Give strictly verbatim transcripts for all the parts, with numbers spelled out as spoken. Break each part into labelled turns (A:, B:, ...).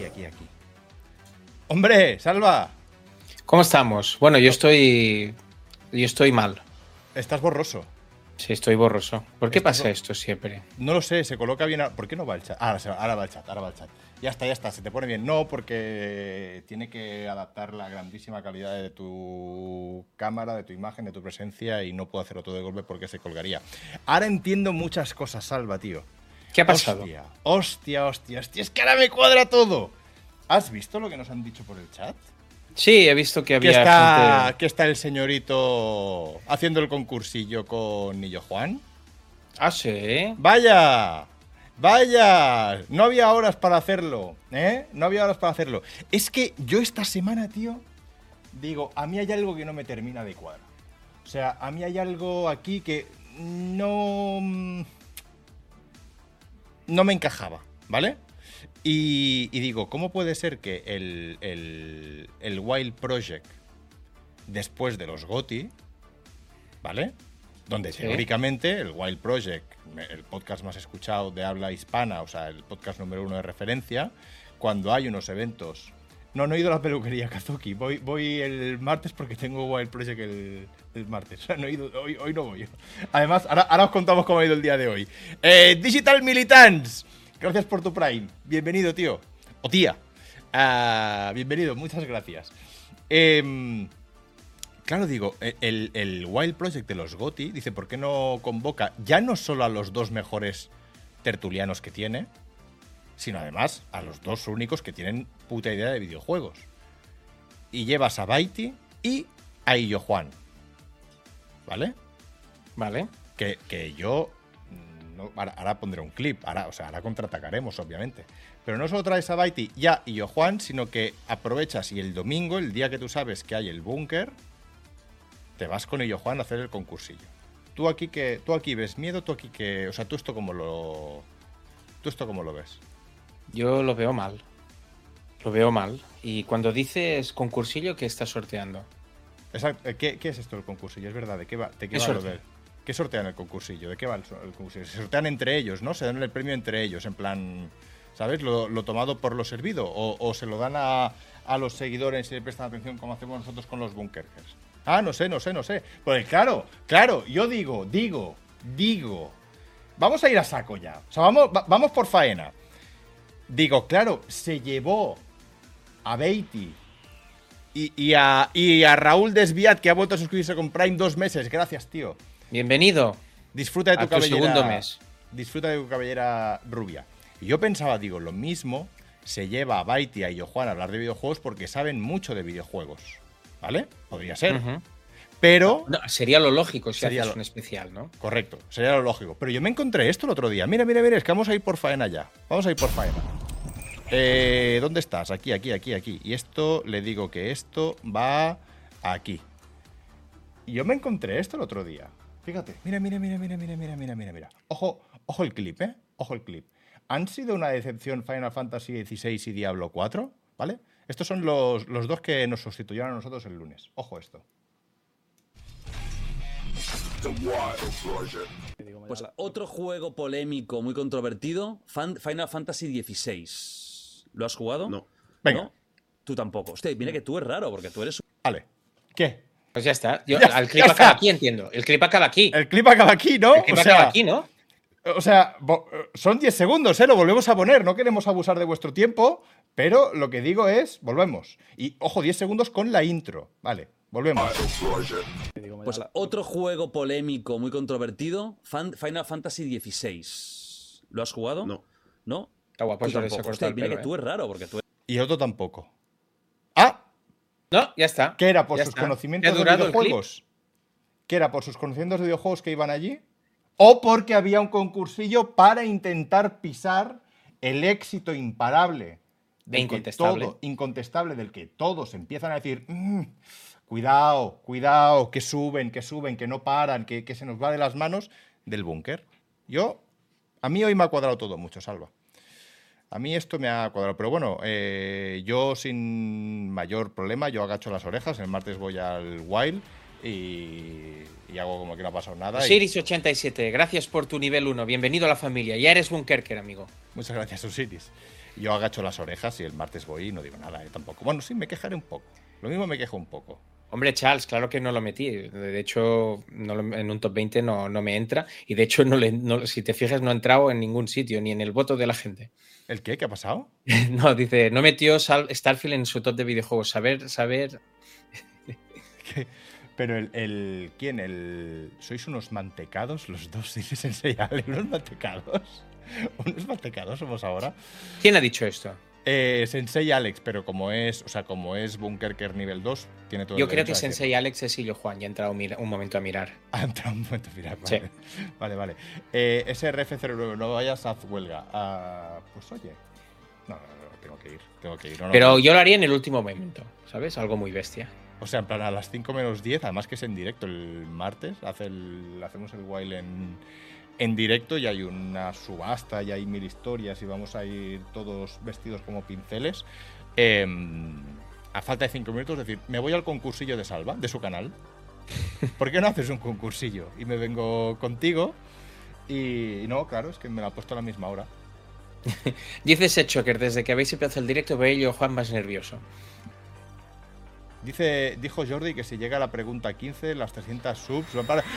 A: aquí, aquí. ¡Hombre, Salva!
B: ¿Cómo estamos? Bueno, yo estoy... Yo estoy mal.
A: Estás borroso.
B: Sí, estoy borroso. ¿Por qué
A: Estás
B: pasa
A: bo-
B: esto siempre?
A: No lo sé, se coloca bien. a- ¿Por qué no va el chat? Ahora, se- ahora va el chat, ahora va el chat. Ya está, ya está, se te pone bien. No, porque tiene que adaptar la grandísima calidad de tu cámara, de tu imagen, de tu presencia y no puedo hacerlo todo de golpe porque se colgaría. Ahora entiendo muchas cosas, Salva, tío.
B: ¿Qué ha pasado?
A: Hostia, hostia, hostia, hostia, es que ahora me cuadra todo. ¿Has visto lo que nos han dicho por el chat?
B: Sí, he visto que
A: Que
B: había
A: está,
B: gente...
A: que está el señorito haciendo el concursillo con Nillo Juan.
B: Ah, sí.
A: ¡Vaya! ¡Vaya! No había horas para hacerlo, ¿eh? No había horas para hacerlo. Es que yo esta semana, tío, digo, a mí hay algo que no me termina de cuadrar. O sea, a mí hay algo aquí que no... no me encajaba, ¿vale? Y, y digo, ¿cómo puede ser que el, el, el Wild Project, después de los GOTY, ¿vale? Donde
B: Sí.
A: teóricamente el Wild Project, el podcast más escuchado de habla hispana, o sea, el podcast número uno de referencia, cuando hay unos eventos... No, no he ido a la peluquería, Kazuki. Voy, voy el martes porque tengo Wild Project el, el martes. O sea, no he ido, hoy, hoy no voy. Además, ahora, ahora os contamos cómo ha ido el día de hoy. Eh, Digital Militants, gracias por tu Prime. Bienvenido, tío. O tía. Ah, bienvenido, muchas gracias. Eh, claro, digo, el, el Wild Project de los GOTY dice, ¿por qué no convoca ya no solo a los dos mejores tertulianos que tiene, sino además a los dos únicos que tienen puta idea de videojuegos? Y llevas a Baiti y a Illo Juan, ¿vale?
B: Vale.
A: Que, que yo... no- ahora, ahora pondré un clip, ahora, o sea, ahora contraatacaremos, obviamente. Pero no solo traes a Baiti y a Illo Juan, sino que aprovechas y el domingo, el día que tú sabes que hay el búnker, te vas con Illo Juan a hacer el concursillo. Tú aquí que tú aquí ves miedo, tú aquí que... O sea, tú esto como lo... ¿Tú esto cómo lo ves?
B: Yo lo veo mal. Lo veo mal. Y cuando dices concursillo, ¿qué estás sorteando?
A: Exacto. Eh, ¿Qué, qué es esto del concursillo? Es verdad, ¿de qué va, de qué
B: ¿Qué
A: va lo
B: sorteo?
A: del- ¿Qué sortean el concursillo? ¿De qué va el, so- el concursillo? Se sortean entre ellos, ¿no? Se dan el premio entre ellos, en plan, ¿sabes? Lo, lo tomado por lo servido. O, o se lo dan a, a los seguidores y le prestan atención como hacemos nosotros con los bunkers. Ah, no sé, no sé, no sé. Pues claro, claro, yo digo, digo, digo. Vamos a ir a saco ya. O sea, vamos, va- vamos por faena. Digo, claro, se llevó a Beatty y, y, a, y a Raúl Desviat, que ha vuelto a suscribirse con Prime dos meses. Gracias, tío.
B: Bienvenido
A: Disfruta de tu
B: a tu
A: cabellera.
B: segundo mes.
A: Disfruta de tu cabellera rubia. Y yo pensaba, digo, lo mismo se lleva a Baiti y a Illo Juan a hablar de videojuegos porque saben mucho de videojuegos. ¿Vale? Podría ser.
B: Ujú.
A: Pero.
B: No, sería lo lógico si
A: Sería
B: haces
A: lo-
B: un especial, ¿no?
A: Correcto, sería lo lógico. Pero yo me encontré esto el otro día. Mira, mira, mira, es que vamos a ir por faena ya. Vamos a ir por faena. Eh, ¿Dónde estás? Aquí, aquí, aquí, aquí. Y esto, le digo que esto va aquí. Y yo me encontré esto el otro día. Fíjate. Mira, mira, mira, mira, mira, mira, mira, mira, mira. Ojo, ojo el clip, ¿eh? Ojo el clip. ¿Han sido una decepción Final Fantasy dieciséis y Diablo cuatro? ¿Vale? Estos son los, los dos que nos sustituyeron a nosotros el lunes. Ojo esto.
C: Pues otro juego polémico, muy controvertido, Fan- Final Fantasy dieciséis. ¿Lo has jugado?
D: No.
A: Venga.
C: ¿No? Tú tampoco. Hostia, mira que tú es raro, porque tú eres...
A: Vale. ¿Qué?
B: Pues ya está. Yo,
A: Ya-
B: al
A: ya
B: clip
A: está.
B: acaba aquí, entiendo. El clip acaba aquí.
A: El clip acaba aquí, ¿no?
B: El clip
A: O
B: acaba
A: sea,
B: aquí, ¿no?
A: O sea, bo- son diez segundos, ¿eh? Lo volvemos a poner. No queremos abusar de vuestro tiempo, pero lo que digo es, volvemos. Y, ojo, diez segundos con la intro. Vale, volvemos.
C: Pues otro juego polémico, muy controvertido, Fan- Final Fantasy dieciséis. ¿Lo has jugado?
D: No.
C: ¿No?
B: Está guapo,
C: Tú
B: eso le se
C: tampoco.
B: cortó
C: Hostia,
B: el
C: mira
B: pelo,
C: que
B: ¿eh?
C: tú es raro, porque tú
A: Y el otro tampoco. Ah,
B: No, ya está.
A: ¿qué era? ¿Por
B: Ya
A: sus
B: está.
A: conocimientos
B: ¿Ya ha
A: de
B: durado el clip?
A: videojuegos? ¿Qué era? ¿Por sus conocimientos de videojuegos que iban allí? ¿O porque había un concursillo para intentar pisar el éxito imparable?
B: De
A: del que
B: incontestable.
A: todo- incontestable, del que todos empiezan a decir, "Mm, cuidado, cuidado, que suben, que suben, que no paran, que, que se nos va de las manos", del búnker. Yo, a mí hoy me ha cuadrado todo mucho, Salva. A mí esto me ha cuadrado. Pero bueno, eh, yo sin mayor problema, yo agacho las orejas. El martes voy al Wild y, y hago como que no ha pasado nada. y-
B: Osiris ochenta y siete, gracias por tu nivel uno. Bienvenido a la familia. Ya eres Bunkerker, amigo.
A: Muchas gracias, Osiris. Yo agacho las orejas y el martes voy y no digo nada, ¿eh? Tampoco. Bueno, sí, me quejaré un poco. Lo mismo me quejo un poco.
B: Hombre, Charles, claro que no lo metí. De hecho, no lo, en un top veinte no, no me entra. Y de hecho, no le, no, si te fijas, no ha entrado en ningún sitio, ni en el voto de la gente.
A: ¿El qué? ¿Qué ha pasado?
B: No, dice, no metió Starfield en su top de videojuegos. Saber, saber...
A: Pero el, el... ¿Quién? El... ¿Sois unos mantecados los dos? Dice Sensei Ale, ¿unos mantecados? ¿Unos mantecados somos ahora?
B: ¿Quién ha dicho esto?
A: Eh, Sensei Alex, pero como es, o sea, como es Bunkerker nivel dos, tiene todo
B: Yo
A: el
B: creo que
A: derecho a decir-
B: Sensei Alex es Illo Juan, ya ha entrado un, un momento a mirar.
A: Ha entrado un momento, mira,
B: Sí.
A: vale. Vale, vale. Eh, S R F cero nueve, no vayas a huelga. Ah, pues oye. No, no, no, tengo que ir. Tengo que ir. No, no,
B: Pero
A: no.
B: yo lo haría en el último momento, ¿sabes? Algo muy bestia.
A: O sea, en plan a las cinco menos diez, además que es en directo el martes, hace el, hacemos el Wild en, en directo y hay una subasta y hay mil historias y vamos a ir todos vestidos como pinceles. Eh, a falta de cinco minutos, es decir, me voy al concursillo de Salva, de su canal. ¿Por qué no haces un concursillo? Y me vengo contigo y no, claro, es que me la ha puesto a la misma hora.
B: Dice Setchoker, desde que habéis empezado el directo veo a Illo Juan más nervioso.
A: Dice, dijo Jordi que si llega a la pregunta quince, las trescientas subs van para...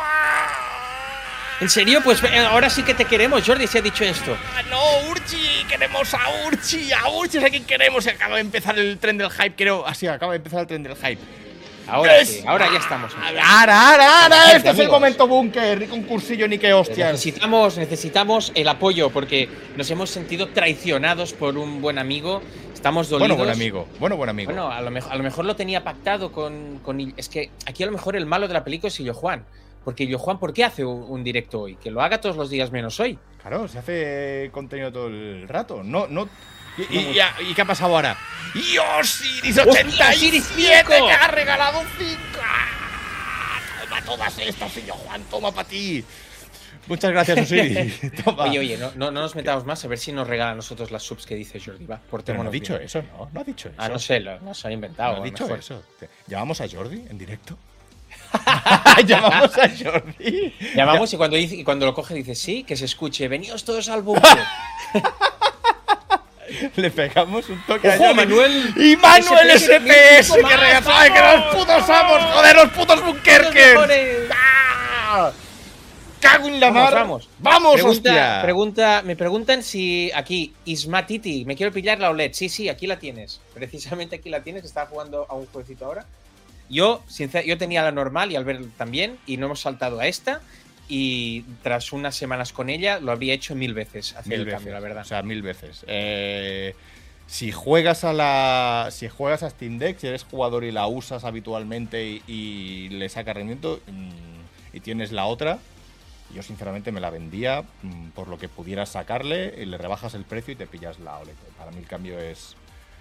B: ¿En serio? Pues eh, ahora sí que te queremos, Jordi, se ha dicho esto.
A: ¡Ah, no, Urchi! ¡Queremos a Urchi! ¡A Urchi es a quien queremos! Acaba de empezar el tren del hype, creo. Así, acaba de empezar el tren del hype.
B: Ahora
A: ¡Es!
B: sí, ahora ya estamos.
A: ¡Ahora, ahora, ahora!
B: Gente,
A: Este es el
B: amigos.
A: momento búnker, ni concursillo, ni que hostias.
B: Necesitamos, necesitamos el apoyo porque nos hemos sentido traicionados por un buen amigo. Estamos dolidos.
A: Bueno, buen amigo. Bueno, buen amigo.
B: Bueno, a lo, mejor, a lo mejor lo tenía pactado con, con... Il- Es que aquí a lo mejor el malo de la película es Illo Juan. Porque Illo Juan, ¿por qué hace un, un directo hoy? Que lo haga todos los días menos hoy.
A: Claro, se hace contenido todo el rato. No, no. ¿Y, y, ya- ¿y qué ha pasado ahora? ¡Y Osiris ochenta y siete que ha regalado un cinco! ¡Ah! Toma todas estas, señor Juan, toma para ti. Muchas gracias, Osiris. Toma.
B: Oye, oye, no, no, no nos metamos más a ver si nos regala a nosotros las subs que dice Jordi. Va,
A: Pero no ha
B: portémonos
A: dicho
B: bien.
A: eso, ¿no? No ha dicho eso.
B: Ah, no sé, lo, nos han inventado.
A: No
B: a
A: ha
B: lo
A: dicho
B: mejor.
A: eso. ¿Llamamos a Jordi en directo? ¿Llamamos a Jordi?
B: Llamamos y cuando, dice, y cuando lo coge dice, sí, que se escuche, veníos todos al búnker.
A: Le pegamos un toque a
B: ¡Ojo,
A: Jordi.
B: Manuel!
A: ¡Y Manuel S
B: S P
A: P S!
B: S,
A: ¡Que regresaba! ¡Que los putos amos! ¡Joder, los putos
B: ¡Los
A: Bunkerkers!
B: mejores!
A: ¡Ah! ¡Cago en la
B: Vamos,
A: mar!
B: vamos.
A: ¡Vamos,
B: Pregunta,
A: hostia!
B: pregunta, me preguntan si aquí, Ismatiti, me quiero pillar la O L E D. Sí, sí, aquí la tienes. Precisamente aquí la tienes, que estaba jugando a un jueguecito ahora. Yo, sincer, yo tenía la normal y Albert también, y no hemos saltado a esta. Y tras unas semanas con ella, lo habría hecho mil veces hacer
A: Mil
B: el
A: veces,
B: cambio, la verdad.
A: O sea, mil veces. Eh, si juegas a la. Si juegas a Steam Deck, si eres jugador y la usas habitualmente y, y le sacas rendimiento, mmm, y tienes la otra, yo sinceramente me la vendía mmm, por lo que pudieras sacarle, y le rebajas el precio y te pillas la O L E D. Para mí el cambio es.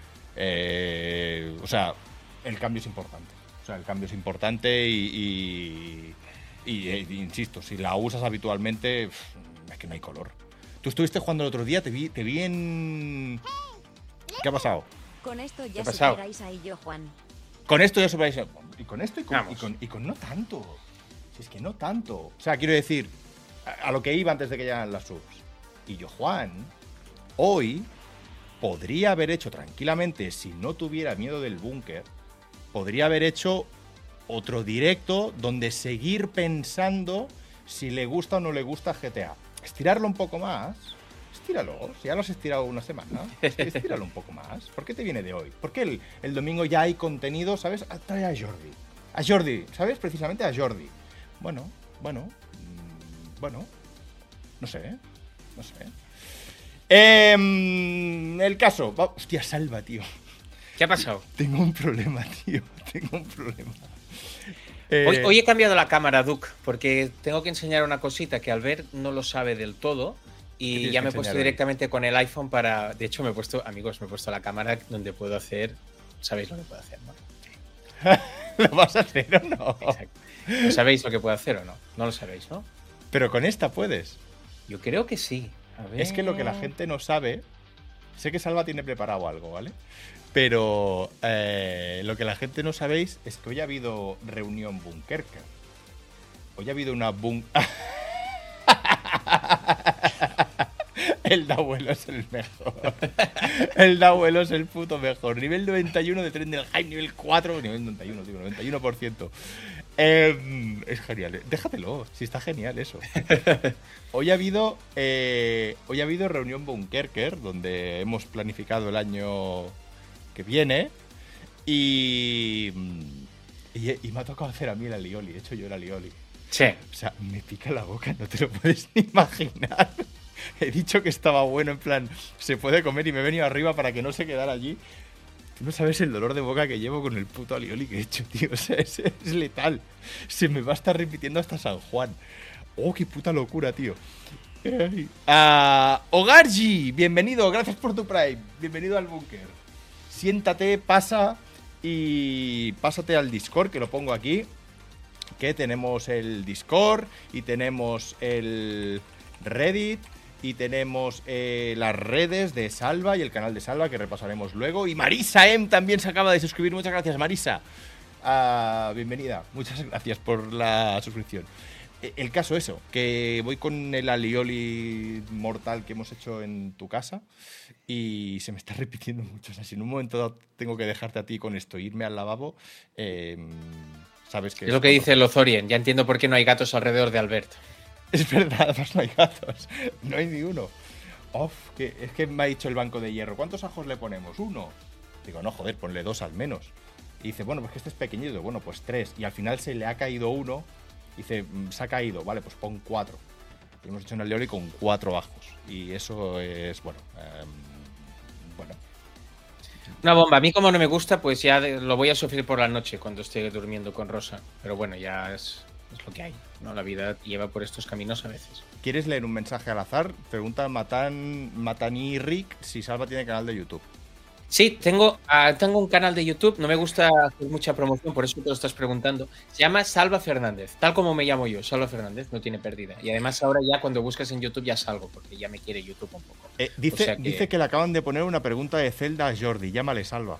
A: Eh, o sea, el cambio es importante. O sea, el cambio es importante y. y, y, eh, insisto, si la usas habitualmente, pff, es que no hay color. Tú estuviste jugando el otro día, te vi, te vi en. ¿Qué ha pasado?
D: Con esto
B: ¿Qué
D: ya
B: ha pasado?
D: superáis a Illo Juan.
A: Con esto ya superáis. Y con esto y con,
B: Vamos.
A: y con, y con no tanto. Si es que no tanto. O sea, quiero decir, a, a lo que iba antes de que llegaran las subs. Y yo, Juan, hoy podría haber hecho tranquilamente, si no tuviera miedo del búnker, podría haber hecho otro directo donde seguir pensando si le gusta o no le gusta G T A. Estirarlo un poco más. Estíralo. Si ya lo has estirado una semana, estíralo un poco más. ¿Por qué te viene de hoy? ¿Por qué el, el domingo ya hay contenido, ¿sabes? Ah, trae a Jordi. A Jordi, ¿sabes? Precisamente a Jordi. Bueno, bueno. Mmm, bueno. No sé, ¿eh? No sé. Eh, el caso. Va, hostia, Salva, tío.
B: ¿Qué ha pasado?
A: Tengo un problema, tío. Tengo un problema. Eh,
B: Hoy, hoy he cambiado la cámara, Duke, porque tengo que enseñar una cosita que Albert no lo sabe del todo. Y
A: tienes
B: ya
A: que
B: me he puesto
A: enseñar hoy?
B: directamente con el iPhone para. De hecho, me he puesto, amigos, me he puesto la cámara donde puedo hacer. ¿Sabéis lo que puedo hacer, no?
A: ¿Lo vas a hacer o no?
B: Exacto. ¿No sabéis lo que puedo hacer o no? No lo sabéis, ¿no?
A: Pero con esta puedes.
B: Yo creo que sí. A ver.
A: Es que lo que la gente no sabe. Sé que Salva tiene preparado algo, ¿vale? Pero eh, lo que la gente no sabéis es que hoy ha habido reunión Bunkerker. Hoy ha habido una bun. El de abuelo es el mejor. El de abuelo es el puto mejor. Nivel noventa y uno de tren del hype, nivel cuatro, nivel noventa y uno, digo, noventa y uno por ciento. Eh, es genial. Déjatelo, si está genial eso. Hoy ha habido eh, hoy ha habido reunión Bunkerker, donde hemos planificado el año que viene. Y, y, y me ha tocado hacer a mí el alioli. He hecho yo el alioli.
B: Sí.
A: O sea, me pica la boca, no te lo puedes ni imaginar. He dicho que estaba bueno, en plan, se puede comer, y me he venido arriba para que no se quedara allí. Tú no sabes el dolor de boca que llevo con el puto alioli que he hecho, tío. O sea, es, es letal. Se me va a estar repitiendo hasta San Juan. Oh, qué puta locura, tío. Uh, Ogarji, bienvenido, gracias por tu Prime. Bienvenido al búnker. Siéntate, pasa y pásate al Discord, que lo pongo aquí. Que tenemos el Discord y tenemos el Reddit y tenemos eh, las redes de Salva y el canal de Salva, que repasaremos luego. Y Marisa M también se acaba de suscribir. Muchas gracias, Marisa. Uh, bienvenida. Muchas gracias por la suscripción. El caso eso, que voy con el alioli mortal que hemos hecho en tu casa y se me está repitiendo mucho. O sea, si en un momento dado tengo que dejarte a ti con esto, irme al lavabo, eh, sabes que...
B: Es lo que dice Lozorien. Ya entiendo por qué no hay gatos alrededor de Albert.
A: Es verdad, además no hay gatos. No hay ni uno. Uf, que, es que me ha dicho el banco de hierro. ¿Cuántos ajos le ponemos? ¿Uno? Digo, no, joder, ponle dos al menos. Y dice, bueno, pues que este es pequeñito. Bueno, pues tres. Y al final se le ha caído uno. Dice, se ha caído. Vale, pues pon cuatro. Y hemos hecho un alioli con cuatro ajos. Y eso es, bueno... Eh, bueno.
B: Una bomba. A mí, como no me gusta, pues ya lo voy a sufrir por la noche cuando esté durmiendo con Rosa. Pero bueno, ya es, es lo que hay, ¿no? La vida lleva por estos caminos a veces.
A: ¿Quieres leer un mensaje al azar? Pregunta Matan, Matani Rick si Salva tiene canal de YouTube.
B: Sí, tengo, uh, tengo un canal de YouTube. No me gusta hacer mucha promoción, por eso te lo estás preguntando. Se llama Salva Fernández, tal como me llamo yo. Salva Fernández, no tiene pérdida. Y además ahora ya cuando buscas en YouTube ya salgo, porque ya me quiere YouTube un poco.
A: Eh, dice,
B: o sea que...
A: dice que le acaban de poner una pregunta de Zelda a Jordi. Llámale, Salva.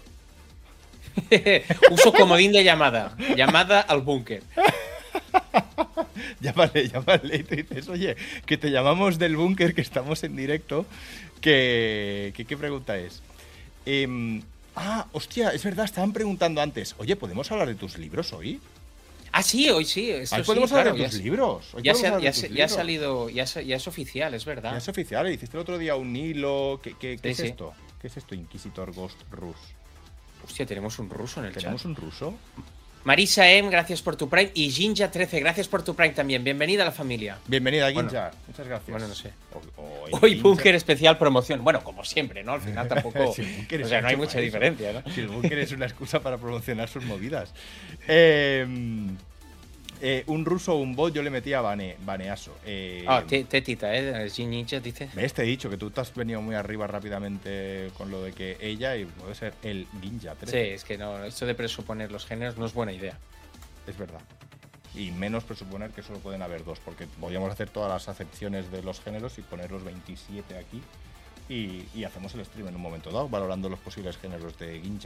B: Uso comodín de llamada. Llamada al búnker.
A: Llámale, llámale. Y te dices, oye, que te llamamos del búnker, que estamos en directo. Que, que ¿qué pregunta es? Eh, ah, hostia, es verdad, estaban preguntando antes. Oye, ¿podemos hablar de tus libros hoy?
B: Ah, sí, hoy sí. Esto
A: Hoy
B: sí,
A: podemos
B: claro,
A: hablar de tus
B: ya,
A: libros. Hoy
B: ya, se,
A: hablar
B: ya,
A: de tus
B: se, ya ha
A: libros.
B: salido, ya, se, ya es oficial, es verdad.
A: Ya es oficial. Hiciste el otro día un hilo. ¿Qué, qué, qué
B: Sí,
A: es
B: sí.
A: esto? ¿Qué es esto, Inquisitor Ghost Rus?
B: Hostia, tenemos un ruso en el
A: ¿Tenemos
B: chat.
A: un ruso?
B: Marisa M, gracias por tu Prime. Y Jinja trece, gracias por tu Prime también. Bienvenida a la familia.
A: Bienvenida,
B: Bueno,
A: Ginja. Muchas gracias.
B: Bueno, no sé.
A: O- o
B: Hoy
A: Ginja.
B: búnker especial promoción. Bueno, como siempre, ¿no? Al final tampoco...
A: Sí, el búnker
B: o
A: es
B: sea, no hay
A: hecho
B: mucha
A: para eso.
B: diferencia, ¿no?
A: Si el búnker es una excusa para promocionar sus movidas. Eh, eh, un ruso o un bot yo le metí a bane, baneaso. Eh,
B: Ah, te- tetita, ¿eh? Jinja dice.
A: ¿Ves? Te he dicho que tú te has venido muy arriba rápidamente con lo de que ella y puede ser el Ginja.
B: Sí, es que no, esto de presuponer los géneros no es buena idea.
A: Es verdad. Y menos presuponer que solo pueden haber dos, porque podríamos hacer todas las acepciones de los géneros y poner los veintisiete aquí y, y hacemos el stream en un momento dado, valorando los posibles géneros de Ginja.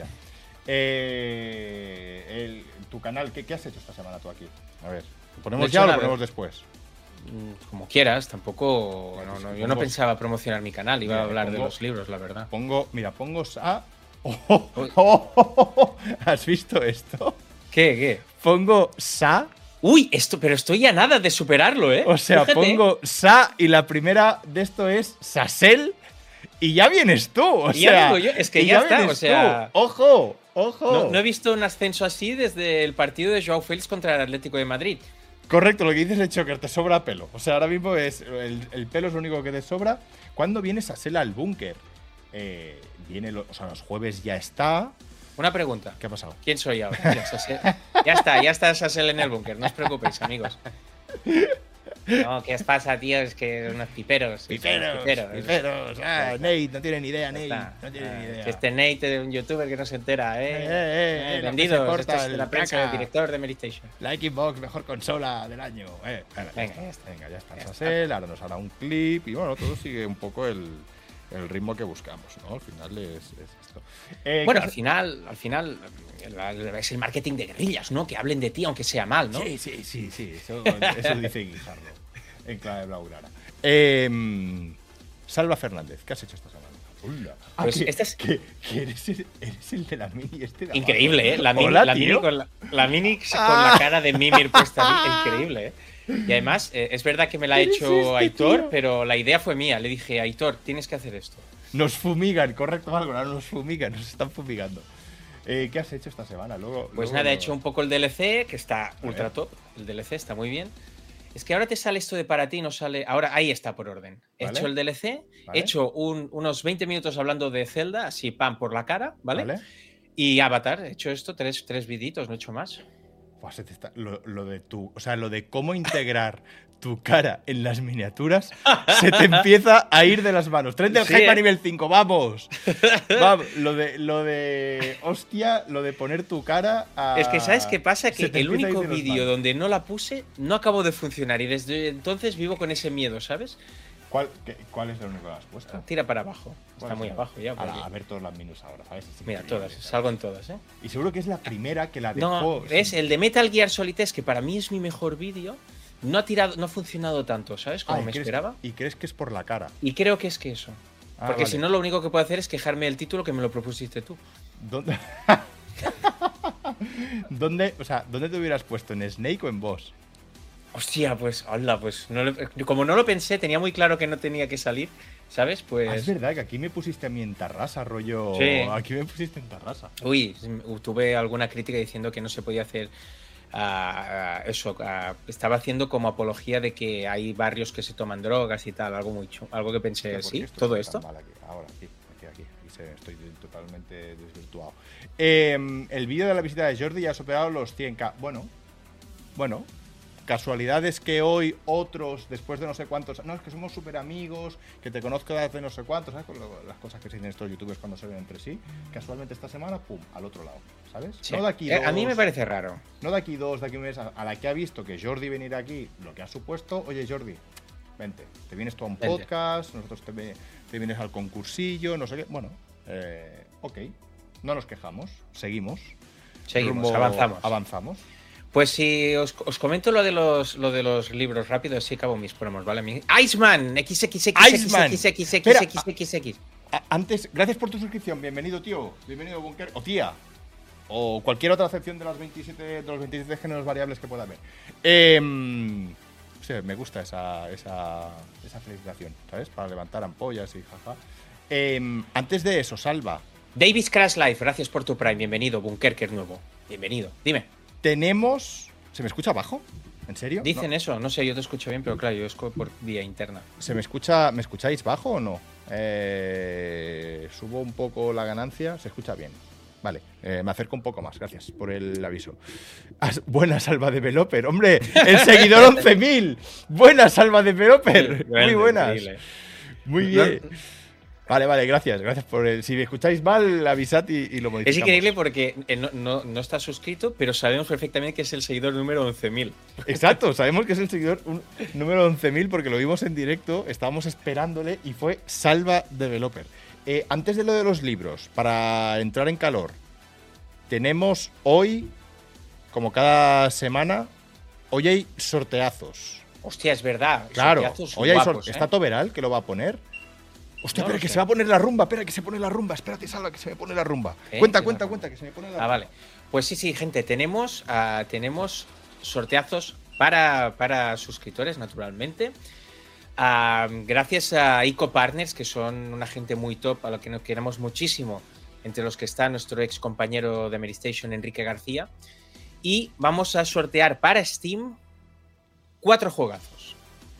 A: Eh, el- tu canal, ¿qué, ¿qué has hecho esta semana tú aquí? A ver, ¿lo ponemos
B: No he
A: ya
B: hecho
A: o lo
B: nada.
A: ponemos después?
B: Mm, Como quieras, tampoco...
A: Bueno,
B: no,
A: pues
B: no,
A: que
B: yo no
A: pongo-
B: pensaba promocionar mi canal, iba
A: Mira,
B: a hablar de
A: pongo-
B: los libros, la verdad.
A: Pongo, mira, pongo Sa... Oh, oh, oh, oh, oh, oh. ¿Has visto esto?
B: ¿Qué, qué?
A: Pongo Sa...
B: Uy, esto, pero estoy a nada de superarlo, ¿eh?
A: O sea,
B: Fíjate.
A: pongo Sa y la primera de esto es Sasel y ya vienes tú. O
B: Y ya
A: sea,
B: digo yo, es que
A: y
B: ya está,
A: vienes
B: o sea-
A: tú. ¡Ojo! ¡Ojo!
B: No, no he visto un ascenso así desde el partido de Joao Félix contra el Atlético de Madrid.
A: Correcto, lo que dices es Choker, te sobra pelo. O sea, ahora mismo es el, el pelo es lo único que te sobra. ¿Cuándo viene Sasel al búnker? Eh, viene, lo- o sea, los jueves ya está.
B: Una pregunta.
A: ¿Qué ha pasado?
B: ¿Quién soy ahora? Mira, Sasel. Ya está, ya está Sasel en el búnker, no os preocupéis, amigos. No, ¿qué os pasa, tío? Es que unos piperos.
A: Piperos,
B: piperos.
A: piperos. Ah, Nate, no tiene ni idea,
B: Ya
A: Nate.
B: está.
A: No tiene ni
B: Ah,
A: idea.
B: Que este Nate es un youtuber que no se entera, ¿eh?
A: Eh, eh, eh, la
B: vendido.
A: prensa corta,
B: Este es de la
A: el
B: prensa,
A: caca.
B: el director de Meditation.
A: La Xbox, mejor consola del año. Eh, venga,
B: Venga,
A: ya
B: ya
A: está, venga, ya está.
B: Ya
A: Sasel, ahora nos hará un clip y bueno, todo sigue un poco el, el ritmo que buscamos, ¿no? Al final es, es esto. Eh,
B: Bueno,
A: ¿qué
B: al
A: hace-
B: final, al final es el marketing de guerrillas, ¿no? Que hablen de ti, aunque sea mal, ¿no?
A: Sí, sí, sí, sí. Eso, eso dice Guijarro en clave blaugrana. Eh, Salva Fernández, ¿qué has hecho esta semana? Hola. Ah,
B: Pues
A: que,
B: esta es-
A: que- que eres, el, eres el de la mini este de abajo.
B: Increíble, ¿eh? La mini,
A: Hola,
B: la mini,
A: tío.
B: con, la, la mini con
A: Ah.
B: la cara de Mimir puesta ahí. Increíble, ¿eh? Y además, eh, es verdad que me la ha
A: Eres
B: hecho
A: este,
B: Aitor,
A: tío.
B: pero la idea fue mía. Le dije, Aitor, tienes que hacer esto.
A: Nos fumigan, correcto, algo, nos fumigan, nos están fumigando. Eh, ¿Qué has hecho esta semana? Luego,
B: Pues
A: luego
B: nada, he
A: lo-
B: hecho un poco el D L C, que está
A: ver.
B: ultra top. El D L C está muy bien. Es que ahora te sale esto de para ti, no sale. Ahora ahí está por orden. He
A: Vale.
B: hecho el D L C,
A: Vale.
B: he hecho un- unos veinte minutos hablando de Zelda, así pam por la cara, ¿vale?
A: ¿Vale?
B: Y Avatar, he hecho esto, tres, tres viditos, no he hecho más.
A: Buah, se te está- lo, lo de tu, o sea, lo de cómo integrar tu cara en las miniaturas se te empieza a ir de las manos. Tren del
B: Sí,
A: hype a
B: ¿eh?
A: nivel cinco, vamos. Vamos, lo de, lo de, hostia, lo de poner tu cara a...
B: Es que, ¿sabes qué pasa?
A: se
B: Que
A: te
B: el
A: empieza a ir
B: único
A: de las
B: vídeo
A: manos.
B: donde no la puse no acabó de funcionar y desde entonces vivo con ese miedo, ¿sabes?
A: ¿Cuál, qué- ¿Cuál es el único que has puesto?
B: Tira para abajo.
A: ¿Cuál
B: Está
A: es
B: muy
A: el-
B: abajo ya.
A: Ala,
B: porque-
A: a ver todas las menús ahora, ¿sabes? Es
B: Mira,
A: increíble,
B: todas,
A: ¿sabes?
B: salgo en todas, ¿eh?
A: Y seguro que es la primera que la dejó.
B: No, es el de Metal Gear Solid tres, que para mí es mi mejor vídeo. No ha tirado, no ha funcionado tanto, ¿sabes? Como
A: Ah, ¿y
B: me
A: crees-
B: esperaba.
A: ¿Y crees que es por la cara?
B: Y creo que es que eso.
A: Ah,
B: Porque
A: vale.
B: si no, lo único que puedo hacer es quejarme del título que me lo propusiste tú.
A: ¿Dónde? ¿Dónde, o sea, ¿dónde te hubieras puesto? ¿En Snake o en Boss?
B: Hostia, pues, hola, pues. No lo- como no lo pensé, tenía muy claro que no tenía que salir, ¿sabes? Pues.
A: Ah, es verdad que aquí me pusiste a mí en Tarrasa, rollo.
B: Sí.
A: Aquí me pusiste en Tarrasa.
B: Uy, tuve alguna crítica diciendo que no se podía hacer ah, ah, eso. ah, estaba haciendo como apología de que hay barrios que se toman drogas y tal, algo muy chu- algo que pensé,
A: Hostia, ¿por qué
B: sí,
A: esto
B: todo
A: está tan
B: esto.
A: mal aquí? Ahora, aquí, aquí, aquí. Aquí se- estoy totalmente desvirtuado. Eh, el vídeo de la visita de Jordi ya ha superado los cien k. Bueno, bueno. Casualidad es que hoy otros, después de no sé cuántos. No, es que somos súper amigos, que te conozco desde hace no sé cuántos, ¿sabes? Con lo- las cosas que se dicen estos youtubers cuando se ven entre sí. Casualmente esta semana, pum, al otro lado, ¿sabes?
B: Sí.
A: No de aquí
B: Eh, a mí
A: dos-
B: me parece raro.
A: No de aquí dos, de aquí un mes, a a la que ha visto que Jordi venir aquí, lo que ha supuesto, oye Jordi, vente, te vienes tú a un
B: Vente.
A: podcast, nosotros te, ve- te vienes al concursillo, no sé qué. Bueno, eh, ok, no nos quejamos, seguimos.
B: Seguimos,
A: Rumbo-
B: avanzamos.
A: Avanzamos.
B: Pues si os, os comento lo de los lo de los libros rápido, así acabo mis promos, ¿vale? Mi- Iceman, X X X
A: Iceman.
B: X X X
A: Espera.
B: X X X.
A: A- Antes, gracias por tu suscripción, bienvenido tío, bienvenido Bunker, o tía, o cualquier otra acepción de, las veintisiete, de los veintisiete géneros variables que pueda haber. Eh, sí, me gusta esa, esa, esa felicitación, ¿sabes? Para levantar ampollas y jaja. Eh, antes de eso, Salva,
B: Davis Crash Life, gracias por tu Prime, bienvenido, Bunkerker nuevo. Bienvenido. Dime,
A: tenemos... ¿Se me escucha bajo? ¿En serio?
B: dicen
A: No.
B: eso, no sé, yo te escucho bien, pero claro, yo es co- por vía interna.
A: ¿Se me escucha, me escucháis bajo o no? Eh, subo un poco la ganancia, se escucha bien. Vale, eh, me acerco un poco más, gracias por el aviso. As- buena salva developer, hombre, el seguidor once mil. Buena salva developer, muy
B: Grande,
A: buenas.
B: increíble.
A: Muy bien. Vale, vale, gracias, gracias por el... Si me escucháis mal, avisad y, y lo modificamos.
B: Es increíble porque eh, no, no, no está suscrito, pero sabemos perfectamente que es el seguidor número once mil.
A: Exacto, sabemos que es el seguidor un- número once mil porque lo vimos en directo, estábamos esperándole y fue Salva Developer. Eh, antes de lo de los libros, para entrar en calor, tenemos hoy, como cada semana, hoy hay sorteazos.
B: Hostia, es verdad.
A: Claro,
B: sorteazos
A: hoy hay
B: guapos,
A: sor-
B: ¿eh?
A: ¿Está Toberal que lo va a poner? Hostia,
B: No
A: espera,
B: lo
A: que
B: sé.
A: se va a poner la rumba, espera, que se pone la rumba, espérate, Salva, que se me pone la rumba.
B: ¿Eh?
A: Cuenta,
B: ¿Qué
A: cuenta,
B: va a
A: cuenta, que se me pone la
B: Ah,
A: rumba.
B: vale. Pues sí, sí, gente, tenemos, ah, tenemos sorteazos para, para suscriptores, naturalmente. Ah, gracias a Eco Partners, que son una gente muy top, a lo que nos queremos muchísimo, entre los que está nuestro ex compañero de Meristation, Enrique García. Y vamos a sortear para Steam cuatro juegazos.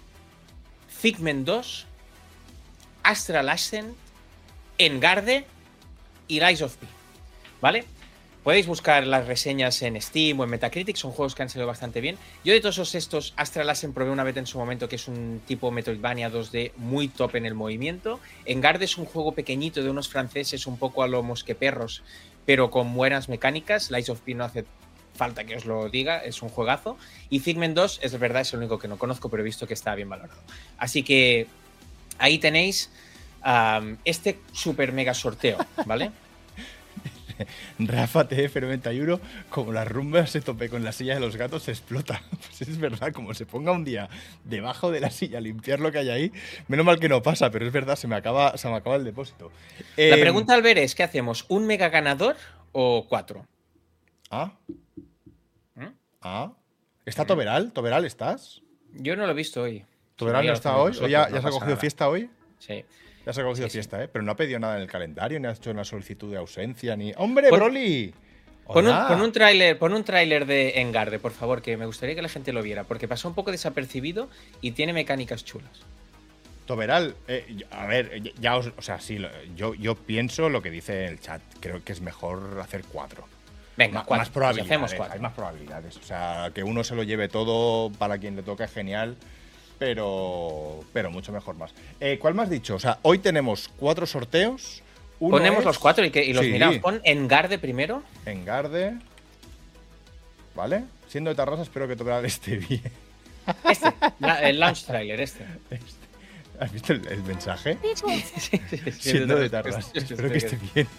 B: Figment dos, Astral Ascent, Engarde y Lies of P. ¿Vale? Podéis buscar las reseñas en Steam o en Metacritic, son juegos que han salido bastante bien. Yo de todos estos, Astral Ascent probé una vez en su momento, que es un tipo Metroidvania dos D muy top en el movimiento. Engarde es un juego pequeñito de unos franceses un poco a lo mosqueperros, pero con buenas mecánicas. Lies of P no hace falta que os lo diga, es un juegazo. Y Figment dos, es verdad, es el único que no conozco, pero he visto que está bien valorado. Así que ahí tenéis um, este super mega sorteo, ¿vale?
A: Rafa T F noventa y uno, como las rumbas se tope con la silla de los gatos, se explota. Pues es verdad, como se ponga un día debajo de la silla a limpiar lo que hay ahí, menos mal que no pasa, pero es verdad, se me acaba, se me acaba el depósito.
B: La
A: Eh,
B: pregunta al ver es, ¿qué hacemos? ¿Un mega ganador o cuatro?
A: Ah,
B: ¿Mm?
A: ah. ¿Está Toberal? ¿Toberal estás?
B: Yo no lo he visto hoy.
A: ¿Toberal
B: Si
A: no
B: lo
A: está
B: hacemos
A: hoy? ¿O
B: nosotros,
A: ya,
B: no
A: ya se ha
B: pasa
A: cogido
B: nada.
A: fiesta hoy?
B: Sí.
A: Ya se ha cogido
B: Sí,
A: fiesta,
B: sí.
A: ¿eh? Pero no ha pedido nada en el calendario, ni ha hecho una solicitud de ausencia, ni... ¡Hombre,
B: Pon-
A: Broly!
B: Pon un,
A: ¡Hola!
B: pon un tráiler, pon un tráiler de Engarde, por favor, que me gustaría que la gente lo viera, porque pasó un poco desapercibido y tiene mecánicas chulas.
A: Toberal, eh, yo- a ver, ya- ya os, o sea, sí, lo- yo, yo pienso lo que dice el chat. Creo que es mejor hacer cuatro.
B: Venga,
A: Ma-
B: cuatro.
A: más probabilidades.
B: Pues hacemos cuatro.
A: Hay más probabilidades. O sea, que uno se lo lleve todo para quien le toque es genial, pero, pero mucho mejor más. Eh, ¿Cuál me has dicho? O sea, hoy tenemos cuatro sorteos. Uno
B: Ponemos
A: es-
B: los cuatro y, que, y los
A: Sí,
B: miramos. Pon Engarde primero.
A: Engarde. ¿Vale? Siendo de Tarrasa, espero que Toberal esté bien.
B: Este, la- el launch trailer, este.
A: ¿Has visto el, el mensaje?
B: Sí, sí, sí,
A: Siendo de
B: sí,
A: Tarrasa,
B: sí, sí,
A: espero que
B: sí.
A: esté bien.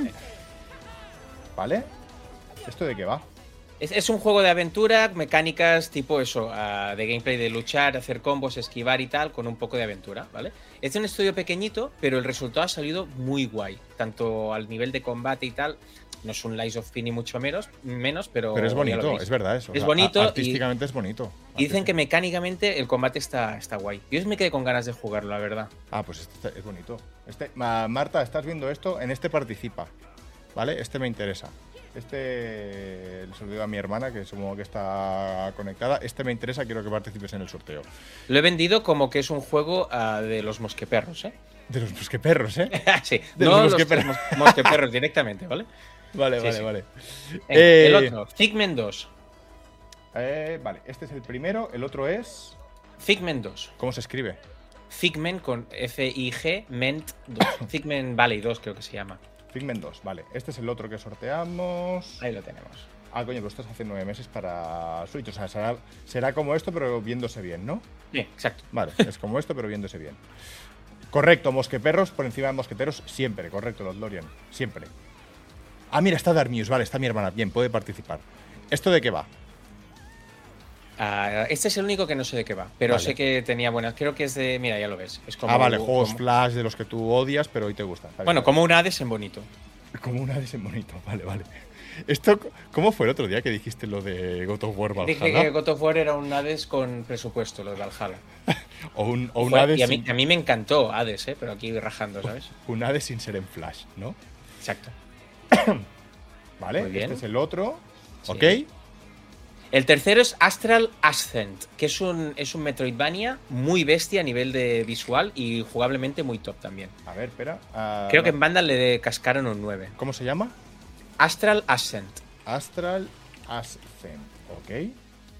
A: ¿Vale? ¿Esto de qué va?
B: Es, es un juego de aventura, mecánicas tipo eso, ah, de gameplay de luchar, hacer combos, esquivar y tal, con un poco de aventura, ¿vale? Es un estudio pequeñito, pero el resultado ha salido muy guay, tanto al nivel de combate y tal. No es un Lies of P ni mucho menos, menos pero,
A: Pero es
B: ya lo
A: bonito,
B: veis.
A: es verdad eso.
B: Es
A: O sea,
B: bonito
A: a-
B: y-
A: Artísticamente es bonito.
B: Y dicen que mecánicamente el combate está, está guay. Yo me quedé con ganas de jugarlo, la verdad.
A: Ah, pues este es bonito. Este, Ma- Marta, ¿estás viendo esto? En este participa. ¿Vale? Este me interesa. Este se lo digo a mi hermana, que supongo que está conectada. Este me interesa, quiero que participes en el sorteo.
B: Lo he vendido como que es un juego ah, de los mosqueperros, ¿eh?
A: De los mosqueperros, ¿eh?
B: sí,
A: De
B: no
A: los
B: los,
A: mosqueperros.
B: los mos- mosqueperros directamente, ¿vale?
A: Vale,
B: Sí,
A: vale,
B: sí.
A: vale.
B: Venga,
A: Eh,
B: el otro, Figment dos.
A: eh, vale, este es el primero. El otro es.
B: Figment dos.
A: ¿Cómo se escribe?
B: Figment con F I G Ment dos. Figment Valley dos creo que se llama.
A: Figment dos, vale. Este es el otro que sorteamos.
B: Ahí lo tenemos.
A: Ah, coño, pero esto es hace nueve meses para Switch. O sea, será, será como esto, pero viéndose bien, ¿no?
B: Sí, exacto.
A: Vale, es como esto, pero viéndose bien. Correcto, mosqueperros por encima de mosqueteros, siempre. Correcto, los Lorian, siempre. Ah, mira, está Darmius, vale, está mi hermana. Bien, puede participar. ¿Esto de qué va?
B: Ah, este es el único que no sé de qué va, pero
A: Vale.
B: sé que tenía buenas. Creo que es de. Mira, ya lo ves. Es como,
A: Ah, vale, juegos
B: como-
A: Flash de los que tú odias, pero hoy te gustan. Está bien.
B: Bueno, como un Hades en bonito.
A: Como una de ese bonito, vale, vale. Esto, ¿cómo fue el otro día que dijiste lo de God of War Valhalla?
B: Dije que God of War era un Hades con presupuesto, lo de Valhalla.
A: O un, o un
B: Fue-
A: Hades
B: y a mí,
A: sin,
B: a mí me encantó Hades, ¿eh? Pero aquí rajando, ¿sabes?
A: un Hades sin ser en Flash, ¿no?
B: Exacto.
A: Vale,
B: Muy bien.
A: este es el otro.
B: Sí.
A: Ok.
B: El tercero es Astral Ascent, que es un, es un Metroidvania muy bestia a nivel de visual y jugablemente muy top también.
A: A ver, espera. ah,
B: Creo que en Vandal le cascaron un nueve.
A: ¿Cómo se llama?
B: Astral Ascent.
A: Astral Ascent. Ok.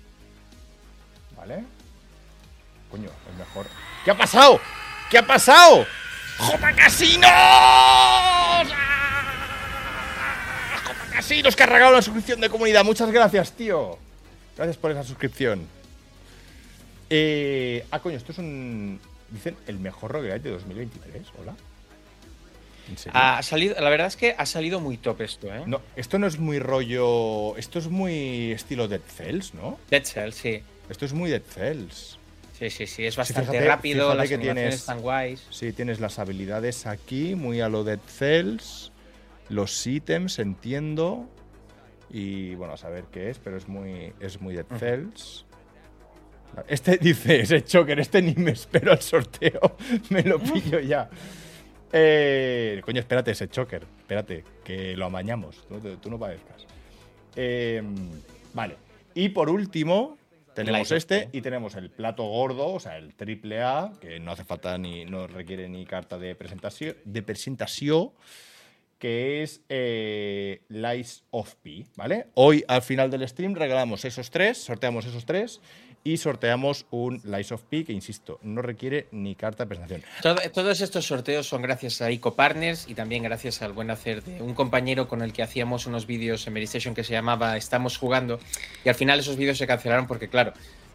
A: Vale. Coño, el mejor. ¿Qué ha pasado? ¿Qué ha pasado? ¡J Casinos! ¡Ah! ¡J Casinos que ha regalado una suscripción de comunidad! Muchas gracias, tío. Gracias por esa suscripción. Eh, ah, coño, esto es un. Dicen el mejor roguelite de dos mil veintitrés. Hola. ¿En serio?
B: Ha salido, la verdad es que ha salido muy top esto, ¿eh?
A: No, esto no es muy rollo. Esto es muy estilo Dead Cells, ¿no?
B: Dead Cell, sí.
A: Esto es muy Dead Cells.
B: Sí, sí, sí. Es bastante
A: fíjate-
B: rápido,
A: fíjate
B: las
A: que
B: animaciones
A: tienes-
B: están guays.
A: Sí, tienes las habilidades aquí, muy a lo Dead Cells. Los ítems, entiendo. Y bueno, a saber qué es, pero es muy, es muy Dead
B: Ujú.
A: Cells. Este dice, ese choker, este ni me espero al sorteo. Me lo pillo ya. Eh, coño, espérate, ese choker. Espérate, que lo amañamos. Tú, tú- tú no padezcas. Eh, vale. Y por último, tenemos
B: Lies of
A: este
B: P.
A: y tenemos el plato gordo, o sea, el triple A, que no hace falta ni, no requiere ni carta de presentación, de presentación que es eh, Lies of P, ¿vale? Hoy, al final del stream, regalamos esos tres, sorteamos esos tres y sorteamos un Lies of P que, insisto, no requiere ni carta de presentación.
B: Todo- todos estos sorteos son gracias a Ico Partners y también gracias al buen hacer de un compañero con el que hacíamos unos vídeos en Medistation que se llamaba Estamos jugando, y al final esos vídeos se cancelaron porque, claro,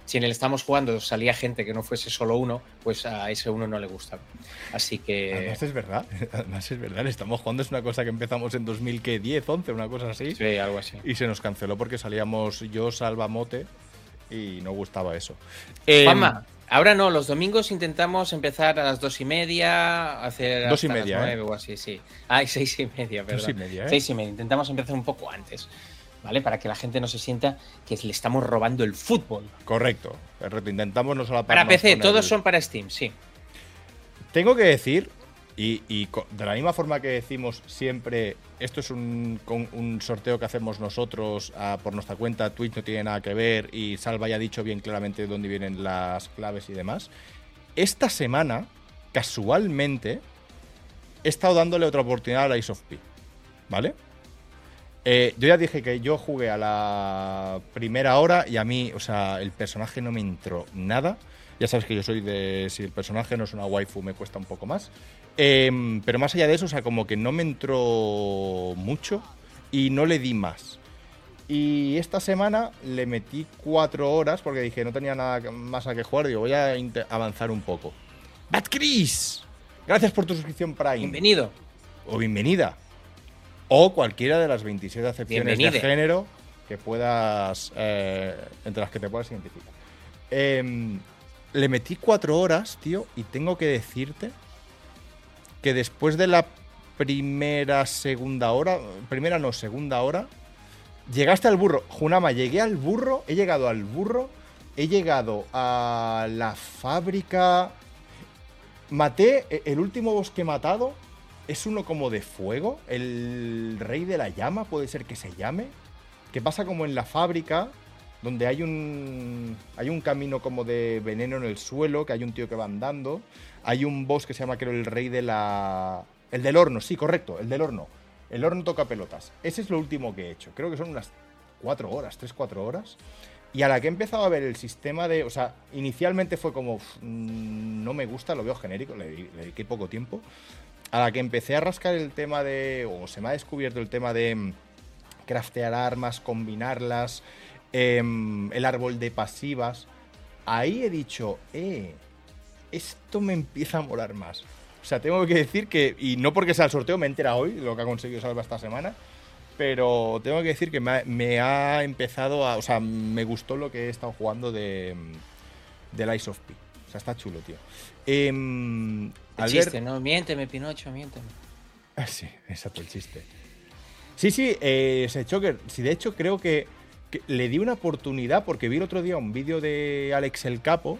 B: si en el estamos jugando salía gente que no fuese solo uno, pues a ese uno no le gustaba. Así que...
A: Además es verdad, además es verdad, el estamos jugando es una cosa que empezamos en dos mil diez, once, una cosa así.
B: Sí, algo así.
A: Y se nos canceló porque salíamos yo, Salva, Mote, y no gustaba eso.
B: Juanma, eh, ahora no, los domingos intentamos empezar a las dos y media, hacer
A: dos y
B: hasta
A: media,
B: las nueve
A: ¿eh?
B: o así, sí. Ay, seis y media, perdón.
A: Dos y media, ¿eh?
B: Seis y media, intentamos empezar un poco antes. ¿Vale? Para que la gente no se sienta que le estamos robando el fútbol.
A: Correcto, correcto. Intentamos no solaparnos.
B: Para P C,
A: con
B: todos
A: el...
B: son para Steam, sí.
A: Tengo que decir, y, y de la misma forma que decimos siempre, esto es un, un sorteo que hacemos nosotros a, por nuestra cuenta, Twitch no tiene nada que ver y Salva ya ha dicho bien claramente dónde vienen las claves y demás. Esta semana, casualmente, he estado dándole otra oportunidad a la Ice of P, ¿vale? Eh, yo ya dije que yo jugué a la primera hora y a mí, o sea, el personaje no me entró nada. Ya sabes que yo soy de... Si el personaje no es una waifu me cuesta un poco más. Eh, pero más allá de eso, o sea, como que no me entró mucho y no le di más. Y esta semana le metí cuatro horas porque dije no tenía nada más a que jugar. Digo, voy a avanzar un poco. Bad Chris, gracias por tu suscripción Prime.
B: Bienvenido.
A: O bienvenida. O cualquiera de las veintisiete acepciones
B: Bienvenide.
A: de género que puedas, eh, entre las que te puedas identificar. Eh, le metí cuatro horas, tío, y tengo que decirte que después de la primera, segunda hora, primera no, segunda hora, llegaste al burro. Junama, llegué al burro, he llegado al burro, he llegado a la fábrica, maté, el último boss que he matado es uno como de fuego, el rey de la llama, puede ser que se llame, que pasa como en la fábrica, donde hay un hay un camino como de veneno en el suelo, que hay un tío que va andando, hay un boss que se llama, creo, el rey de la... El del horno, sí, correcto, el del horno. El horno toca pelotas. Ese es lo último que he hecho. Creo que son unas cuatro horas, tres, cuatro horas. Y a la que he empezado a ver el sistema de... O sea, inicialmente fue como, uff, no me gusta, lo veo genérico, le, le dediqué poco tiempo. A la que empecé a rascar el tema de... O se me ha descubierto el tema de mm, craftear armas, combinarlas, eh, el árbol de pasivas. Ahí he dicho, eh, esto me empieza a molar más. O sea, tengo que decir que... Y no porque sea el sorteo, me he enterado hoy lo que ha conseguido Salva esta semana. Pero tengo que decir que me ha, me ha empezado a... O sea, me gustó lo que he estado jugando de, de Ice of P. O sea, está chulo, tío. Eh,
B: El
A: Albert...
B: chiste, ¿no? Miénteme, Pinocho, miénteme.
A: Ah, sí, exacto, el chiste. Sí, sí, eh, ese Choker. Sí, de hecho, creo que, que le di una oportunidad porque vi el otro día un vídeo de Alex el Capo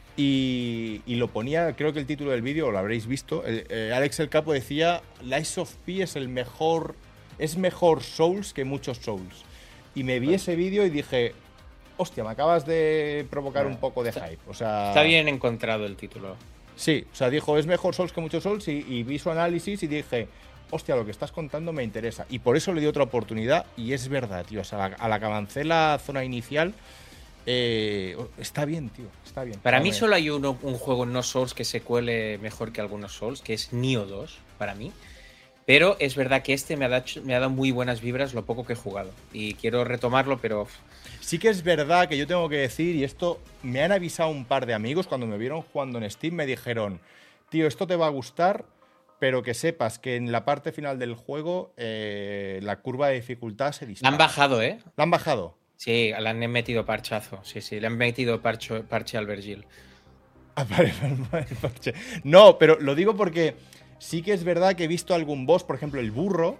A: y, y lo ponía, creo que el título del vídeo lo habréis visto. El, eh, Alex el Capo decía: Lies of P es el mejor, es mejor Souls que muchos Souls. Y me vi ese vídeo y dije: hostia, me acabas de provocar
B: Bueno,
A: un poco de
B: está,
A: hype. O sea,
B: está bien encontrado el título.
A: Sí, o sea, dijo, es mejor Souls que muchos Souls y, y vi su análisis y dije, hostia, lo que estás contando me interesa. Y por eso le di otra oportunidad y es verdad, tío. O sea, a la, a la que avancé la zona inicial, eh, está bien, tío, está bien.
B: Para
A: Vamos
B: mí
A: a ver.
B: solo hay uno, un juego no Souls que se cuele mejor que algunos Souls, que es Nioh dos, para mí. Pero es verdad que este me ha, dado, me ha dado muy buenas vibras lo poco que he jugado. Y quiero retomarlo, pero...
A: Sí que es verdad que yo tengo que decir, y esto me han avisado un par de amigos cuando me vieron jugando en Steam, me dijeron, tío, esto te va a gustar, pero que sepas que en la parte final del juego eh, la curva de dificultad se dispara.
B: La han bajado, ¿eh?
A: ¿La han bajado?
B: Sí, le han metido parchazo. Sí, sí, le han metido parcho, parche al Vergil.
A: Ah, vale, vale, vale. No, pero lo digo porque sí que es verdad que he visto algún boss, por ejemplo, el burro,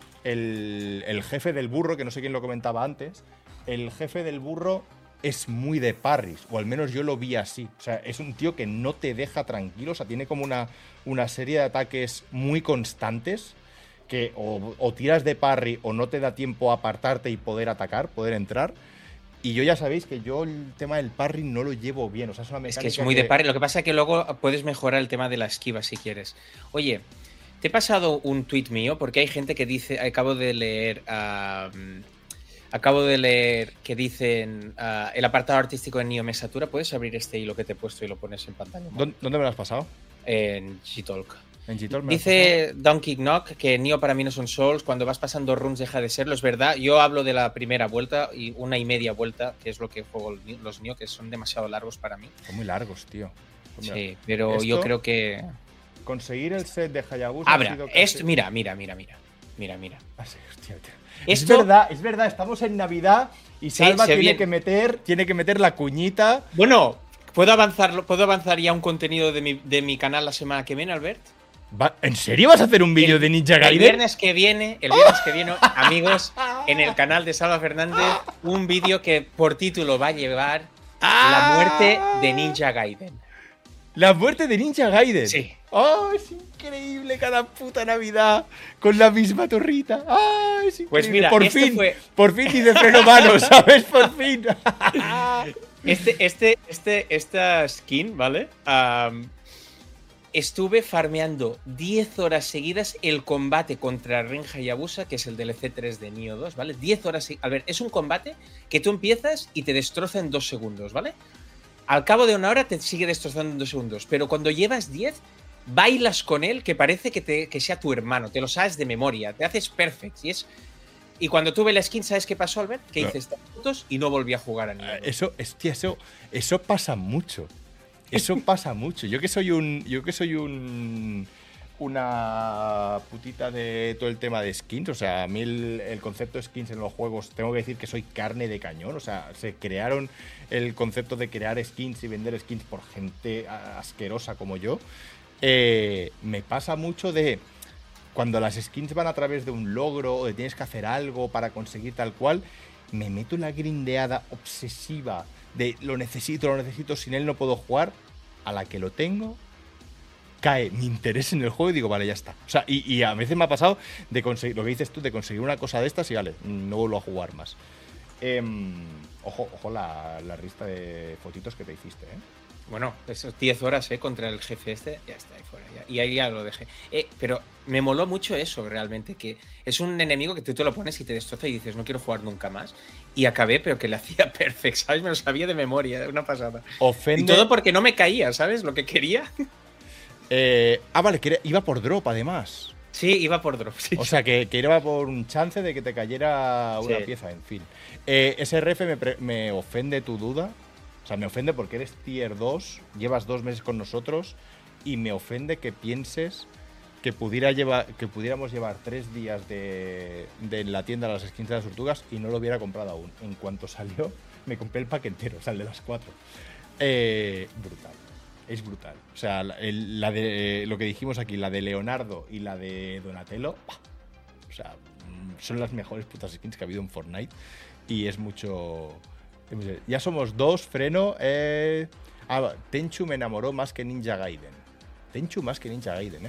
A: el, el jefe del burro, que no sé quién lo comentaba antes, el jefe del burro es muy de parries, o al menos yo lo vi así. O sea, es un tío que no te deja tranquilo, o sea, tiene como una, una serie de ataques muy constantes que o, o tiras de parry o no te da tiempo a apartarte y poder atacar, poder entrar. Y yo ya sabéis que yo el tema del parry no lo llevo bien, o sea, es una mecánica
B: Es que es muy
A: que...
B: de parry. Lo que pasa es que luego puedes mejorar el tema de la esquiva si quieres. Oye, te he pasado un tuit mío porque hay gente que dice, acabo de leer... Uh, Acabo de leer que dicen uh, el apartado artístico de Nioh me satura. ¿Puedes abrir este hilo que te he puesto y lo pones en pantalla?
A: ¿Dónde me lo has pasado?
B: En G-Talk.
A: En G T O me
B: Dice Donkey Knock que Nioh para mí no son Souls. Cuando vas pasando runs deja de serlo, es verdad. Yo hablo de la primera vuelta y una y media vuelta, que es lo que juego los Nioh, que son demasiado largos para mí.
A: Son muy largos, tío. Son muy
B: Sí,
A: largos.
B: pero
A: Esto,
B: yo creo que...
A: Conseguir el set de Hayabusa
B: Abra,
A: ha sido casi...
B: esto, mira, mira, mira, mira. Mira, mira.
A: Ah, sí, hostia, tío.
B: Esto-
A: Es verdad, es verdad, estamos en Navidad y
B: Sí,
A: Salva
B: se
A: tiene
B: viene.
A: que meter, tiene que meter la cuñita.
B: Bueno, ¿puedo avanzar, ¿puedo avanzar ya un contenido de mi, de mi canal la semana que viene, Albert?
A: Va- ¿En serio vas a hacer un vídeo
B: El-
A: de Ninja
B: El
A: Gaiden?
B: viernes que viene, el viernes que viene, amigos, en el canal de Salva Fernández, un vídeo que por título va a llevar La muerte de Ninja Gaiden.
A: La muerte de Ninja Gaiden.
B: Sí.
A: ¡Oh, es increíble cada puta Navidad con la misma torrita! ¡Ah, es increíble!
B: Pues mira,
A: por
B: este
A: fin,
B: fue-
A: por fin dice freno mano, ¿sabes? Por fin.
B: Este, este, este, esta skin, ¿vale? Am, estuve farmeando diez horas seguidas el combate contra Ren Hayabusa, que es el D L C tres de Nioh dos, ¿vale? diez horas. A ver, es un combate que tú empiezas y te destroza en dos segundos, ¿vale? Al cabo de una hora te sigue destrozando en dos segundos, pero cuando llevas diez, bailas con él que parece que, te, que sea tu hermano, te lo sabes de memoria, te haces perfect. Y, es... y cuando tuve la skin, ¿sabes qué pasó, Albert? Que
A: No.
B: hice estas fotos y no volví a jugar a Nioh dos.
A: Eso, hostia, eso, eso pasa mucho. Eso pasa mucho. Yo que soy un. Yo que soy un. Una putita de todo el tema de skins. O sea, a mí el, el concepto de skins en los juegos, tengo que decir que soy carne de cañón. O sea, se crearon el concepto de crear skins y vender skins por gente asquerosa como yo. Eh, me pasa mucho de. Cuando las skins van a través de un logro o de tienes que hacer algo para conseguir tal cual, me meto en la grindeada obsesiva de lo necesito, lo necesito, sin él no puedo jugar. A la que lo tengo, cae mi interés en el juego y digo, vale, ya está. O sea, y, y a veces me ha pasado de conseguir, lo que dices tú, de conseguir una cosa de estas y vale, no vuelvo a jugar más. Eh, ojo, ojo la, la lista de fotitos que te hiciste, ¿eh?
B: Bueno, esos diez horas eh, contra el jefe este, ya está ahí fuera. Ya. Y ahí ya lo dejé. Eh, pero me moló mucho eso, realmente, que es un enemigo que tú te lo pones y te destroza y dices, no quiero jugar nunca más. Y acabé, pero que le hacía perfect, ¿sabes? Me lo sabía de memoria, una pasada.
A: Ofende.
B: Y todo porque no me caía, ¿sabes? Lo que quería.
A: Eh, ah, vale, que era- iba por drop además.
B: Sí, iba por drop. Sí.
A: O sea, que, que iba por un chance de que te cayera una
B: Sí.
A: pieza, en fin. Eh, S R F me, pre- me ofende tu duda. O sea, me ofende porque eres tier dos, llevas dos meses con nosotros y me ofende que pienses que, pudiera llevar, que pudiéramos llevar tres días de, de la tienda de las skins de las tortugas y no lo hubiera comprado aún. En cuanto salió, me compré el pack entero, o sea, el de las cuatro. Eh, brutal. Es brutal. O sea, la, el- la de eh, lo que dijimos aquí, la de Leonardo y la de Donatello, ¡pah! O sea, mm, son las mejores putas skins que ha habido en Fortnite. Y es mucho. es mucho- Ya somos dos, freno. Eh... Ah, Tenchu me enamoró más que Ninja Gaiden. Tenchu más que Ninja Gaiden, ¿eh?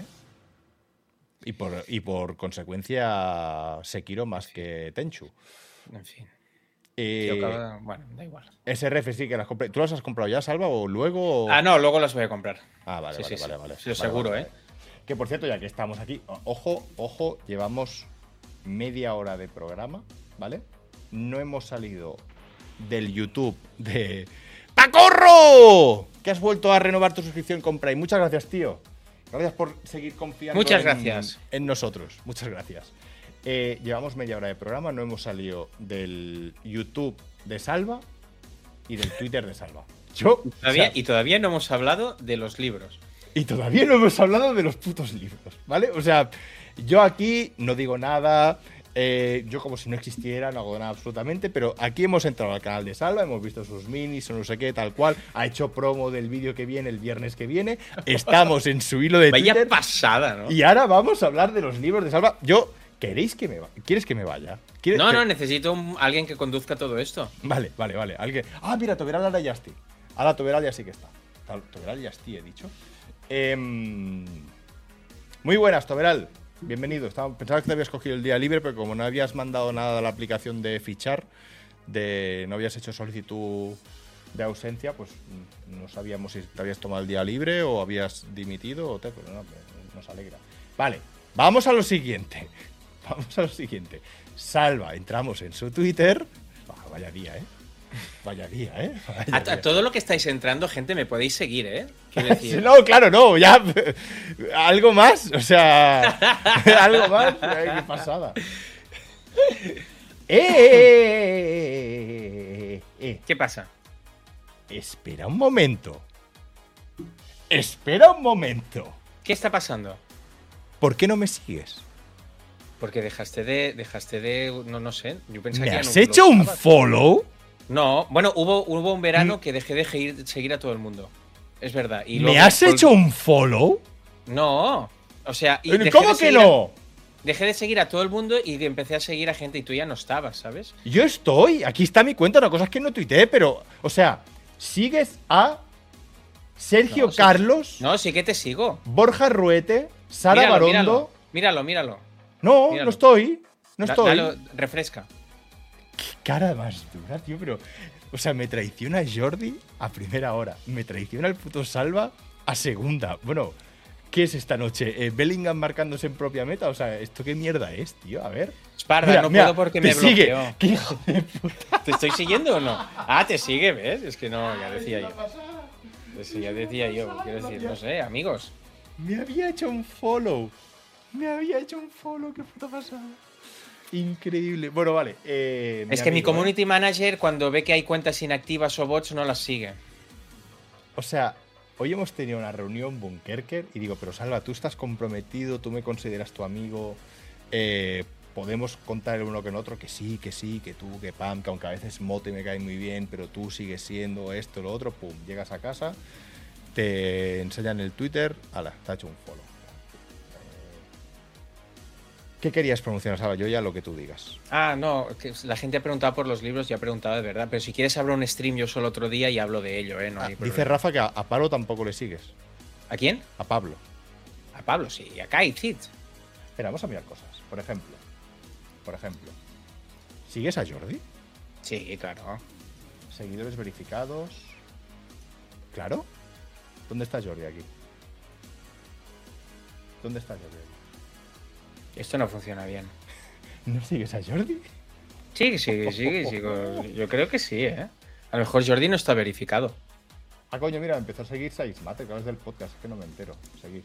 A: Y por, y por consecuencia, Sekiro más que Tenchu.
B: En fin.
A: Eh,
B: Tío, cada- Bueno, da igual.
A: S R F sí que las compré. ¿Tú las has comprado ya, Salva, o luego? o-
B: Ah, no, luego las voy a comprar.
A: Ah, vale,
B: Sí,
A: vale,
B: sí,
A: vale,
B: sí.
A: vale.
B: Sí,
A: Vale,
B: seguro,
A: vale,
B: ¿eh?
A: vale. Que por cierto, ya que estamos aquí, o- ojo, ojo, llevamos media hora de programa, ¿vale? No hemos salido del YouTube de ¡Pacorro! Que has vuelto a renovar tu suscripción con Prime. Muchas gracias, tío. Gracias por seguir confiando
B: Muchas
A: en,
B: gracias.
A: en nosotros. Muchas gracias. Eh, llevamos media hora de programa, no hemos salido del YouTube de Salva y del Twitter de Salva. Yo,
B: Todavía-
A: o sea,
B: y todavía no hemos hablado de los libros.
A: y todavía no hemos hablado de los putos libros, ¿vale? O sea, yo aquí no digo nada, eh, yo como si no existiera, no hago nada absolutamente, pero aquí hemos entrado al canal de Salva, hemos visto sus minis o no sé qué, tal cual, ha hecho promo del vídeo que viene el viernes que viene, estamos en su hilo de
B: Vaya
A: Twitter
B: pasada, ¿no?
A: y ahora vamos a hablar de los libros de Salva. Yo, ¿queréis que me vaya? ¿Quieres que me vaya? ¿Quieres
B: No,
A: que-
B: no, necesito un- alguien que conduzca todo esto.
A: Vale, vale, vale. Alguien... Ah, mira, Toberal ahora ya estoy. Ahora Toberal ya sí que está. Tal- Toberal ya estoy, he dicho. Em, Muy buenas, Toberal. Bienvenido. Estaba... Pensaba que te habías cogido el día libre, pero como no habías mandado nada a la aplicación de fichar, de no habías hecho solicitud de ausencia, pues mm, no sabíamos si te habías tomado el día libre o habías dimitido o te, pero no, nos alegra. Vale, vamos a lo siguiente. Vamos a lo siguiente. Salva, entramos en su Twitter. Ah, vaya día, ¿eh? Vaya día, ¿eh? Vaya
B: A,
A: día.
B: a todo lo que estáis entrando, gente, me podéis seguir, ¿eh? Quiero decir.
A: No, claro, no, ya. Algo más, o sea. Algo más. Ay, qué pasada. ¡Eh! eh, eh.
B: ¿Qué pasa?
A: Espera un momento. Espera un momento.
B: ¿Qué está pasando?
A: ¿Por qué no me sigues?
B: Porque dejaste de. Dejaste de. No, no sé. Yo pensaba
A: ¿Me
B: que ya
A: has
B: no
A: hecho
B: lo
A: un
B: usabas.
A: follow?
B: No, bueno, hubo, hubo un
A: Mm.
B: verano que dejé de seguir, seguir a todo el mundo. Es verdad. Y
A: ¿Me
B: luego
A: has
B: volví-
A: hecho un follow?
B: No. O sea, y dejé
A: ¿Cómo
B: de
A: que
B: seguir a-
A: no?
B: Dejé de seguir a todo el mundo y empecé a seguir a gente y tú ya no estabas, ¿sabes?
A: Yo estoy. Aquí está mi cuenta. Una cosa es que no tuiteé, pero. O sea, sigues a Sergio
B: No, sí.
A: Carlos,
B: No, sí que te sigo.
A: Borja Ruete, Sara
B: Míralo,
A: Barondo.
B: míralo. Míralo, míralo.
A: No,
B: Míralo.
A: no estoy. No
B: Da-
A: estoy.
B: dalo- refresca.
A: Qué cara más dura, tío, pero. O sea, me traiciona Jordi a primera hora. Me traiciona el puto Salva a segunda. Bueno, ¿qué es esta noche? ¿Eh, ¿Bellingham marcándose en propia meta? O sea, ¿esto qué mierda es, tío? A ver.
B: Esparda,
A: Mira,
B: no
A: mira,
B: puedo porque
A: te
B: me
A: sigue.
B: bloqueó.
A: ¿Qué hijo de puta?
B: ¿Te estoy siguiendo o no? Ah, te sigue, ¿ves? Es que no, ya decía yo. Eso ya decía yo. Quiero decir, no sé, amigos.
A: Me había hecho un follow. Me había hecho un follow. Qué puta pasada. Increíble. Bueno, vale. eh,
B: Es que mi
A: amigo, ¿eh?
B: community manager, cuando ve que hay cuentas inactivas o bots, no las sigue.
A: O sea, hoy hemos tenido una reunión Bunkerker y digo, pero Salva, tú estás comprometido, tú me consideras tu amigo, eh, podemos contar el uno con el otro que sí, que sí, que tú, que pam, que aunque a veces Mote me cae muy bien, pero tú sigues siendo esto, lo otro, pum, llegas a casa, te enseñan el Twitter, ala, te ha hecho un follow. ¿Qué querías promocionar, Salva? Yo ya lo que tú digas.
B: Ah, no, que la gente ha preguntado por los libros y ha preguntado de verdad. Pero si quieres hablar un stream yo solo otro día y hablo de ello, ¿eh? No hay
A: Ah,
B: problema.
A: dice Rafa que a, a Pablo tampoco le sigues.
B: ¿A quién?
A: A Pablo.
B: A Pablo, sí. Y a Kai, Zid.
A: Espera, vamos a mirar cosas. Por ejemplo. Por ejemplo. ¿Sigues a Jordi?
B: Sí, claro.
A: Seguidores verificados. Claro. ¿Dónde está Jordi aquí? ¿Dónde está Jordi aquí?
B: Esto no funciona bien.
A: ¿No sigues a Jordi?
B: Sí, sí, sí, sí. Yo creo que sí, ¿eh? A lo mejor Jordi no está verificado.
A: Ah, coño, mira, empezó a seguir Saismate, que es del podcast, es que no me entero. Seguir.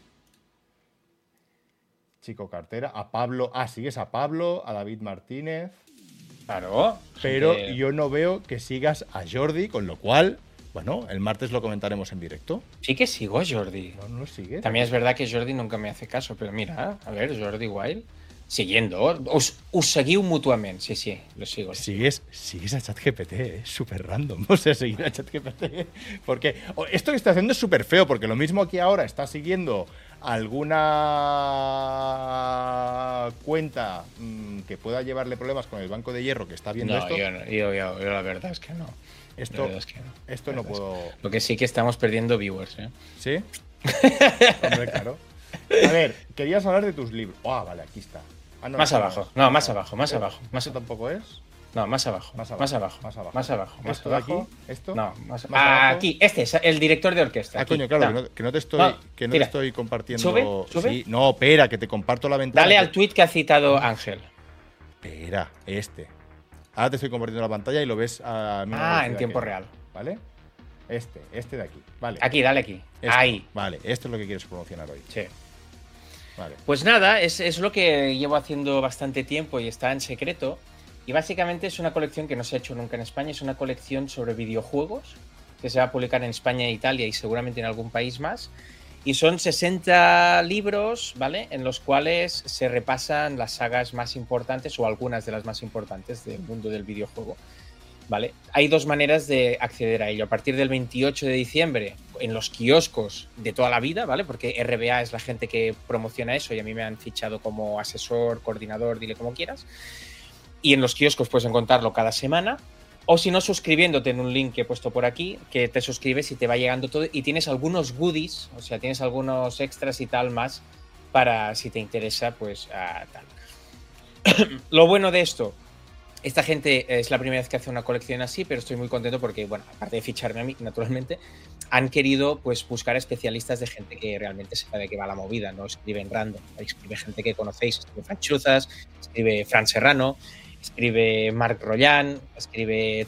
A: Chico Cartera, a Pablo. Ah, sigues a Pablo, a David Martínez.
B: Claro.
A: Pero
B: gente-
A: yo no veo que sigas a Jordi, con lo cual, bueno, el martes lo comentaremos en directo.
B: Sí que sigo a Jordi.
A: No, no lo sigues.
B: También es verdad que Jordi nunca me hace caso, pero mira, a ver, Jordi Wild, siguiendo. Us, us seguiu mutuament, sí, sí, lo sigo.
A: Sigues, sigues a ChatGPT, es súper random. O sea, seguir a ChatGPT. Porque o- esto que está haciendo es súper feo, porque lo mismo aquí ahora está siguiendo alguna cuenta mmm, que pueda llevarle problemas con el Banco de Hierro que está viendo
B: No,
A: esto.
B: yo, no yo, yo- yo la verdad es que no. La
A: Esto,
B: verdad es que no.
A: esto
B: La
A: no
B: verdad es
A: puedo.
B: que- Lo que sí que estamos perdiendo viewers, ¿eh?
A: ¿Sí? Hombre, claro. A ver, querías hablar de tus libros. Ah, vale, aquí está. Ah, no,
B: Más
A: esto
B: abajo.
A: es.
B: No, más abajo, más
A: ¿Eh?
B: abajo, más
A: ¿Esto
B: abajo.
A: tampoco es?
B: No, más abajo.
A: Más abajo.
B: Más abajo.
A: Más abajo.
B: Más abajo. Más
A: ¿Esto de
B: abajo.
A: aquí? ¿Esto?
B: No, más,
A: ¿Más
B: ah,
A: abajo?
B: aquí, este es el director de orquesta.
A: Ah,
B: aquí.
A: coño, claro,
B: Da.
A: que no, que no te estoy,
B: No,
A: que no te
B: tira.
A: estoy compartiendo.
B: ¿Sube? ¿Sube?
A: Sí, no, espera, que te comparto la ventana.
B: Dale
A: que-
B: al tweet que ha citado Ángel.
A: Espera, este. Ahora te estoy compartiendo la pantalla y lo ves a mi
B: Ah, en tiempo real.
A: ¿Vale? Este, este de aquí. Vale.
B: Aquí, dale aquí.
A: Esto.
B: Ahí.
A: Vale, esto es lo que quieres promocionar hoy.
B: Sí.
A: Vale.
B: Pues nada, es, es lo que llevo haciendo bastante tiempo y está en secreto. Y básicamente es una colección que no se ha hecho nunca en España. Es una colección sobre videojuegos que se va a publicar en España e Italia y seguramente en algún país más. Y son sesenta libros, ¿vale? En los cuales se repasan las sagas más importantes o algunas de las más importantes del mundo del videojuego. ¿Vale? Hay dos maneras de acceder a ello. A partir del veintiocho de diciembre, en los kioscos de toda la vida, ¿vale? Porque R B A es la gente que promociona eso y a mí me han fichado como asesor, coordinador, dile como quieras. Y en los kioscos puedes encontrarlo cada semana. O si no, suscribiéndote en un link que he puesto por aquí, que te suscribes y te va llegando todo. Y tienes algunos goodies, o sea, tienes algunos extras y tal más para, si te interesa, pues ah, tal. Lo bueno de esto, esta gente es la primera vez que hace una colección así, pero estoy muy contento porque, bueno, aparte de ficharme a mí, naturalmente, han querido pues buscar especialistas de gente que realmente sepa de qué va la movida, no escriben random, escribe gente que conocéis, escribe Fran Chuzas, escribe Fran Serrano, escribe Marc Royan, escribe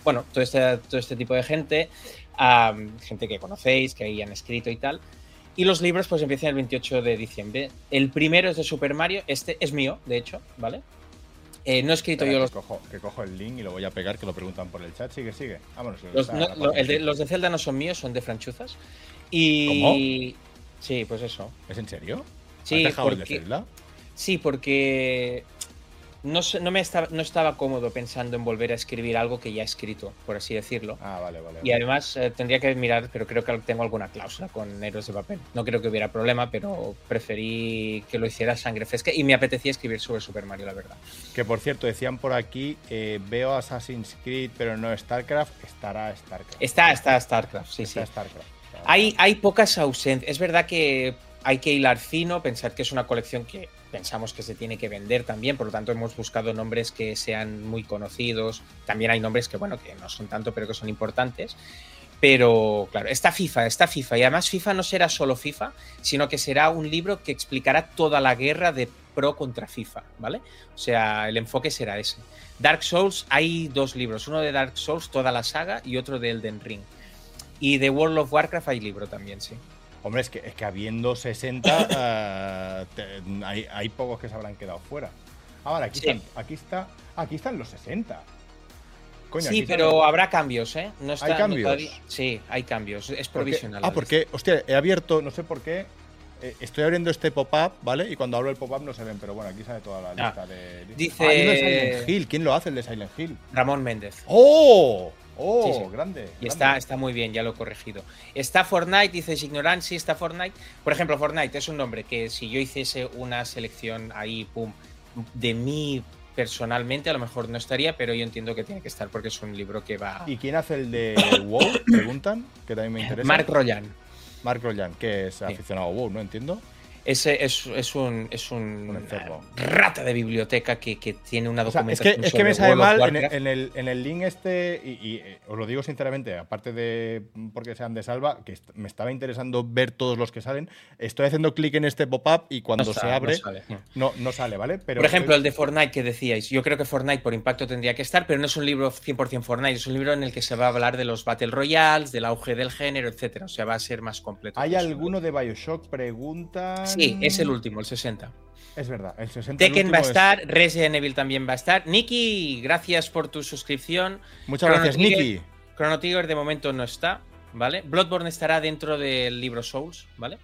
B: bueno, todo este, todo este tipo de gente, um, gente que conocéis, que ahí han escrito y tal. Y los libros pues empiezan el veintiocho de diciembre. El primero es de Super Mario, este es mío, de hecho, ¿vale? Eh, no he escrito
A: Espera,
B: yo
A: que
B: los...
A: Cojo, que cojo el link y lo voy a pegar, que lo preguntan por el chat. Sigue, sigue. Vámonos.
B: Los, no, lo, el de, los de Zelda no son míos, son de Franchuzas. Y...
A: ¿Cómo?
B: Sí, pues eso.
A: ¿Es en serio?
B: Sí,
A: ¿Has dejado
B: porque...
A: el de Zelda?
B: Sí, porque no, no, me estaba, no estaba cómodo pensando en volver a escribir algo que ya he escrito, por así decirlo.
A: Ah, vale, vale.
B: Y además eh, tendría que mirar, pero creo que tengo alguna cláusula con Héroes de Papel. No creo que hubiera problema, pero preferí que lo hiciera sangre fresca y me apetecía escribir sobre Super Mario, la verdad.
A: Que por cierto, decían por aquí, eh, veo Assassin's Creed, pero no StarCraft. Estará StarCraft.
B: Está, está StarCraft, sí,
A: está
B: sí.
A: StarCraft. Está
B: Hay, hay pocas ausencias. Es verdad que hay que hilar fino, pensar que es una colección que pensamos que se tiene que vender también, por lo tanto hemos buscado nombres que sean muy conocidos. También hay nombres que, bueno, que no son tanto, pero que son importantes. Pero, claro, está FIFA, está FIFA. Y además FIFA no será solo FIFA, sino que será un libro que explicará toda la guerra de Pro contra FIFA, ¿vale? O sea, el enfoque será ese. Dark Souls, hay dos libros. Uno de Dark Souls, toda la saga, y otro de Elden Ring. Y de World of Warcraft hay libro también, sí.
A: Hombre, es que, es que habiendo sesenta, uh, te, hay, hay pocos que se habrán quedado fuera. Ah, vale, aquí, sí. están, aquí, está, aquí están los sesenta.
B: Coño, sí, pero están... habrá cambios, ¿eh? No está,
A: ¿Hay cambios?
B: No todavía... Sí, hay cambios. Es provisional.
A: Ah, porque, hostia, he abierto, no sé por qué, eh, estoy abriendo este pop-up, ¿vale? Y cuando abro el pop-up no se ven, pero bueno, aquí sale toda la lista ah, de...
B: Dice...
A: Ah, hay uno de Silent Hill. ¿Quién lo hace, el de Silent Hill?
B: Ramón Méndez.
A: ¡Oh! Oh, sí, sí. grande.
B: Y
A: grande.
B: Está, está muy bien, ya lo he corregido. Está Fortnite, dices Ignorancy, está Fortnite. Por ejemplo, Fortnite es un nombre que si yo hiciese una selección ahí, pum, de mí personalmente, a lo mejor no estaría, pero yo entiendo que tiene que estar porque es un libro que va...
A: ¿Y quién hace el de WoW? Preguntan, que también me interesa.
B: Mark Rollan.
A: Mark Rollan, que es aficionado sí. a WoW, ¿no? Entiendo.
B: Ese es, es un, es un,
A: un enfermo.
B: rata de biblioteca que, que tiene una
A: o sea,
B: documentación.
A: Es que, es que me sabe mal en el, en, el, en el link este, y, y eh, os lo digo sinceramente, aparte de porque sean de Salva, que me estaba interesando ver todos los que salen. Estoy haciendo clic en este pop-up y cuando no se abre, no sale. No, no sale, ¿vale? Pero
B: por ejemplo, el de Fortnite que decíais. Yo creo que Fortnite por impacto tendría que estar, pero no es un libro cien por cien Fortnite, es un libro en el que se va a hablar de los Battle Royales, del auge del género, etcétera. O sea, va a ser más completo.
A: ¿Hay alguno de Bioshock? Preguntan.
B: Sí, es el último. El sesenta.
A: Es verdad, el sesenta.
B: Tekken va a estar, es... Resident Evil también va a estar. Nicky, gracias por tu suscripción.
A: Muchas Chrono gracias,
B: Trigger,
A: Nicky.
B: Chrono Trigger de momento no está, ¿vale? Bloodborne estará dentro del libro Souls, ¿vale?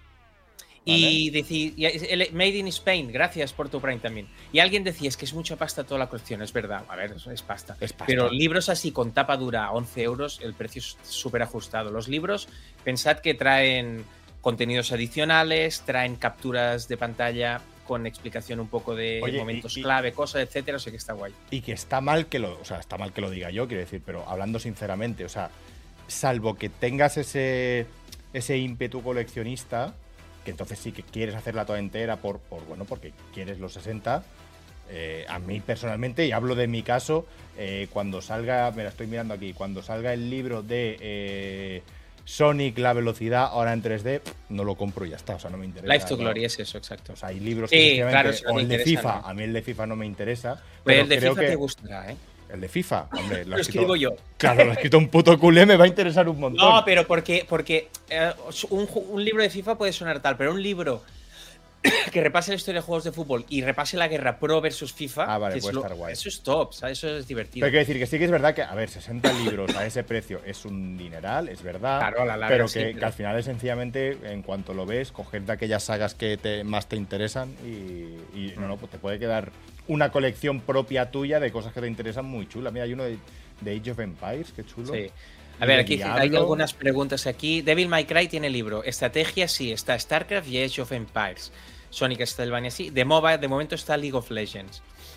B: Y vale. decir, Made in Spain, gracias por tu Prime también. Y alguien decía, es que es mucha pasta toda la colección, es verdad. A ver, es pasta.
A: Es pasta.
B: Pero libros así con tapa dura a once euros, el precio es súper ajustado. Los libros, pensad que traen contenidos adicionales, traen capturas de pantalla con explicación un poco de Oye, momentos y, y, clave, cosas, etcétera, o sea que está guay.
A: Y que está mal que lo, o sea, está mal que lo diga yo, quiero decir, pero hablando sinceramente, o sea, salvo que tengas ese ese ímpetu coleccionista, que entonces sí que quieres hacerla toda entera por, por bueno, porque quieres los sesenta. Eh, a mí personalmente, y hablo de mi caso, eh, cuando salga, me la estoy mirando aquí, cuando salga el libro de eh, Sonic, la velocidad, ahora en tres D, no lo compro y ya está, o sea, no me interesa.
B: Life to
A: no.
B: Glory es eso, exacto.
A: O sea, hay libros
B: sí,
A: que
B: claro, si no
A: o el de FIFA,
B: ¿no?
A: a mí el de FIFA no me interesa.
B: Pero,
A: pero
B: el de
A: creo
B: FIFA
A: que
B: te gustará, ¿eh?
A: El de FIFA, hombre,
B: lo, lo escribo yo.
A: Claro, lo ha escrito un puto culé, me va a interesar un montón.
B: No, pero porque, porque eh, un, un libro de FIFA puede sonar tal, pero un libro que repase la historia de juegos de fútbol y repase la guerra Pro versus FIFA,
A: ah, vale,
B: que
A: puede
B: es
A: estar
B: lo,
A: guay.
B: Eso es top, ¿sabes? Eso es divertido.
A: Pero hay que decir que sí que es verdad que, a ver, sesenta libros a ese precio es un dineral, es verdad.
B: Claro, la larga,
A: pero, que,
B: sí, pero que
A: al final es sencillamente, en cuanto lo ves, coger de aquellas sagas que te, más te interesan y, y mm. no, no, pues te puede quedar una colección propia tuya de cosas que te interesan muy chula. Mira, hay uno de, de Age of Empires, qué chulo.
B: Sí. A ver, aquí Diablo. Hay algunas preguntas aquí. Devil May Cry tiene libro. Estrategia sí, está StarCraft y Age of Empires. Sonic Castlevania sí. De MOBA, de momento está League of Legends.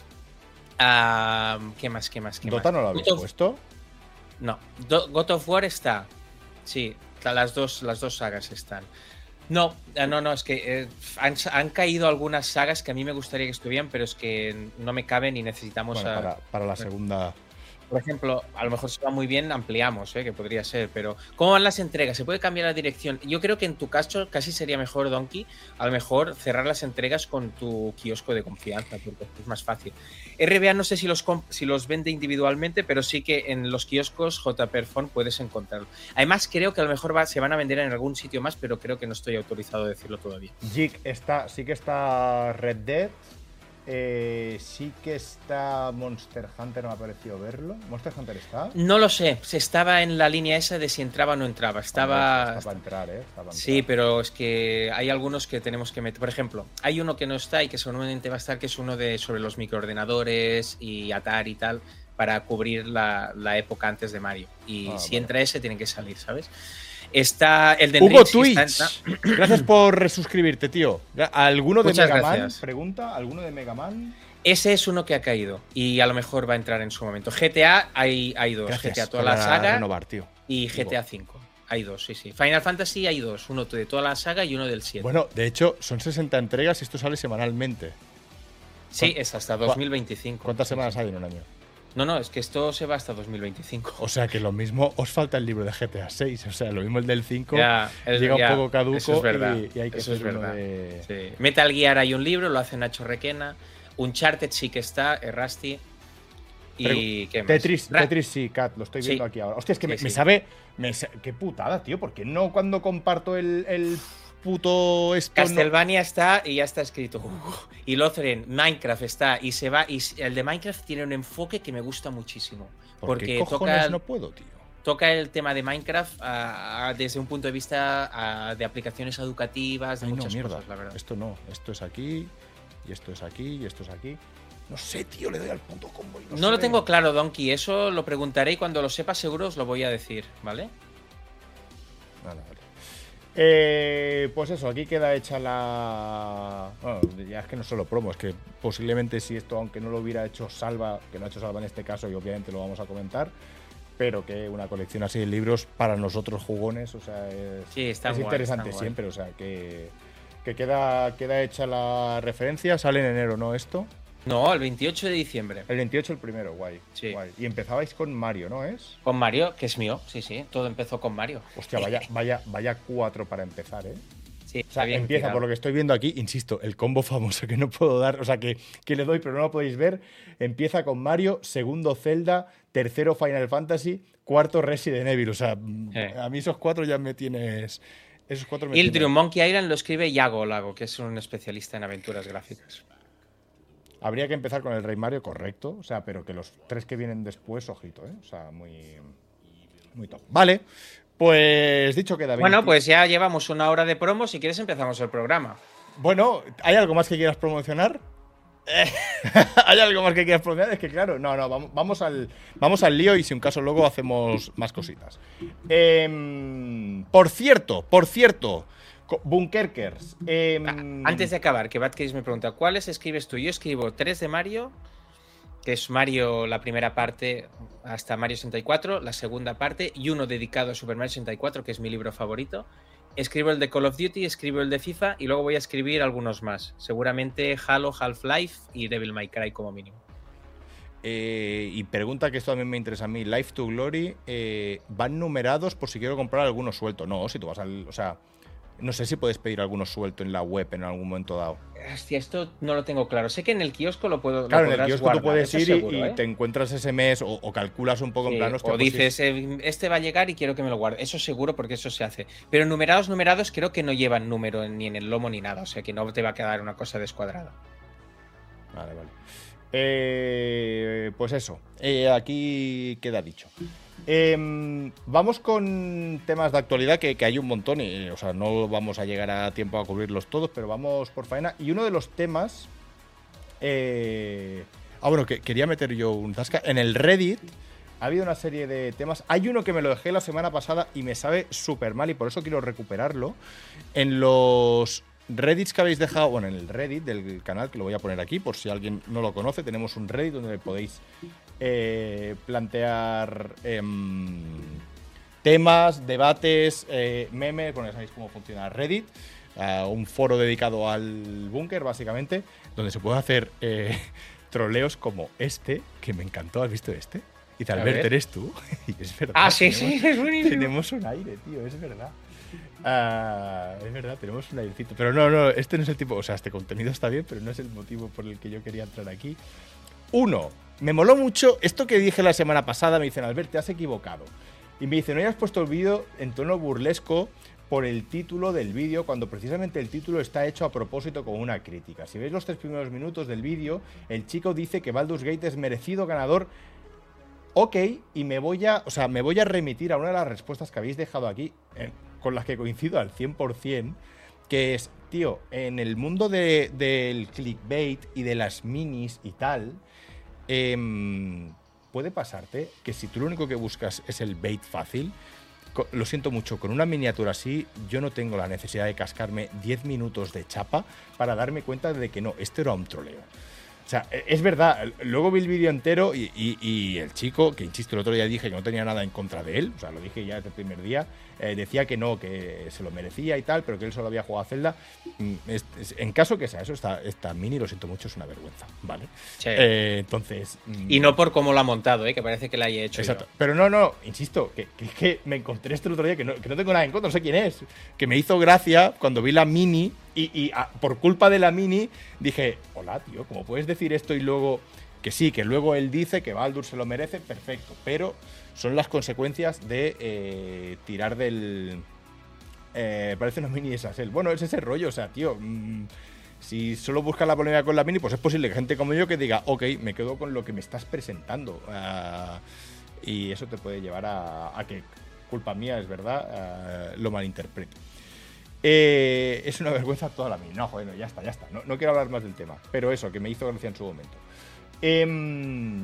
B: Uh, ¿Qué más? ¿Qué más? ¿Qué
A: ¿Dota
B: más?
A: no lo habéis
B: God of...
A: puesto?
B: No. Do God of War está. Sí, las dos, las dos sagas están. No, no, no, es que eh, han, han caído algunas sagas que a mí me gustaría que estuvieran, pero es que no me caben y necesitamos...
A: Bueno,
B: a...
A: para, para la segunda...
B: Por ejemplo, a lo mejor se va muy bien, ampliamos, ¿eh? Que podría ser, pero ¿cómo van las entregas? ¿Se puede cambiar la dirección? Yo creo que en tu caso casi sería mejor, Donkey, a lo mejor cerrar las entregas con tu kiosco de confianza, porque es más fácil. R B A no sé si los, si los vende individualmente, pero sí que en los kioscos J P Phone puedes encontrarlo. Además, creo que a lo mejor va, se van a vender en algún sitio más, pero creo que no estoy autorizado a decirlo todavía.
A: Jig está, sí que está Red Dead. Eh, sí que está Monster Hunter, no me ha parecido verlo. ¿Monster Hunter está?
B: No lo sé, se estaba en la línea esa de si entraba o no entraba. Estaba.
A: Hombre, está para entrar, ¿eh? Está para
B: Sí,
A: entrar.
B: pero es que hay algunos que tenemos que meter. Por ejemplo, hay uno que no está y que seguramente va a estar, que es uno de sobre los microordenadores y Atari y tal, para cubrir la, la época antes de Mario. Y
A: Ah,
B: si
A: vale.
B: entra ese, tienen que salir, ¿sabes? Está el de
A: Hugo
B: Ring, sí
A: Twitch,
B: está-
A: gracias por resuscribirte, tío. ¿Alguno de
B: Muchas
A: Mega Man?
B: gracias.
A: Pregunta, ¿alguno de Mega Man?
B: Ese es uno que ha caído y a lo mejor va a entrar en su momento. G T A hay, hay dos.
A: Gracias
B: G T A toda
A: por
B: la saga
A: renovar, tío.
B: y G T A cinco. Hay dos, sí, sí. Final Fantasy hay dos. Uno de toda la saga y uno del siete.
A: Bueno, de hecho, son sesenta entregas y esto sale semanalmente.
B: sí, es hasta dos mil veinticinco.
A: ¿Cuántas semanas hay en un año?
B: No, no, es que esto se va hasta dos mil veinticinco.
A: O sea que lo mismo os falta el libro de G T A seis. O sea, lo mismo el del cinco
B: Ya, es-
A: llega
B: ya,
A: un poco caduco
B: eso es verdad,
A: y, y hay que
B: eso es
A: hacer uno
B: verdad.
A: de...
B: Sí. Metal Gear hay un libro, lo hace Nacho Requena. Uncharted sí que está, es Rusty. Y ¿qué más?
A: Tetris,
B: Ra-
A: Tetris sí, Cat, lo estoy viendo
B: Sí.
A: aquí ahora. Hostia, es que
B: Sí,
A: me, me
B: sí.
A: sabe, me sa- Qué putada, tío. ¿Por qué no cuando comparto el, el puto esto? no-
B: Castlevania está y ya está escrito. Y Lotharen, Minecraft está y se va. Y el de Minecraft tiene un enfoque que me gusta muchísimo.
A: ¿Por
B: Porque
A: qué cojones
B: toca,
A: no puedo, tío?
B: toca el tema de Minecraft a- a- desde un punto de vista a- de aplicaciones educativas, de
A: Ay, no,
B: muchas
A: mierda.
B: cosas, la verdad.
A: Esto no, esto es aquí, y esto es aquí, y esto es aquí. No sé, tío, le doy al punto combo. y No,
B: No lo
A: sé.
B: tengo claro, Donkey. Eso lo preguntaré y cuando lo sepa seguro os lo voy a decir, ¿vale?
A: Vale, vale. Eh, pues eso, aquí queda hecha la. Bueno, ya es que no solo promo, es que posiblemente si esto, aunque no lo hubiera hecho Salva, que no ha hecho Salva en este caso, y obviamente lo vamos a comentar, pero que una colección así de libros para nosotros jugones, o sea, es,
B: Sí, está
A: es
B: guay,
A: interesante
B: está guay.
A: siempre, o sea, que, que queda, queda hecha la referencia, sale en enero, ¿no? Esto.
B: No, el veintiocho de diciembre.
A: El veintiocho el primero, guay.
B: Sí.
A: guay. Y empezabais con Mario, ¿no es?
B: Con Mario, que es mío. Sí, sí. Todo empezó con Mario.
A: Hostia, vaya, vaya, vaya cuatro para empezar, ¿eh?
B: Sí,
A: O sea, empieza, por lo que estoy viendo aquí, insisto, el combo famoso que no puedo dar, o sea, que, que le doy pero no lo podéis ver, empieza con Mario, segundo Zelda, tercero Final Fantasy, cuarto Resident Evil. O sea,
B: Eh.
A: a mí esos cuatro ya me tienes... Esos cuatro me
B: Ildrium
A: tienen.
B: Monkey Island lo escribe Yago Lago, que es un especialista en aventuras gráficas.
A: Habría que empezar con el Rey Mario, correcto, o sea, pero que los tres que vienen después, ojito, ¿eh? O sea, muy... Muy top. Vale, pues dicho queda.
B: Bueno,
A: veinte
B: pues ya llevamos una hora de promo. Si quieres empezamos el programa.
A: Bueno, ¿hay algo más que quieras promocionar? ¿Hay algo más que quieras promocionar? Es que claro, no, no, vamos, vamos, al, vamos al lío y si un caso luego hacemos más cositas. Em, por cierto, por cierto, co- Bunkerkers. em,
B: Antes de acabar, que Bad Case me pregunta, ¿cuáles escribes tú? Yo escribo tres de Mario, que es Mario la primera parte hasta Mario sesenta y cuatro, la segunda parte, y uno dedicado a Super Mario sesenta y cuatro, que es mi libro favorito. Escribo el de Call of Duty, escribo el de FIFA y luego voy a escribir algunos más. Seguramente Halo, Half-Life y Devil May Cry como mínimo.
A: eh, y pregunta que esto también me interesa a mí. Life to Glory, eh, ¿van numerados por si quiero comprar alguno suelto? No, si tú vas al... O sea, no sé si puedes pedir alguno suelto en la web en algún momento dado.
B: Hostia, esto no lo tengo claro. Sé que en el kiosco lo puedo.
A: Claro,
B: lo
A: en el
B: podrás
A: kiosco
B: guardar,
A: tú puedes
B: eso
A: ir y-
B: seguro,
A: y,
B: ¿eh?
A: te encuentras ese mes o, o calculas un poco
B: Sí,
A: en plan... hostia,
B: o
A: pues sí.
B: dices, eh, este va a llegar y quiero que me lo guarde. Eso seguro porque eso se hace. Pero numerados, numerados, creo que no llevan número ni en el lomo ni nada. O sea que no te va a quedar una cosa descuadrada.
A: Vale, vale. Eh, pues eso, eh, aquí queda dicho. Eh, vamos con temas de actualidad que, que hay un montón y, o sea, no vamos a llegar a tiempo a cubrirlos todos, pero vamos por faena. Y uno de los temas... eh, ah, bueno, que quería meter yo un tasca. En el Reddit ha habido una serie de temas. Hay uno que me lo dejé la semana pasada y me sabe súper mal y por eso quiero recuperarlo. En los... Reddits que habéis dejado, bueno, en el Reddit del canal, que lo voy a poner aquí por si alguien no lo conoce, tenemos un Reddit donde podéis eh, plantear eh, temas, debates, eh, memes, bueno, ya sabéis cómo funciona Reddit, uh, un foro dedicado al búnker, básicamente, donde se puede hacer eh, troleos como este, que me encantó. ¿Has visto este? Dice, Albert, ¿eres tú? Y es verdad.
B: Ah, sí,
A: tenemos,
B: sí, es buenísimo.
A: Tenemos un aire, tío, es verdad. Uh, es verdad, tenemos un airecito. Pero no, no, este no es el tipo. O sea, este contenido está bien, pero no es el motivo por el que yo quería entrar aquí. Uno, me moló mucho esto que dije la semana pasada. Me dicen, Albert, te has equivocado. Y me dicen, no hayas puesto el vídeo en tono burlesco por el título del vídeo, cuando precisamente el título está hecho a propósito con una crítica. Si veis los tres primeros minutos del vídeo, el chico dice que Baldur's Gate es merecido ganador. Ok, y me voy a, o sea, me voy a remitir a una de las respuestas que habéis dejado aquí, eh, con las que coincido al cien por cien, que es, tío, en el mundo de, del clickbait y de las minis y tal, eh, puede pasarte que si tú lo único que buscas es el bait fácil, lo siento mucho, con una miniatura así yo no tengo la necesidad de cascarme diez minutos de chapa para darme cuenta de que no, esto era un troleo. O sea, es verdad, luego vi el vídeo entero y, y, y el chico, que insisto, el otro día dije que no tenía nada en contra de él, o sea, lo dije ya desde el primer día, eh, decía que no, que se lo merecía y tal, pero que él solo había jugado a Zelda. Es, es, en caso que sea eso, esta, esta mini, lo siento mucho, es una vergüenza, ¿vale?
B: Sí.
A: Eh, entonces...
B: Y no por cómo lo ha montado, ¿eh? Que parece que la haya hecho.
A: Exacto.
B: Yo.
A: Pero no, no, insisto, que, que, que me encontré esto el otro día, que no, que no tengo nada en contra, no sé quién es, que me hizo gracia cuando vi la mini y, y a, por culpa de la mini dije, hola, tío, ¿cómo puedes decir esto y luego que sí, que luego él dice que Baldur se lo merece? Perfecto, pero son las consecuencias de eh, tirar del... Eh, parece una mini S A S L. Bueno, es ese rollo, o sea, tío... Mmm, si solo buscas la polémica con la mini, pues es posible que gente como yo que diga, ok, me quedo con lo que me estás presentando. Uh, y eso te puede llevar a, a que, culpa mía, es verdad, uh, lo malinterpreto. Eh, es una vergüenza toda la mini. No, joder, no, ya está, ya está. No, no quiero hablar más del tema. Pero eso, que me hizo gracia en su momento. Eh,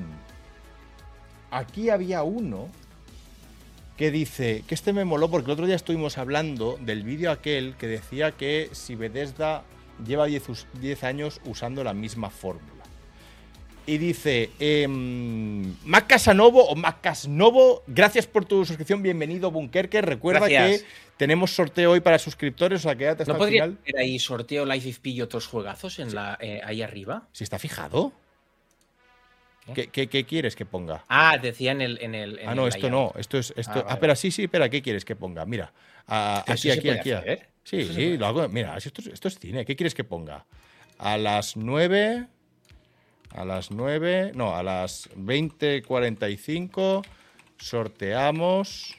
A: aquí había uno que dice, que este me moló porque el otro día estuvimos hablando del vídeo aquel que decía que si Bethesda lleva diez años usando la misma fórmula. Y dice, eh, Mac Casanovo o Mac Casnovo, gracias por tu suscripción, bienvenido Bunkerque. Recuerda gracias. Que tenemos sorteo hoy para suscriptores, o sea, quédate hasta
B: ¿No
A: el final.
B: ¿No podría haber ahí sorteo Life is P y otros juegazos en sí. la, eh, ahí arriba?
A: ¿Si está fijado? ¿Qué? ¿Qué, qué, qué quieres que ponga?
B: Ah, decía en el... En el en
A: ah, no,
B: el
A: esto no. Esto es... Esto, ah, vale. ah, espera, sí, sí, espera, ¿qué quieres que ponga? Mira, a, aquí, aquí, aquí. Hacer? Sí, sí, lo hago. Mira, esto, esto es cine. ¿Qué quieres que ponga? A las nueve... A las nueve... No, a las veinte cuarenta y cinco sorteamos...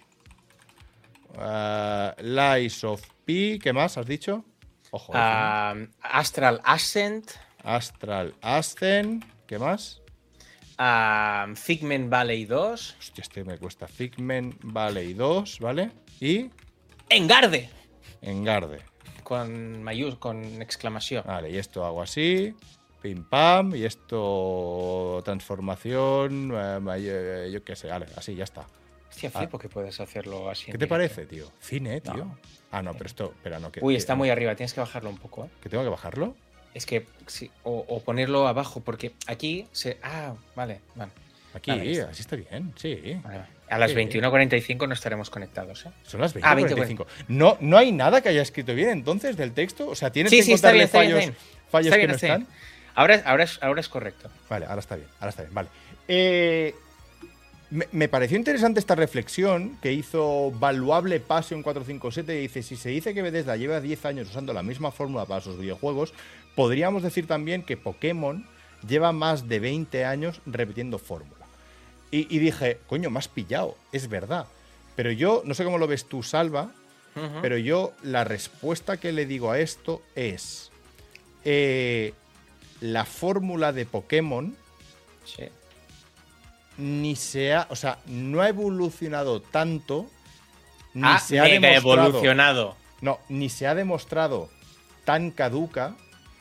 A: Uh, Lies of P. ¿Qué más has dicho?
B: Ojo. Uh, Astral Ascent.
A: Astral Ascent. ¿Qué más?
B: Uh, Figment Valley dos.
A: Hostia, este me cuesta. Figment Valley dos, ¿vale? Y...
B: Engarde.
A: Engarde.
B: Con mayús, con exclamación.
A: Vale, y esto hago así. Pim pam. Y esto... Transformación. Eh, yo qué sé, vale, así, ya está.
B: Hostia, flipo ah. que puedes hacerlo así.
A: ¿Qué te parece, tío? Cine, tío. No. Ah, no, pero esto... Espera, no, que,
B: Uy,
A: que,
B: está
A: no.
B: muy arriba. Tienes que bajarlo un poco, ¿eh?
A: ¿Que tengo que bajarlo?
B: Es que sí, o, o ponerlo abajo, porque aquí se... Ah, vale, vale.
A: Aquí, vale, está. Así está bien, sí.
B: Vale, vale. A las sí. veintiuno cuarenta y cinco no estaremos conectados, ¿eh?
A: Son las veinte cuarenta y cinco. Ah, no, no hay nada que haya escrito bien entonces del texto. O sea, tienes
B: sí,
A: que
B: sí,
A: encontrarle
B: está bien,
A: fallos,
B: está bien, está bien.
A: fallos
B: está
A: que
B: bien,
A: no
B: está
A: están.
B: Bien. Ahora, ahora, es, ahora es correcto.
A: Vale, ahora está bien, ahora está bien, vale. Eh, me, me pareció interesante esta reflexión que hizo Valuable Passion cuatro cinco siete. Y dice, si se dice que Bethesda lleva diez años usando la misma fórmula para sus videojuegos, podríamos decir también que Pokémon lleva más de veinte años repitiendo fórmula. Y, y dije, coño, me has pillado, es verdad. Pero yo, no sé cómo lo ves tú, Salva, uh-huh. pero yo la respuesta que le digo a esto es... Eh, la fórmula de Pokémon
B: sí.
A: ni se ha... O sea, no ha evolucionado tanto, ni
B: ah,
A: se ha demostrado...
B: evolucionado.
A: No, ni se ha demostrado tan caduca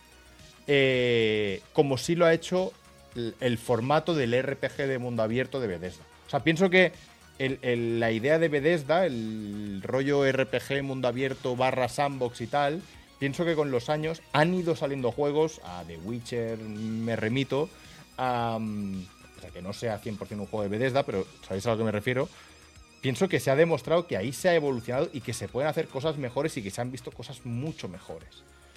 A: eh, como sí lo ha hecho el, el formato del R P G de mundo abierto de Bethesda. O sea, pienso que el, el, la idea de Bethesda, el rollo R P G mundo abierto barra sandbox y tal, pienso que con los años han ido saliendo juegos, a The Witcher me remito, a, o sea, que no sea cien por ciento un juego de Bethesda, pero sabéis a lo que me refiero. Pienso que se ha demostrado que ahí se ha evolucionado y que se pueden hacer cosas mejores y que se han visto cosas mucho mejores.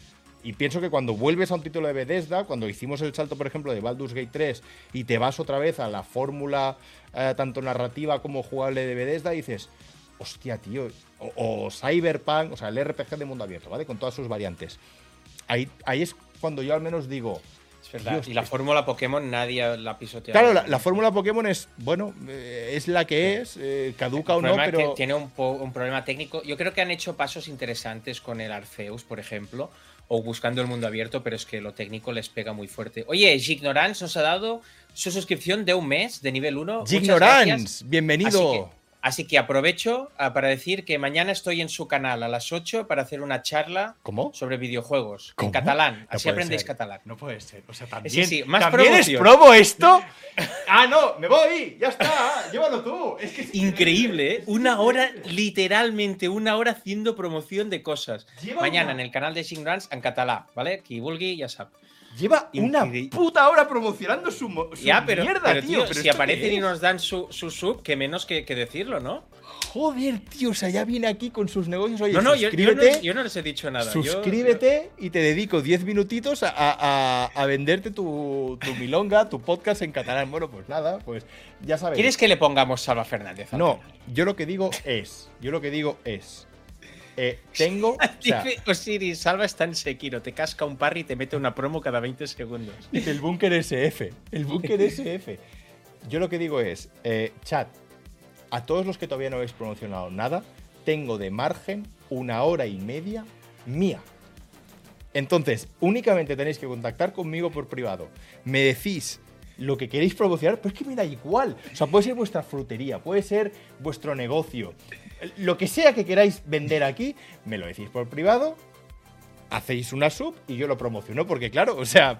A: y pienso que cuando vuelves a un título de Bethesda, cuando hicimos el salto, por ejemplo, de Baldur's Gate tres y te vas otra vez a la fórmula eh, tanto narrativa como jugable de Bethesda, dices, hostia, tío, o, o Cyberpunk, o sea, el R P G de mundo abierto, ¿vale? Con todas sus variantes. Ahí, ahí es cuando yo al menos digo...
B: Es verdad, Dios, y la es... fórmula Pokémon nadie la pisotea.
A: Claro, la, la fórmula Pokémon es, bueno, eh, es la que es, eh, caduca o no, pero...
B: Tiene un, po un problema técnico. Yo creo que han hecho pasos interesantes con el Arceus, por ejemplo, o buscando el mundo abierto, pero es que lo técnico les pega muy fuerte. Oye, Gignorance nos ha dado su suscripción de un mes, de nivel uno.
A: Gignorance, bienvenido.
B: Así que, así que aprovecho uh, para decir que mañana estoy en su canal a las ocho para hacer una charla
A: ¿Cómo?
B: sobre videojuegos.
A: ¿Cómo?
B: En catalán.
A: No
B: así aprendéis
A: ser.
B: catalán.
A: No puede ser. O sea, también,
B: sí, sí, más
A: ¿también es promo esto? Ah, no, me voy. Ya está. Llévalo tú. Es que es
B: increíble, ¿eh? Una hora, literalmente una hora haciendo promoción de cosas. Lleva mañana una... en el canal de Gignorance en catalán, ¿vale? Qui vulgui, ya sabe.
A: Lleva una puta hora promocionando su, su
B: ya, pero,
A: mierda,
B: pero,
A: tío.
B: Pero si aparecen y nos dan su, su sub, que menos que, que decirlo, ¿no?
A: Joder, tío, o sea, ya viene aquí con sus negocios. Oye,
B: no, no,
A: suscríbete.
B: Yo, yo, no, yo no les he dicho nada.
A: Suscríbete yo, yo... y te dedico diez minutitos a, a, a venderte tu, tu milonga, tu podcast en catalán. Bueno, pues nada, pues ya sabes.
B: ¿Quieres que le pongamos Salva Fernández?
A: No, yo lo que digo es, yo lo que digo es... Eh, tengo. O sea,
B: dice Osiris, Salva está en Sekiro, te casca un parry y te mete una promo cada veinte segundos.
A: El búnker S F. El búnker S F. Yo lo que digo es, eh, chat, a todos los que todavía no habéis promocionado nada, tengo de margen una hora y media mía. Entonces, únicamente tenéis que contactar conmigo por privado. Me decís lo que queréis promocionar, pero es que me da igual. O sea, puede ser vuestra frutería, puede ser vuestro negocio. Lo que sea que queráis vender aquí, me lo decís por privado, hacéis una sub y yo lo promociono, porque claro, o sea,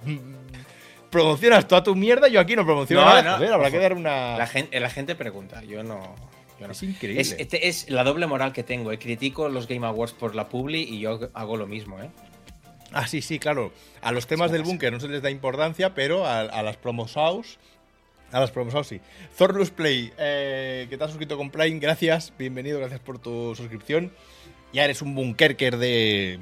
A: promocionas toda tu mierda, yo aquí no promociono
B: no,
A: nada.
B: No,
A: Joder, habrá que dar una...
B: La gente, la gente pregunta, yo no... Yo no.
A: Es increíble.
B: Es, este es la doble moral que tengo, eh. Critico los Game Awards por la publi y yo hago lo mismo, ¿eh?
A: Ah, sí, sí, claro. A los temas del búnker no se les da importancia, pero a, a las promos A las promos sí. Zorlus Play, eh, que te has suscrito con Prime, gracias, bienvenido, gracias por tu suscripción. Ya eres un bunkerker de,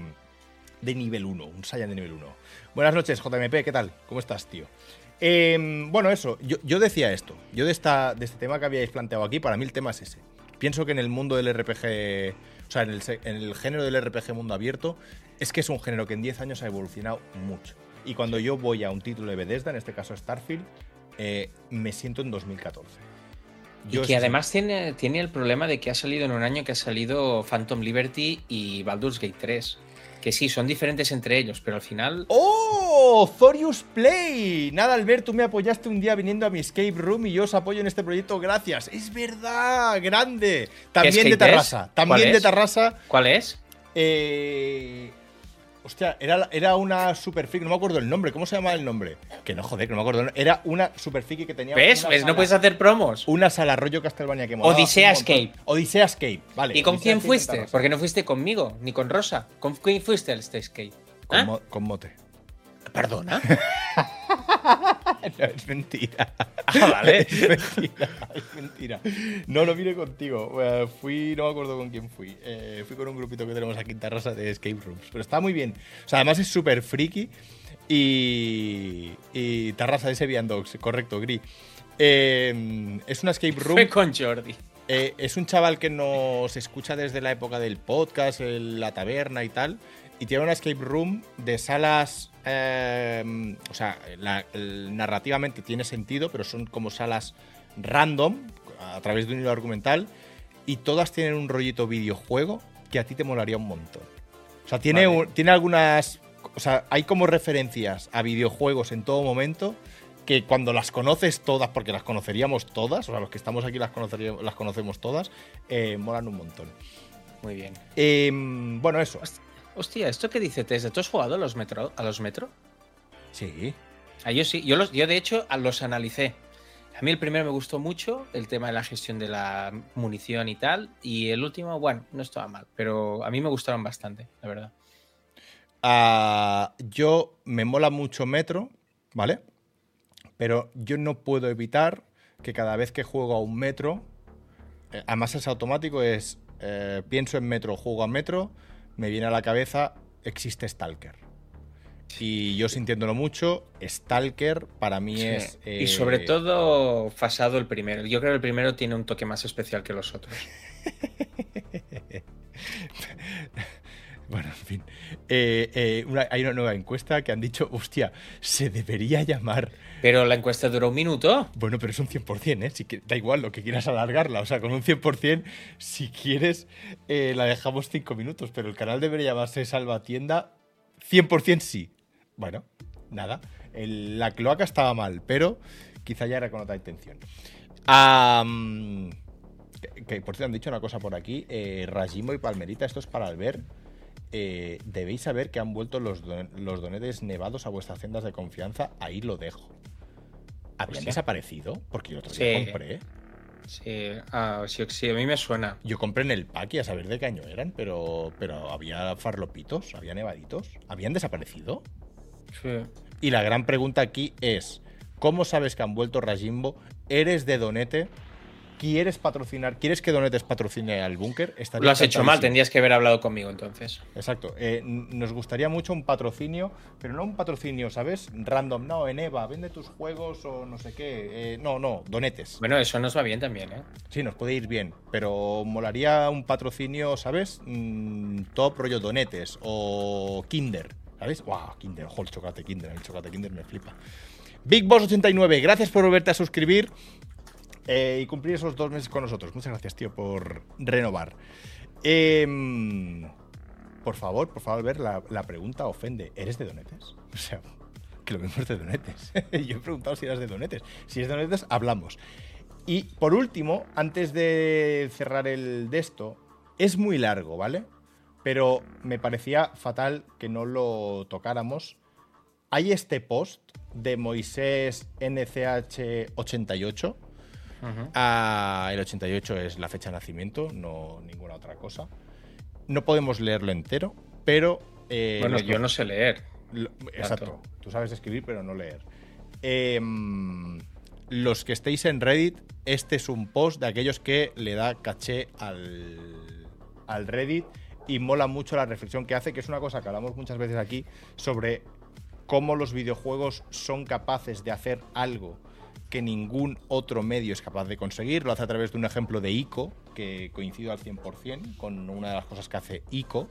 A: de nivel uno, un Saiyan de nivel uno. Buenas noches, J M P, ¿qué tal? ¿Cómo estás, tío? Eh, bueno, eso, yo, yo decía esto, yo de, esta, de este tema que habíais planteado aquí, para mí el tema es ese. Pienso que en el mundo del R P G, o sea, en el, en el género del R P G mundo abierto, es que es un género que en diez años ha evolucionado mucho. Y cuando yo voy a un título de Bethesda, en este caso Starfield, eh, me siento en dos mil catorce.
B: Yo y que además tiene, tiene el problema de que ha salido en un año que ha salido Phantom Liberty y Baldur's Gate tres. Que sí, son diferentes entre ellos, pero al final...
A: ¡Oh! Thorius Play. Nada, Albert, tú me apoyaste un día viniendo a mi escape room y yo os apoyo en este proyecto, gracias. Es verdad, grande. También de Tarrasa.
B: Es?
A: También de Tarrasa.
B: ¿Cuál es?
A: Eh... Hostia, era, era una super friki, no me acuerdo el nombre. ¿Cómo se llama el nombre? Que no, joder, que no me acuerdo. Era una super friki que tenía.
B: ¿Ves? ¿Ves? Sala, no puedes hacer promos.
A: Una sala rollo Castlevania que molaba.
B: Odisea Escape.
A: Odisea Escape, vale.
B: ¿Y con
A: Odisea
B: quién fuiste? Porque no fuiste conmigo, ni con Rosa. ¿Con quién fuiste al este Escape?
A: Con,
B: ¿Ah?
A: mo con Mote.
B: ¿Perdona?
A: No, es mentira.
B: Ah, vale.
A: Es mentira, es mentira. No, no vine contigo. Uh, fui, no me acuerdo con quién fui. Eh, fui con un grupito que tenemos aquí en Tarrasa de escape rooms. Pero está muy bien. O sea, además es súper friki. Y, y Tarrasa de Sevian Dogs, correcto, Gris. Eh, es una escape room.
B: Fue con Jordi.
A: Eh, es un chaval que nos escucha desde la época del podcast, el, la taberna y tal. Y tiene una escape room de salas. Eh, o sea, la, el, narrativamente tiene sentido, pero son como salas random, a través de un hilo argumental. Y todas tienen un rollito videojuego que a ti te molaría un montón. O sea, tiene, vale. un, tiene algunas. O sea, hay como referencias a videojuegos en todo momento que cuando las conoces todas, porque las conoceríamos todas, o sea, los que estamos aquí las, conoceríamos, las conocemos todas, eh, molan un montón.
B: Muy bien.
A: Eh, bueno, eso.
B: Hostia, ¿esto qué dice Tesla? ¿Tú has jugado a los Metro? ¿A los Metro?
A: Sí.
B: Ah, yo sí. Yo, los, yo, de hecho, los analicé. A mí el primero me gustó mucho, el tema de la gestión de la munición y tal. Y el último, bueno, no estaba mal. Pero a mí me gustaron bastante, la verdad.
A: Uh, yo me mola mucho Metro, ¿vale? Pero yo no puedo evitar que cada vez que juego a un Metro, eh, además es automático, es eh, pienso en Metro, juego a Metro, me viene a la cabeza, existe Stalker. Y yo sintiéndolo mucho, Stalker para mí sí. es...
B: Eh... Y sobre todo, fasado el primero. Yo creo que el primero tiene un toque más especial que los otros.
A: Bueno, en fin. Eh, eh, una, hay una nueva encuesta que han dicho, hostia, se debería llamar...
B: Pero la encuesta duró un minuto.
A: Bueno, pero es un cien por cien, ¿eh? Si que, da igual lo que quieras alargarla. O sea, con un cien por cien, si quieres, eh, la dejamos cinco minutos. Pero el canal debería llamarse Salvatienda cien por cien sí. Bueno, nada. El, la cloaca estaba mal, pero quizá ya era con otra intención. Um, que, que, por cierto, han dicho una cosa por aquí. Eh, Rajimbo y Palmerita, esto es para Albert. Eh, debéis saber que han vuelto los, don los donetes nevados a vuestras tiendas de confianza. Ahí lo dejo. ¿Habían Hostia. desaparecido? Porque yo otro día sí. compré.
B: Sí. Ah, sí, sí, a mí me suena.
A: Yo compré en el pack y a saber de qué año eran, pero, pero había farlopitos, había nevaditos. ¿Habían desaparecido?
B: Sí.
A: Y la gran pregunta aquí es, ¿cómo sabes que han vuelto, Rajimbo? ¿Eres de Donete? ¿Quieres patrocinar? ¿Quieres que Donetes patrocine al búnker?
B: Lo has hecho mal, tendrías que haber hablado conmigo entonces.
A: Exacto. Eh, nos gustaría mucho un patrocinio, pero no un patrocinio, ¿sabes? Random, no, en Eva, vende tus juegos o no sé qué. Eh, no, no, Donetes.
B: Bueno, eso nos va bien también, ¿eh?
A: Sí, nos puede ir bien, pero molaría un patrocinio, ¿sabes? Mm, top rollo Donetes o Kinder, ¿sabes? ¡Wow! Kinder, ojo, el chocolate Kinder, el chocolate Kinder me flipa. Big Boss ochenta y nueve, gracias por volverte a suscribir. Eh, y cumplir esos dos meses con nosotros. Muchas gracias, tío, por renovar. Eh, por favor, por favor, ver la, la pregunta ofende. ¿Eres de Donetes? O sea, que lo mismo es de Donetes. Yo he preguntado si eras de Donetes. Si es de Donetes, hablamos. Y por último, antes de cerrar el de esto, es muy largo, ¿vale? Pero me parecía fatal que no lo tocáramos. Hay este post de Moisés N C H ochenta y ocho. Uh-huh. Ah, el ochenta y ocho es la fecha de nacimiento, no ninguna otra cosa. No podemos leerlo entero, pero...
B: Eh, bueno, yo no sé leer.
A: Lo, exacto, tú sabes escribir, pero no leer. Eh, los que estéis en Reddit, este es un post de aquellos que le da caché al, al Reddit y mola mucho la reflexión que hace, que es una cosa que hablamos muchas veces aquí, sobre cómo los videojuegos son capaces de hacer algo que ningún otro medio es capaz de conseguir. Lo hace a través de un ejemplo de ICO, que coincido al cien por cien con una de las cosas que hace ICO.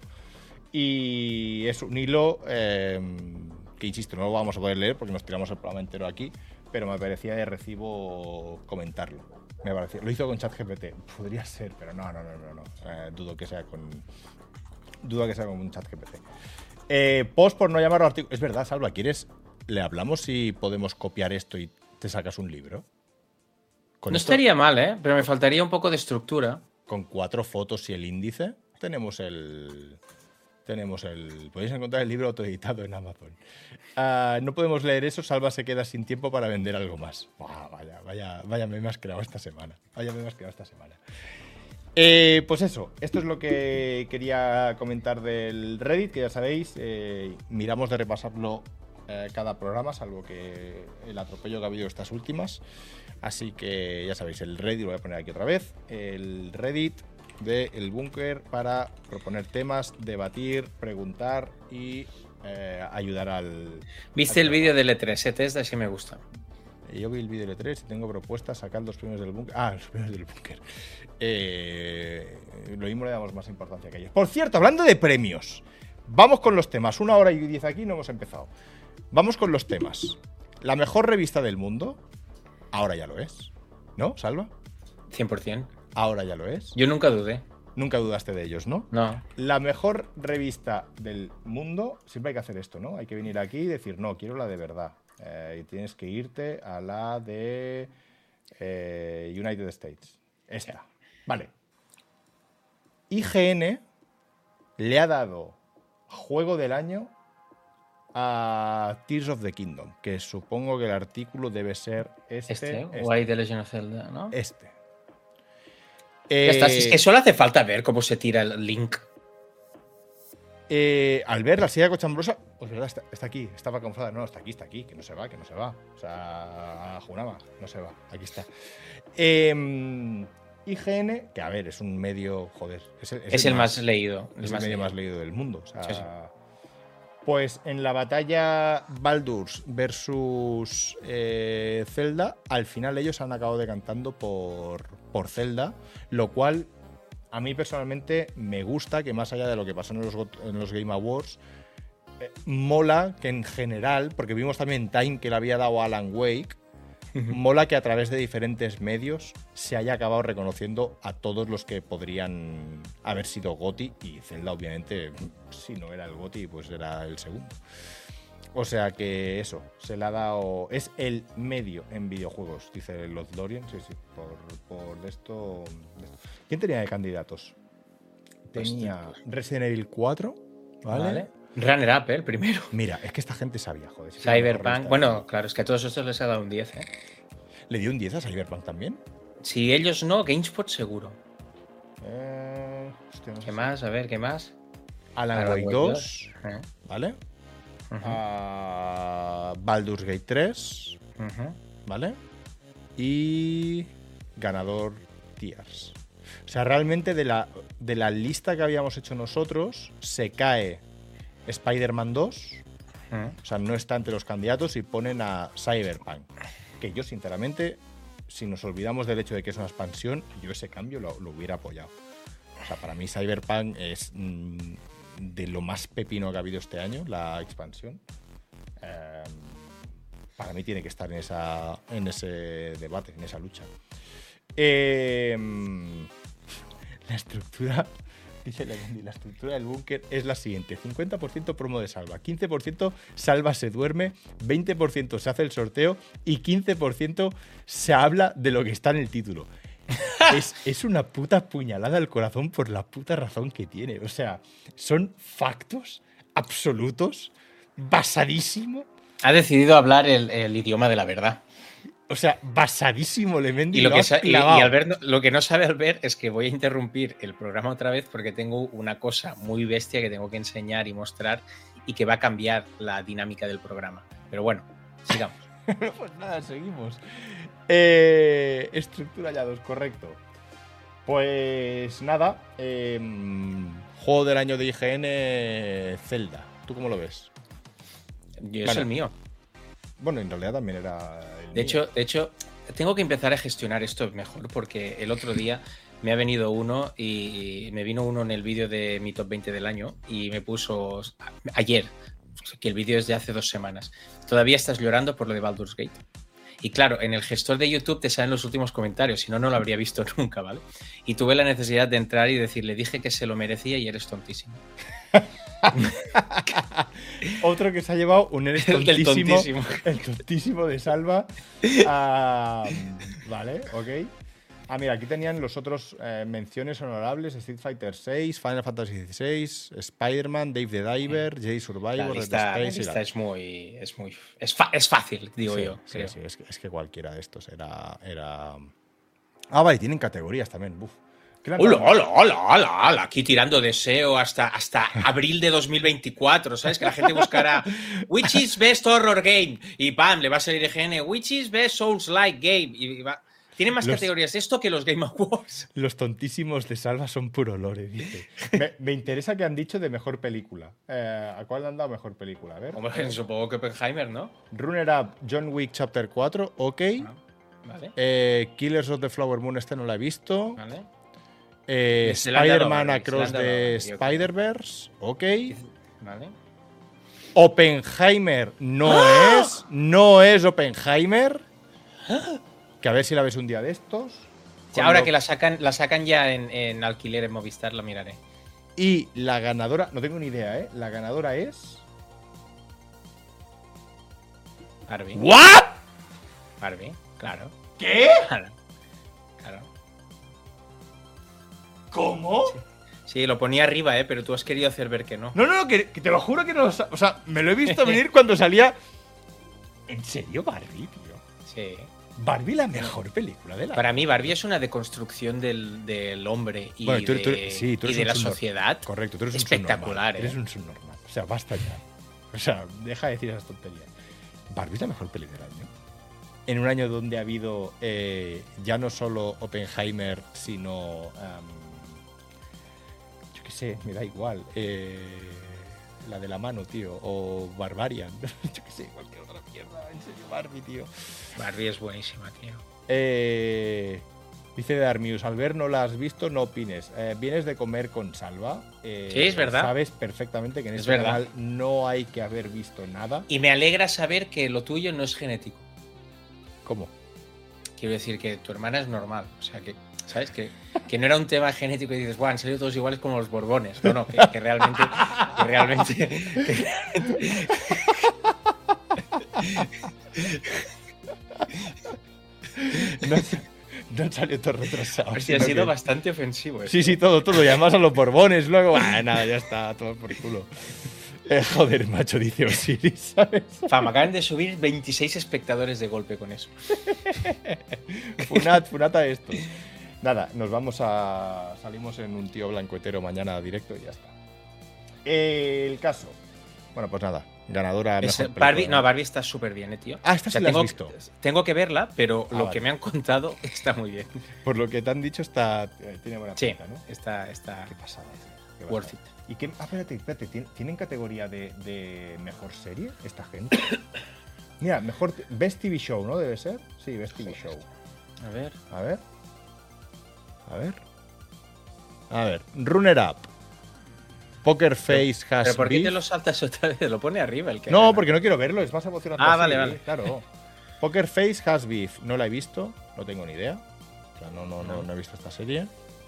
A: Y es un hilo eh, que, insisto, no lo vamos a poder leer porque nos tiramos el programa entero aquí, pero me parecía de recibo comentarlo. Me parecía. Lo hizo con ChatGPT. Podría ser, pero no, no, no, no. no. Eh, dudo que sea con... Dudo que sea con un ChatGPT. Eh, post por no llamarlo artículo. Es verdad, Salva, ¿quieres? Le hablamos si podemos copiar esto y te sacas un libro.
B: Con no esto, estaría mal, ¿eh? Pero me faltaría un poco de estructura.
A: Con cuatro fotos y el índice tenemos el... Tenemos el... Podéis encontrar el libro autoeditado en Amazon. Uh, no podemos leer eso, Salva se queda sin tiempo para vender algo más. Wow, vaya, vaya, vaya me has creado esta semana. Vaya me has creado esta semana. Eh, pues eso, esto es lo que quería comentar del Reddit, que ya sabéis, eh, miramos de repasarlo cada programa, salvo que el atropello que ha habido estas últimas. Así que ya sabéis, el Reddit, lo voy a poner aquí otra vez, el Reddit del Búnker para proponer temas, debatir, preguntar y eh, ayudar al...
B: ¿Viste al el vídeo del E tres? Este es de así me gusta.
A: Yo vi el vídeo del E tres y tengo propuestas, sacar los premios del Búnker. Ah, los premios del Búnker. Eh, lo mismo le damos más importancia que ayer. Por cierto, hablando de premios, vamos con los temas. Una hora y diez aquí, no hemos empezado. Vamos con los temas. La mejor revista del mundo, ahora ya lo es. ¿No, Salva?
B: cien por cien.
A: Ahora ya lo es.
B: Yo nunca dudé.
A: Nunca dudaste de ellos, ¿no?
B: No.
A: La mejor revista del mundo, siempre hay que hacer esto, ¿no? Hay que venir aquí y decir, no, quiero la de verdad. Eh, y tienes que irte a la de eh, United States. Esta. Vale. I G N le ha dado juego del año a Tears of the Kingdom, que supongo que el artículo debe ser este.
B: Este,
A: este.
B: Why the Legend of Zelda, ¿no?
A: Este.
B: Eh, ya está, si es que solo hace falta ver cómo se tira el link.
A: Eh, al ver la silla cochambrosa, pues verdad, está, está aquí, estaba camuflada. No, está aquí, está aquí, que no se va, que no se va. O sea, Junama, no se va, aquí está. Eh, I G N, que a ver, es un medio, joder, es el,
B: es es el, el más, más leído.
A: Es el, el más medio leído. más leído del mundo. O sea, sí, sí. Pues en la batalla Baldur's versus eh, Zelda, al final ellos han acabado decantando por, por Zelda, lo cual a mí personalmente me gusta, que más allá de lo que pasó en los, en los Game Awards, eh, mola que en general, porque vimos también Time que le había dado a Alan Wake, mola que a través de diferentes medios se haya acabado reconociendo a todos los que podrían haber sido GOTY, y Zelda obviamente, si no era el GOTY, pues era el segundo. O sea que eso, se le ha dado... Es el medio en videojuegos, dice Lothlorien. Sí, sí, por, por esto, esto. ¿Quién tenía de candidatos? Tenía Resident Evil cuatro, ¿vale?
B: Vale. Runner Up, ¿eh? El primero.
A: Mira, es que esta gente sabía, joder.
B: Cyberpunk. Bueno, claro, es que a todos estos les ha dado un diez, ¿eh?
A: ¿Le dio un diez a Cyberpunk también?
B: Si ellos no, GameSpot seguro.
A: Eh, hostia, no
B: ¿Qué
A: sé.
B: más? A ver, ¿qué más?
A: Alan
B: Alan
A: Wake
B: Wake
A: dos,
B: Eh.
A: ¿vale?
B: Ujú,
A: a Baldur's Gate tres,
B: ujú.
A: ¿vale? Y ganador Tears. O sea, realmente de la, de la lista que habíamos hecho nosotros, se cae Spider-Man dos,
B: Ujú.
A: o sea, no está entre los candidatos, y ponen a Cyberpunk. Que yo, sinceramente, si nos olvidamos del hecho de que es una expansión, yo ese cambio lo, lo hubiera apoyado. O sea, para mí Cyberpunk es mm, de lo más pepino que ha habido este año, la expansión. Eh, para mí tiene que estar en, esa, en ese debate, en esa lucha. Eh, la estructura, dice la, la estructura del búnker es la siguiente: cincuenta por ciento promo de Salva, quince por ciento Salva se duerme, veinte por ciento se hace el sorteo y quince por ciento se habla de lo que está en el título. Es, es una puta puñalada al corazón por la puta razón que tiene. O sea, son factos absolutos, basadísimo.
B: Ha decidido hablar el, el idioma de la verdad.
A: O sea, basadísimo Lemendi.
B: Y lo,
A: lo
B: que
A: has
B: sa- y, y
A: clavado.
B: Albert no- lo que no sabe Albert es que voy a interrumpir el programa otra vez porque tengo una cosa muy bestia que tengo que enseñar y mostrar y que va a cambiar la dinámica del programa. Pero bueno, sigamos.
A: Pues nada, seguimos. Eh, estructura ya dos, correcto. Pues nada, eh, juego del año de I G N, Zelda. ¿Tú cómo lo ves?
B: Yo es
A: Bueno,
B: el mío.
A: Bueno, en realidad también era el
B: De
A: mío.
B: hecho, de hecho, tengo que empezar a gestionar esto mejor porque el otro día me ha venido uno y me vino uno en el vídeo de mi top veinte del año y me puso ayer, que el vídeo es de hace dos semanas. Todavía estás llorando por lo de Baldur's Gate. Y claro, en el gestor de YouTube te salen los últimos comentarios, si no, no lo habría visto nunca, ¿vale? Y tuve la necesidad de entrar y decirle, dije que se lo merecía y eres tontísimo.
A: Otro que se ha llevado un eres
B: El del
A: tontísimo,
B: tontísimo.
A: el tontísimo de Salva. Ah, vale, ok. Ah, mira, aquí tenían los otros eh, menciones honorables: Street Fighter seis, Final Fantasy dieciséis, Spider-Man, Dave the Diver, Jay
B: La
A: Survivor, Red
B: lista, la
A: Space y
B: lista
A: la-
B: es muy... Es, muy es, fa- es fácil, digo
A: Sí,
B: yo.
A: sí,
B: creo.
A: sí, es, que, es que cualquiera de estos era, era... Ah, vale, tienen categorías también. Buf. ¿Qué le han
B: Hola,
A: dado?
B: hola, hola, hola, hola, aquí tirando deseo hasta, hasta abril de dos mil veinticuatro, ¿sabes? Que la gente buscará Which is best horror game y pam, le va a salir I G N Which is best Souls-like game y va... Tiene más
A: Los-
B: categorías esto que los Game Awards.
A: Los tontísimos de Salva son puro lore, dice. Me, me interesa que han dicho de mejor película. Eh, ¿A cuál le han dado mejor película? A ver.
B: Hombre, supongo que Oppenheimer, ¿no?
A: Runner Up, John Wick Chapter cuatro, ok.
B: Vale,
A: Eh, Killers of the Flower Moon, este no la he visto.
B: vale.
A: Eh,
B: Se le han dado
A: Spider-Man
B: Barbie,
A: Across
B: se le han dado
A: the
B: Barbie, yo creo.
A: Spider-Verse, ok.
B: Vale.
A: Oppenheimer no
B: ¡Ah!
A: es, no es Oppenheimer. Que a ver si la ves un día de estos.
B: Sí,
A: Con
B: ahora
A: lo-
B: que la sacan, la sacan ya en, en alquiler en Movistar, la miraré.
A: Y la ganadora, no tengo ni idea, ¿eh? La ganadora es...
B: Barbie.
A: ¿What?
B: Barbie, claro.
A: ¿Qué?
B: Claro. Claro.
A: ¿Cómo?
B: Sí, lo ponía arriba, ¿eh? Pero tú has querido hacer ver que no.
A: No, no, no, que, que te lo juro que no lo sa- O sea, me lo he visto venir cuando salía... ¿En serio Barbie, tío?
B: Sí.
A: Barbie la mejor película de la...
B: Para mí, Barbie es una deconstrucción del, del hombre y,
A: Bueno, tú-
B: de,
A: tú- sí, tú
B: y
A: eres
B: de
A: un
B: la
A: subnor-
B: sociedad.
A: Correcto, tú eres
B: Espectacular,
A: un subnormal.
B: ¿eh?
A: Eres un subnormal. O sea, basta ya. O sea, deja de decir esas tonterías. Barbie es la mejor peli del año. En un año donde ha habido eh, ya no solo Oppenheimer, sino... Um, yo qué sé, me da igual. Eh, la de la mano, tío. O Barbarian. Yo qué sé, cualquier otra mierda. En serio, Barbie, tío.
B: Barbie es buenísima, tío.
A: Eh, dice Darmius, al ver no la has visto, no opines. Eh, vienes de comer con Salva. Eh,
B: Sí, es verdad.
A: Sabes perfectamente que en
B: Es
A: este
B: verdad.
A: canal no hay que haber visto nada.
B: Y me alegra saber que lo tuyo no es genético.
A: ¿Cómo?
B: Quiero decir que tu hermana es normal. O sea, que, ¿sabes? Que, que no era un tema genético y dices, bueno, han salido todos iguales como los Borbones. No, no, que, que realmente. Que realmente. Que realmente
A: No, no salió todo retrasado.
B: sí, ha
A: sino
B: sido
A: que-
B: bastante ofensivo.
A: Sí,
B: esto.
A: sí, todo, todo. Y además a los Borbones luego. Ah, nada, ya está, todo por culo. Eh, joder, macho, dice Osiris, ¿sabes?
B: Fam, acaban de subir veintiséis espectadores de golpe con eso.
A: Funat, funat a estos. Nada, nos vamos a. Salimos en un tío blancoetero mañana directo y ya está. El caso. Bueno, pues nada. Ganadora.
B: Es-
A: mejor
B: Barbie,
A: película.
B: no, Barbie está súper bien, eh, tío.
A: Ah, esta
B: O sea,
A: sí la has
B: tengo,
A: visto.
B: tengo que verla, pero
A: Ah,
B: lo
A: vale.
B: que me han contado está muy bien.
A: Por lo que te han dicho, está. eh, Tiene buena
B: Sí,
A: pinta, ¿no?
B: está, está
A: Qué pasada, tío, qué
B: worth it.
A: pasada. ¿Y qué? Ah, espérate, espérate. ¿tien- ¿Tienen categoría de, de mejor serie esta gente? Mira, mejor. t- Best T V Show, ¿no? Debe ser. Sí, Best T V Show.
B: A ver.
A: A ver. A ver. A ver. Runner Up. Poker Face Has
B: ¿Pero por qué
A: Beef.
B: te lo saltas otra vez? Lo pone arriba el que
A: No,
B: gana.
A: porque no quiero verlo, es más emocionante.
B: Ah,
A: así,
B: vale, vale.
A: Claro. Poker Face Has Beef. No la he visto, no tengo ni idea. O sea, no, no, no,
B: No.
A: no he visto esta serie.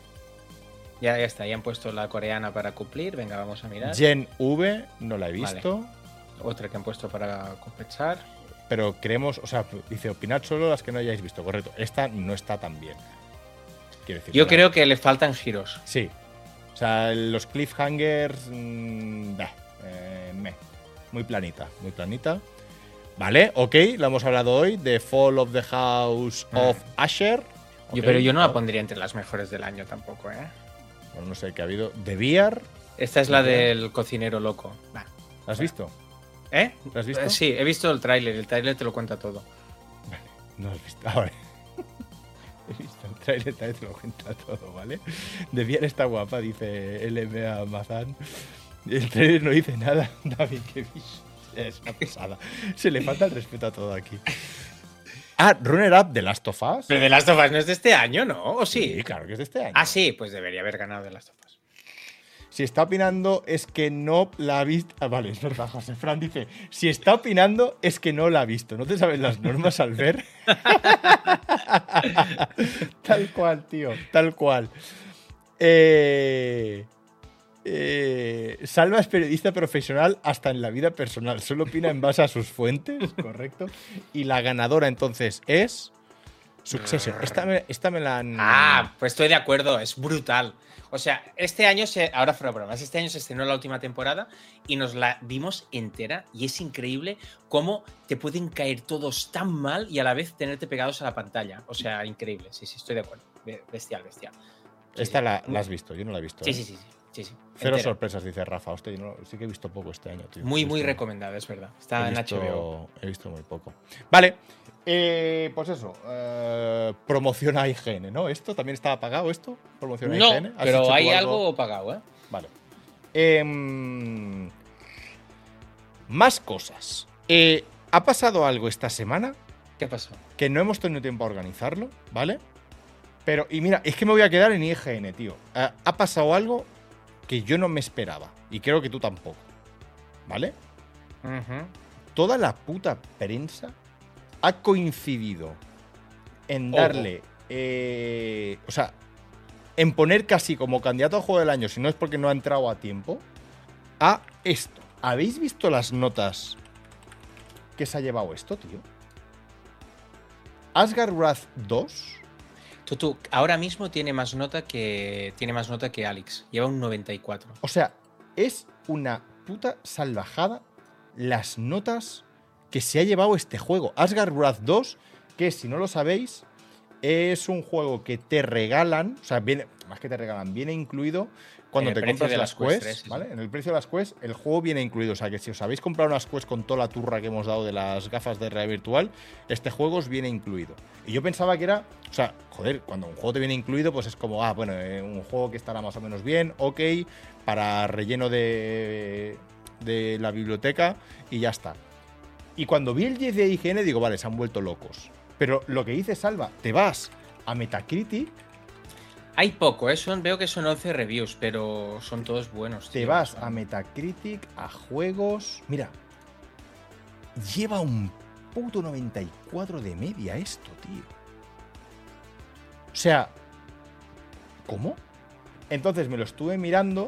B: Ya, ya está, ya han puesto la coreana para cumplir. Venga, vamos a mirar.
A: Gen V, no la he visto.
B: Otra que han puesto para compensar.
A: Pero creemos, o sea, dice, opinad solo las que no hayáis visto. Correcto. Esta no está tan bien. Quiero decir,
B: Yo
A: la-
B: creo que le faltan giros.
A: Sí. O sea, los cliffhangers. Mmm, bah, eh, meh. Muy planita, muy planita. Vale, ok, lo hemos hablado hoy. The Fall of the House
B: Mm.
A: of Usher.
B: Yo,
A: Ok,
B: pero yo no la
A: ¿no?
B: pondría entre las mejores del año tampoco, ¿eh?
A: Bueno, no sé qué ha habido. The Bear.
B: Esta es la del cocinero loco. Bah.
A: ¿La has visto?
B: ¿Eh?
A: ¿La has visto?
B: Eh, Sí, he visto el tráiler. El tráiler te lo cuenta todo.
A: No lo has visto. Ahora. He visto el trailer, el trailer te lo cuenta todo, ¿vale? The Bear está guapa, dice L M A Mazán. El trailer no dice nada. David Kevich. Es una pesada. Se le falta el respeto a todo aquí. Ah, Runner Up de Last of Us.
B: Pero The Last of Us no es de este año, ¿no? ¿O sí?
A: Sí, claro que es de este año.
B: Ah, sí, pues debería haber ganado The Last of Us.
A: Si está opinando es que no la ha visto. Ah, vale, es verdad, José Fran dice, si está opinando es que no la ha visto. ¿No te sabes las normas al ver? Tal cual, tío, tal cual. Eh, eh, Salva es periodista profesional hasta en la vida personal. Solo opina en base a sus fuentes, correcto. Y la ganadora entonces es Succession. Esta me, esta me la han...
B: Ah, pues estoy de acuerdo, es brutal. O sea, este año, se, ahora fuera bromas, este año se estrenó la última temporada y nos la vimos entera y es increíble cómo te pueden caer todos tan mal y a la vez tenerte pegados a la pantalla. O sea, increíble, sí, sí, estoy de acuerdo. Be- Bestial, bestial. Sí,
A: Esta
B: sí.
A: la, la has visto, yo no la he visto.
B: Sí,
A: ¿eh?
B: sí, sí, sí, sí, sí.
A: Cero
B: Entera.
A: sorpresas, dice Rafa. Hostia, yo no- sí que he visto poco este año, tío.
B: Muy,
A: He
B: muy
A: visto-
B: recomendada, es verdad. Está
A: he
B: en
A: visto-
B: H B O.
A: He visto muy poco. Vale, eh, pues eso. Eh, promociona I G N, ¿no? ¿Esto también estaba pagado, esto? ¿Promociona
B: No,
A: I G N? ¿Has hecho
B: pero
A: tú
B: hay algo pagado, ¿eh?
A: Vale. Em, más cosas. Eh, ha pasado algo esta semana
B: ¿Qué pasó?
A: que no hemos tenido tiempo a organizarlo, ¿vale? Pero, y mira, es que me voy a quedar en I G N, tío. Eh, ha pasado algo que yo no me esperaba. Y creo que tú tampoco. ¿Vale?
B: Ujú.
A: Toda la puta prensa ha coincidido en
B: Ojo.
A: darle. eh, o sea, en poner casi como candidato a juego del año, si no es porque no ha entrado a tiempo, a esto. ¿Habéis visto las notas que se ha llevado esto, tío? Asgard Wrath dos.
B: Tú, tú, ahora mismo tiene más nota que tiene más nota que Alex. Lleva un noventa y cuatro.
A: O sea, es una puta salvajada las notas que se ha llevado este juego. Asgard Wrath dos, que si no lo sabéis, es un juego que te regalan, o sea, viene, más que te regalan, viene incluido cuando
B: En el
A: te
B: precio
A: compras
B: de
A: las
B: las Quest
A: Quest,
B: tres, sí,
A: ¿vale?
B: sí.
A: En el precio de las Quest, el juego viene incluido. O sea, que si os habéis comprado unas Quest con toda la turra que hemos dado de las gafas de realidad virtual, este juego os viene incluido. Y yo pensaba que era, o sea, joder, cuando un juego te viene incluido, pues es como, ah, bueno, eh, un juego que estará más o menos bien, ok, para relleno de, de la biblioteca y ya está. Y cuando vi el diez de I G N digo, vale, se han vuelto locos. Pero lo que dice Salva, te vas a Metacritic.
B: Hay poco, ¿eh? Son, veo que son once reviews, pero son todos buenos.
A: Te
B: tío,
A: vas
B: o sea.
A: a Metacritic, a juegos. Mira, lleva un puto noventa y cuatro de media esto, tío. O sea, ¿cómo? Entonces me lo estuve mirando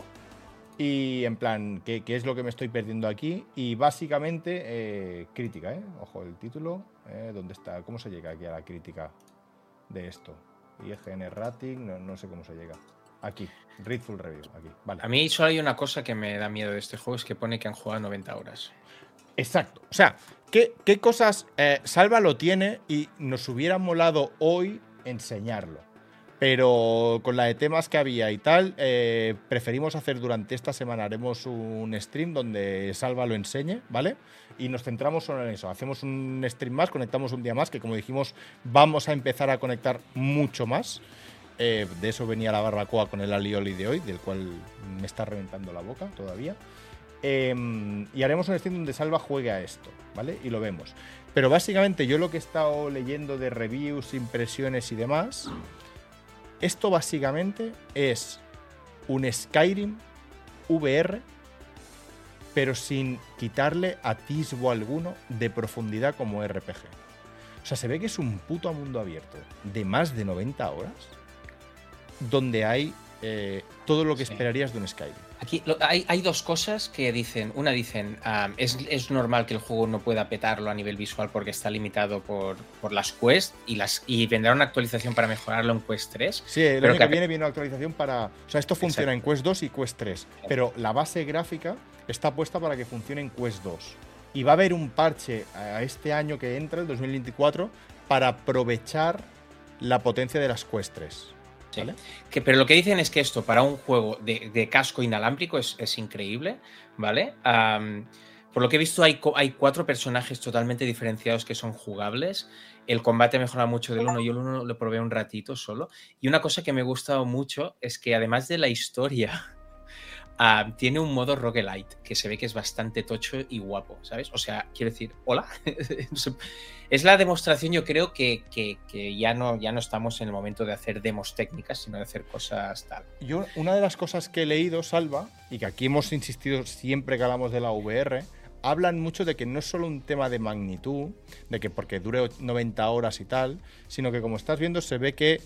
A: y en plan, ¿qué, qué es lo que me estoy perdiendo aquí? Y básicamente, eh, crítica, ¿eh? Ojo, el título, eh, ¿dónde está? ¿Cómo se llega aquí a la crítica de esto? I G N Rating, no, no sé cómo se llega. Aquí, Read Full Review, aquí, vale.
B: A mí solo hay una cosa que me da miedo de este juego, es que pone que han jugado noventa horas.
A: Exacto. O sea, ¿qué, qué cosas eh, Salva lo tiene y nos hubiera molado hoy enseñarlo? Pero con la de temas que había y tal, eh, preferimos hacer durante esta semana, haremos un stream donde Salva lo enseñe, ¿vale? Y nos centramos solo en eso. Hacemos un stream más, conectamos un día más, que como dijimos, vamos a empezar a conectar mucho más. Eh, de eso venía la barbacoa con el alioli de hoy, del cual me está reventando la boca todavía. Eh, y haremos un stream donde Salva juegue a esto, ¿vale? Y lo vemos. Pero básicamente yo lo que he estado leyendo de reviews, impresiones y demás, esto básicamente es un Skyrim V R, pero sin quitarle atisbo alguno de profundidad como R P G. O sea, se ve que es un puto mundo abierto de más de noventa horas, donde hay eh, todo lo que sí. esperarías de un Skyrim.
B: Aquí lo, hay, hay dos cosas que dicen. Una dicen, um, es, es normal que el juego no pueda petarlo a nivel visual porque está limitado por, por las quests y, las, y vendrá una actualización para mejorarlo en Quest tres.
A: Sí, el año que, que viene viene una actualización para... O sea, esto funciona Exacto. en Quest dos y Quest tres, pero la base gráfica está puesta para que funcione en Quest dos. Y va a haber un parche a este año que entra, el dos mil veinticuatro, para aprovechar la potencia de las Quest tres. ¿Vale?
B: Sí. Que, pero lo que dicen es que esto para un juego de, de casco inalámbrico es, es increíble, ¿vale? Um, por lo que he visto hay, hay cuatro personajes totalmente diferenciados que son jugables. El combate mejora mucho del uno, yo el uno lo probé un ratito solo. Y una cosa que me ha gustado mucho es que además de la historia, uh, tiene un modo roguelite que se ve que es bastante tocho y guapo, ¿sabes? O sea, quiero decir, hola. Es la demostración, yo creo que, que, que ya, no, ya no estamos en el momento de hacer demos técnicas, sino de hacer cosas tal.
A: Yo, una de las cosas que he leído, Salva, y que aquí hemos insistido siempre que hablamos de la V R, hablan mucho de que no es solo un tema de magnitud, de que porque dure noventa horas y tal, sino que como estás viendo se ve que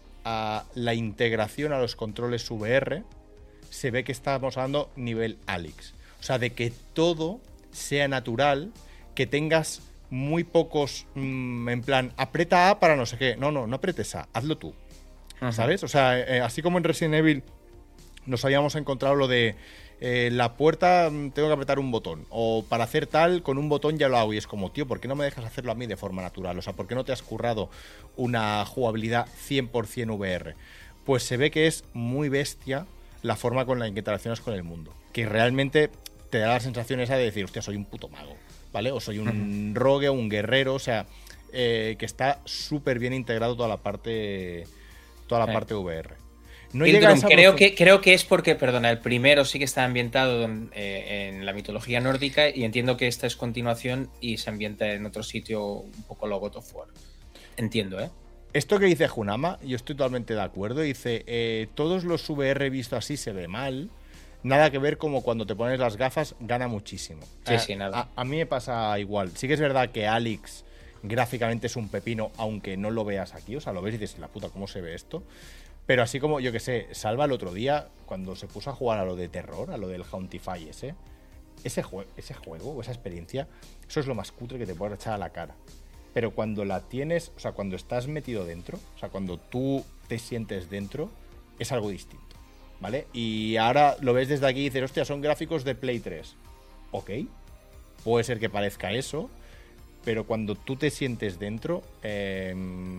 A: a la integración a los controles V R se ve que estamos hablando nivel Alyx. O sea, de que todo sea natural, que tengas muy pocos, mmm, en plan, aprieta A para no sé qué. No, no, no apretes A, hazlo tú. Ajá. ¿Sabes? O sea, eh, así como en Resident Evil nos habíamos encontrado lo de eh, la puerta, tengo que apretar un botón. O para hacer tal, con un botón ya lo hago. Y es como, tío, ¿por qué no me dejas hacerlo a mí de forma natural? O sea, ¿por qué no te has currado una jugabilidad cien por ciento V R? Pues se ve que es muy bestia la forma con la que interaccionas con el mundo. Que realmente te da la sensación esa de decir, hostia, soy un puto mago. ¿Vale? O soy un uh-huh. rogue, un guerrero, o sea, eh, que está súper bien integrado toda la parte toda la sí. parte V R. No
B: llega a esa creo, que, creo que es porque, perdona, el primero sí que está ambientado en, eh, en la mitología nórdica y entiendo que esta es continuación y se ambienta en otro sitio un poco lo God of War. Entiendo, ¿eh?
A: Esto que dice Junama, yo estoy totalmente de acuerdo. Dice, eh, todos los V R visto así se ve mal. Nada que ver como cuando te pones las gafas, gana muchísimo.
B: Sí, eh, sí, nada.
A: A, a mí me pasa igual. Sí que es verdad que Alyx gráficamente es un pepino, aunque no lo veas aquí. O sea, lo ves y dices, la puta, ¿cómo se ve esto? Pero así como, yo que sé, Salva el otro día, cuando se puso a jugar a lo de terror, a lo del Hauntify ese, ese, jue ese juego o esa experiencia, eso es lo más cutre que te puedes echar a la cara. Pero cuando la tienes, o sea, cuando estás metido dentro, o sea, cuando tú te sientes dentro, es algo distinto. ¿Vale? Y ahora lo ves desde aquí y dices, hostia, son gráficos de Play tres. Ok, puede ser que parezca eso, pero cuando tú te sientes dentro, eh,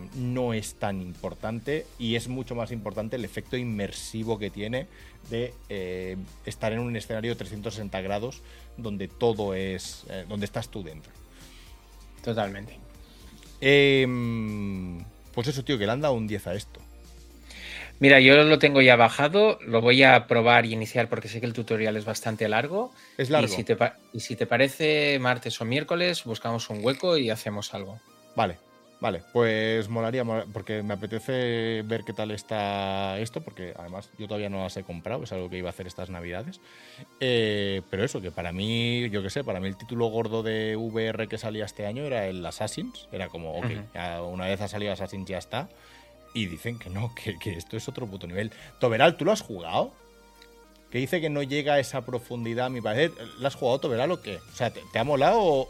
A: no es tan importante y es mucho más importante el efecto inmersivo que tiene de eh, estar en un escenario de trescientos sesenta grados donde todo es, eh, donde estás tú dentro.
B: Totalmente.
A: Eh, pues eso, tío, que le han dado un diez a esto.
B: Mira, yo lo tengo ya bajado, lo voy a probar y iniciar porque sé que el tutorial es bastante largo.
A: Es largo.
B: Y si te, y si te parece, martes o miércoles buscamos un hueco y hacemos algo.
A: Vale, vale, pues molaría, porque me apetece ver qué tal está esto, porque además yo todavía no las he comprado, es algo que iba a hacer estas navidades. Eh, pero eso, que para mí, yo qué sé, para mí el título gordo de V R que salía este año era el Assassins. Era como, ok, uh-huh. ya una vez ha salido Assassins ya está. Y dicen que no, que, que esto es otro puto nivel. Toberal, ¿tú lo has jugado? Que dice que no llega a esa profundidad, a mi parecer. ¿Lo has jugado, Toberal, o qué? O sea, ¿te, te ha molado o,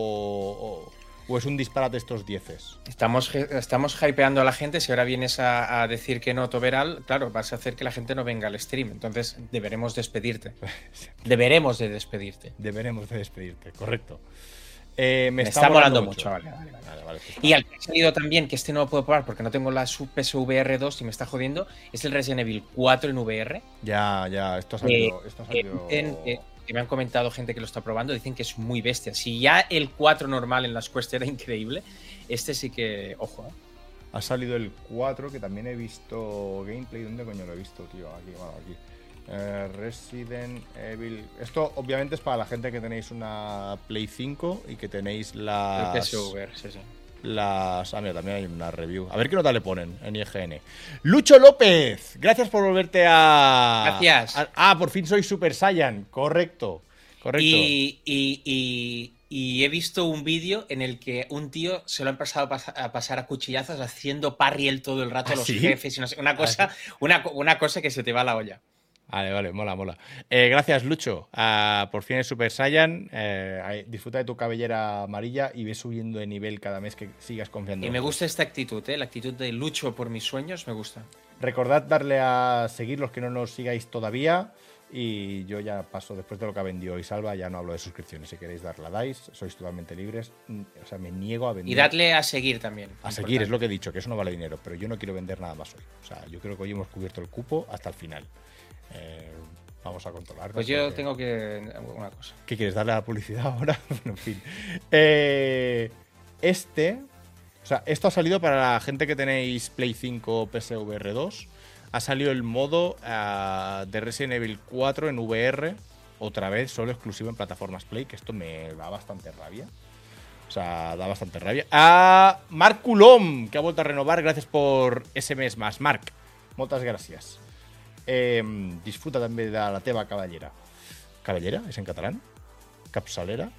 A: o, o es un disparate estos dieces?
B: Estamos, estamos hypeando a la gente. Si ahora vienes a, a decir que no, Toberal, claro, vas a hacer que la gente no venga al stream. Entonces deberemos despedirte. Deberemos de despedirte.
A: Deberemos de despedirte, correcto. Eh, me,
B: me
A: está,
B: está molando
A: mucho.
B: mucho. Vale, vale, vale. Vale, vale, y al que ha salido también, que este no lo puedo probar porque no tengo la P S V R dos y me está jodiendo, es el Resident Evil cuatro en V R.
A: Ya, ya, esto ha salido.
B: Eh,
A: esto ha salido...
B: en, eh, que me han comentado gente que lo está probando, dicen que es muy bestia. Si ya el cuatro normal en las Quest era increíble, este sí que, ojo. ¿eh?
A: Ha salido el cuatro, que también he visto gameplay. ¿Dónde coño lo he visto, tío? Aquí, bueno, aquí. Uh, Resident Evil. Esto obviamente es para la gente que tenéis una Play cinco y que tenéis las.
B: El P S V R, sí, sí.
A: Las. Ah, mira, también hay una review. A ver qué nota le ponen en I G N. Lucho López, gracias por volverte a.
B: Gracias.
A: A... Ah, por fin soy Super Saiyan. Correcto. Correcto.
B: Y, y, y, y he visto un vídeo en el que un tío se lo ha empezado a, pas a pasar a cuchillazos haciendo parry él todo el rato
A: ¿Ah,
B: a los
A: sí?
B: jefes y no sé, una cosa, ¿Ah, sí? una, una cosa que se te va a la olla.
A: Vale, vale, mola, mola. Eh, gracias, Lucho. Uh, por fin es Super Saiyan. Eh, disfruta de tu cabellera amarilla y ve subiendo de nivel cada mes que sigas confiando.
B: Y me gusta esta actitud, ¿eh? La actitud de lucho por mis sueños, me gusta.
A: Recordad darle a seguir los que no nos sigáis todavía. Y yo ya paso, después de lo que ha vendido Isalva, ya no hablo de suscripciones. Si queréis darla, dais. Sois totalmente libres. O sea, me niego a vender.
B: Y dadle a seguir también.
A: A importante. Seguir, es lo que he dicho, que eso no vale dinero. Pero yo no quiero vender nada más hoy. O sea, yo creo que hoy hemos cubierto el cupo hasta el final. Eh, vamos a controlar.
B: Pues yo porque... tengo que... una cosa.
A: ¿Qué quieres? ¿Darle a la publicidad ahora? En fin. Eh, este... O sea, esto ha salido para la gente que tenéis Play cinco o P S V R dos. Ha salido el modo uh, de Resident Evil cuatro en V R. Otra vez, solo exclusivo en plataformas Play. Que esto me da bastante rabia. O sea, da bastante rabia. A Marc Coulomb, que ha vuelto a renovar. Gracias por ese mes más. Marc, muchas gracias. Eh, disfruta también de la teva caballera. ¿Caballera? ¿Es en catalán? ¿Capsalera?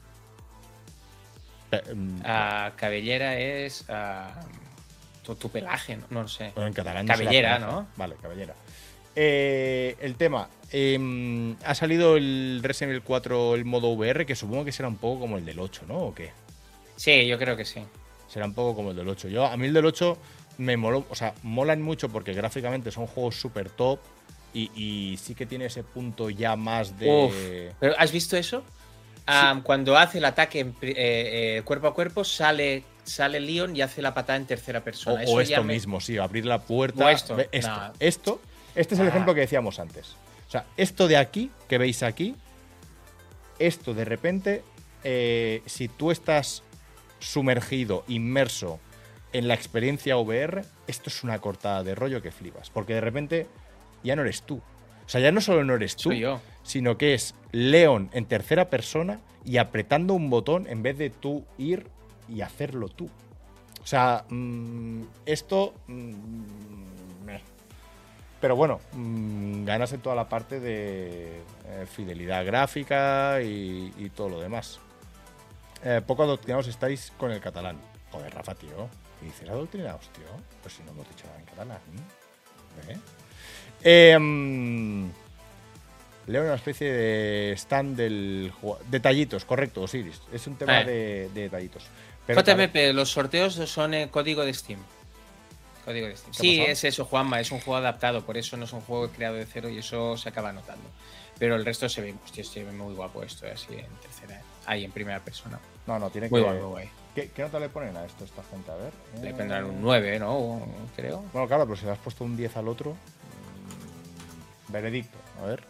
B: Eh, uh, cabellera es uh, tu, tu pelaje, no, no sé.
A: Bueno, en catalán
B: cabellera,
A: no,
B: ¿no?
A: Vale, cabellera. Eh, el tema. Eh, ha salido el Resident Evil cuatro, el modo V R, que supongo que será un poco como el del ocho, ¿no? ¿O qué?
B: Sí, yo creo que sí.
A: Será un poco como el del ocho. Yo, a mí el del ocho... me moló, o sea, molan mucho porque gráficamente son juegos súper top y, y sí que tiene ese punto ya más de...
B: Uf, ¿pero has visto eso? Sí. Um, cuando hace el ataque en, eh, eh, cuerpo a cuerpo, sale, sale Leon y hace la patada en tercera persona.
A: O,
B: eso
A: o esto
B: me...
A: mismo, sí, abrir la puerta...
B: O esto.
A: Esto,
B: nah.
A: esto, este es el
B: ah.
A: ejemplo que decíamos antes. O sea, esto de aquí, que veis aquí, esto de repente, eh, si tú estás sumergido, inmerso en la experiencia V R, esto es una cortada de rollo que flipas. Porque de repente ya no eres tú. O sea, ya no solo no eres tú,
B: Soy yo.
A: Sino que es Leon en tercera persona y apretando un botón en vez de tú ir y hacerlo tú. O sea, mmm, esto... Mmm, pero bueno, mmm, ganas en toda la parte de eh, fidelidad gráfica y, y todo lo demás. Eh, poco adoctrinados estáis con el catalán. Joder, Rafa, tío. ¿Y dices adoctrinados, tío? Pues si no hemos dicho nada en catalán. ¿Eh? Eh, um, leo una especie de stand del juego. Detallitos, correcto, Osiris. Es un tema eh. de, de detallitos.
B: Pero J M P, claro, los sorteos son el código de Steam. Código de Steam. Sí, es eso, Juanma. Es un juego adaptado. Por eso no es un juego creado de cero y eso se acaba notando. Pero el resto se ve, hostia, se ve muy guapo esto, así en tercera. Ahí, en primera persona.
A: No, no, tiene
B: muy
A: que...
B: Muy guapo, guay.
A: ¿Qué, ¿Qué nota le ponen a esto esta gente? A ver.
B: Le pondrán un nueve, ¿no? Creo.
A: Bueno, claro, pero si le has puesto un diez al otro. Mmm, veredicto, a ver.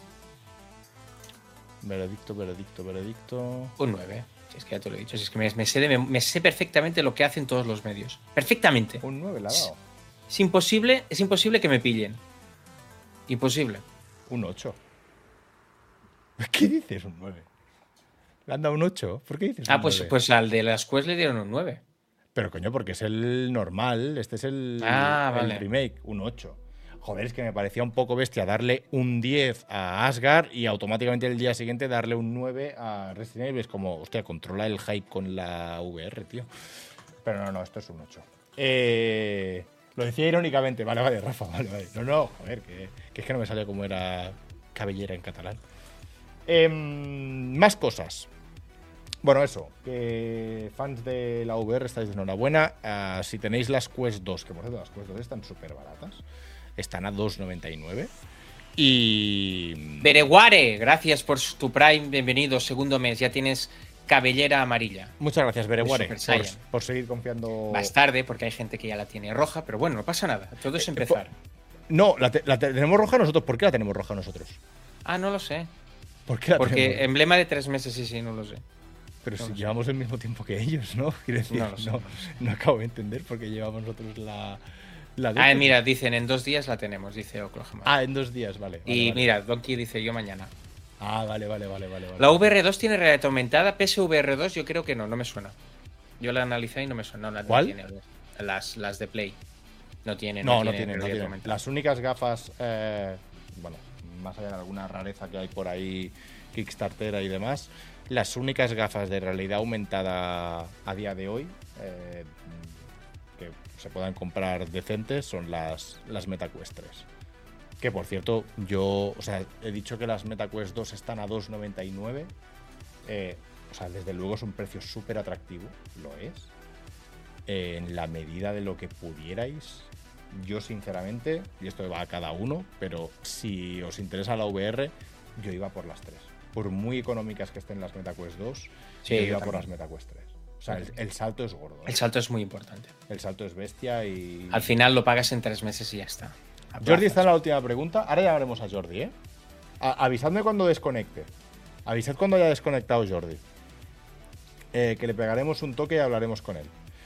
A: Veredicto, veredicto, veredicto.
B: Un nueve. Si es que ya te lo he dicho. Si es que me, me, sé de, me, me sé perfectamente lo que hacen todos los medios. Perfectamente.
A: Un nueve le ha dado.
B: Es imposible, es imposible que me pillen. Imposible.
A: Un ocho. ¿Qué dices un nueve? ¿Le han dado un ocho? ¿Por qué dices un
B: Ah, pues,
A: nueve?
B: pues al de las Quest le dieron un nueve.
A: Pero coño, porque es el normal. Este es el,
B: Ah,
A: el
B: vale.
A: remake. Un ocho. Joder, es que me parecía un poco bestia darle un diez a Asgard y automáticamente el día siguiente darle un nueve a Resident Evil. Es como, hostia, controla el hype con la V R, tío. Pero no, no, esto es un ocho. Eh, lo decía irónicamente. Vale, vale, Rafa, vale, vale. No, no, joder, que, que es que no me salía como era cabellera en catalán. Eh, más cosas. Bueno, eso, que fans de la V R estáis de enhorabuena. Uh, si tenéis las Quest dos, que por cierto las Quest dos están súper baratas, están a dos noventa y nueve. Y...
B: Bereguare, gracias por tu Prime, bienvenido, segundo mes, ya tienes cabellera amarilla.
A: Muchas gracias, Bereguare,
B: Super
A: por,
B: Saiyan.
A: por seguir confiando.
B: Más tarde, porque hay gente que ya la tiene roja, pero bueno, no pasa nada, todo es empezar.
A: No, la, te- la te- tenemos roja nosotros. ¿Por qué la tenemos roja nosotros?
B: Ah, no lo sé.
A: ¿Por qué la
B: Porque
A: tenemos?
B: emblema de tres meses, sí, sí, no lo sé.
A: Pero
B: no
A: si
B: lo sé.
A: llevamos el mismo tiempo que ellos, ¿no? Quiero decir,
B: No
A: no,
B: lo sé,
A: no,
B: no lo sé.
A: no acabo de entender por qué llevamos nosotros la. la de
B: Ah,
A: estos.
B: mira, dicen en dos días la tenemos, dice Oklahoma.
A: Ah, en dos días, vale. vale,
B: y
A: vale.
B: mira, Donkey dice yo mañana.
A: Ah, vale, vale, vale, vale. vale.
B: La V R dos tiene realidad aumentada, P S V R dos yo creo que no, no me suena. Yo la analicé y no me suena. No, la- no
A: ¿Cuál?
B: tiene, las, las de Play. No tienen.
A: No, no
B: tienen
A: tienen, no
B: realidad
A: tienen.
B: aumentada.
A: Las únicas gafas, eh, bueno, más allá de alguna rareza que hay por ahí, Kickstarter y demás, las únicas gafas de realidad aumentada a día de hoy eh, que se puedan comprar decentes son las, las MetaQuest tres. Que por cierto, yo, o sea, he dicho que las MetaQuest dos están a dos noventa y nueve. Eh, o sea, desde luego es un precio súper atractivo, lo es. Eh, en la medida de lo que pudierais, yo sinceramente, y esto va a cada uno, pero si os interesa la V R, yo iba por las tres. Por muy económicas que estén las MetaQuest dos,
B: Sí,
A: yo
B: yo
A: iba por
B: también.
A: las MetaQuest tres. O sea, el, el salto es gordo. ¿eh?
B: El salto es muy importante.
A: El salto es bestia y...
B: Al final lo pagas en tres meses y ya está.
A: Jordi está en la última pregunta. Ahora llamaremos a Jordi, ¿eh? A- avisadme cuando desconecte. Avisad cuando haya desconectado Jordi. Eh, que le pegaremos un toque y hablaremos con él.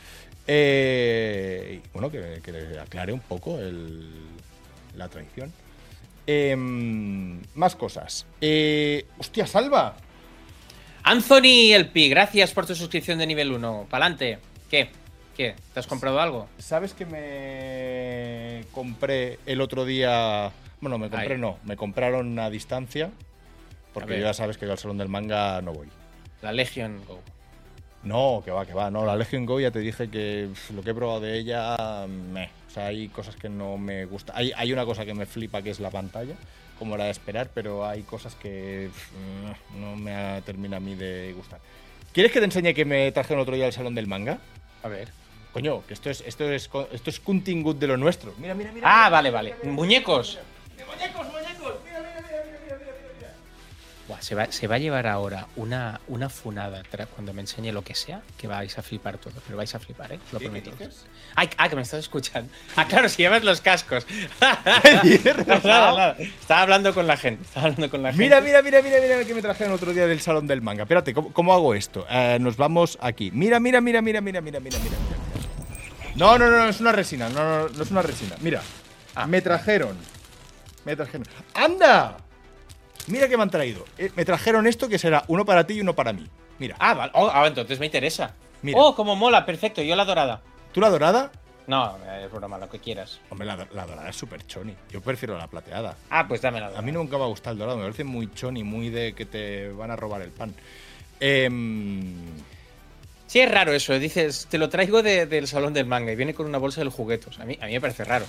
A: Eh, y bueno, que, que le aclare un poco el, la traición. Eh, más cosas. Eh, ¡Hostia, Salva!
B: Anthony El Pi, gracias por tu suscripción de nivel uno. Pa'lante. ¿Qué? ¿Qué? ¿Te has comprado algo?
A: ¿Sabes que me compré el otro día? Bueno, me compré
B: Ay.
A: no, me compraron a distancia.
B: A
A: Porque
B: ver.
A: yo ya sabes que yo al Salón del Manga no voy.
B: La Legion Go.
A: No, que va, que va. No, la Legion Go ya te dije que pf, lo que he probado de ella, meh. O sea, hay cosas que no me gustan. Hay, hay una cosa que me flipa que es la pantalla, como era de esperar, pero hay cosas que pf, no me ha- termina a mí de gustar. ¿Quieres que te enseñe que me trajeron otro día al Salón del Manga?
B: A ver.
A: Coño, que esto es esto es co- esto es Kuntingut de lo nuestro. Mira, mira, mira.
B: Ah,
A: mira,
B: vale,
A: mira,
B: vale.
A: mira, mira,
B: Muñecos.
A: mira, muñecos, muñecos. Mira, mira, mira, mira, mira, mira, mira.
B: Buah, se, va, se va a llevar ahora una, una funada tra- cuando me enseñe lo que sea, que vais a flipar todo. Pero vais a flipar, ¿eh? Lo
A: ¿Qué- qué
B: prometo.
A: dices?
B: Ay, ah, que me estás escuchando. Ah, claro, si llevas los cascos.
A: ¿Qué dices,
B: nada,
A: Rafa?
B: nada. Estaba hablando con la gente. Estaba hablando con la
A: Mira,
B: gente.
A: mira, mira, mira, mira que me trajeron otro día del Salón del Manga. Espérate, ¿cómo, cómo hago esto? Eh, nos vamos aquí. Mira, mira, mira, mira, mira, mira, mira, mira. No, no, no, no es una resina. No, no, no es una resina. Mira,
B: Ah.
A: me trajeron. Me trajeron. ¡Anda! Mira que me han traído. Eh, me trajeron esto que será uno para ti y uno para mí. Mira,
B: Ah, vale. Oh, ah, entonces me interesa.
A: Mira.
B: Oh, como mola, perfecto. Yo la dorada.
A: ¿tú la dorada?
B: No, es broma, lo que quieras.
A: Hombre, la, la dorada es súper choni. Yo prefiero la plateada.
B: Ah, pues dame la dorada.
A: A mí nunca me ha gustado el dorado. Me parece muy choni, muy de que te van a robar el pan. Em,
B: Sí, es raro eso. Dices, te lo traigo de- del salón del manga y viene con una bolsa de juguetos. A mí, a mí me parece raro.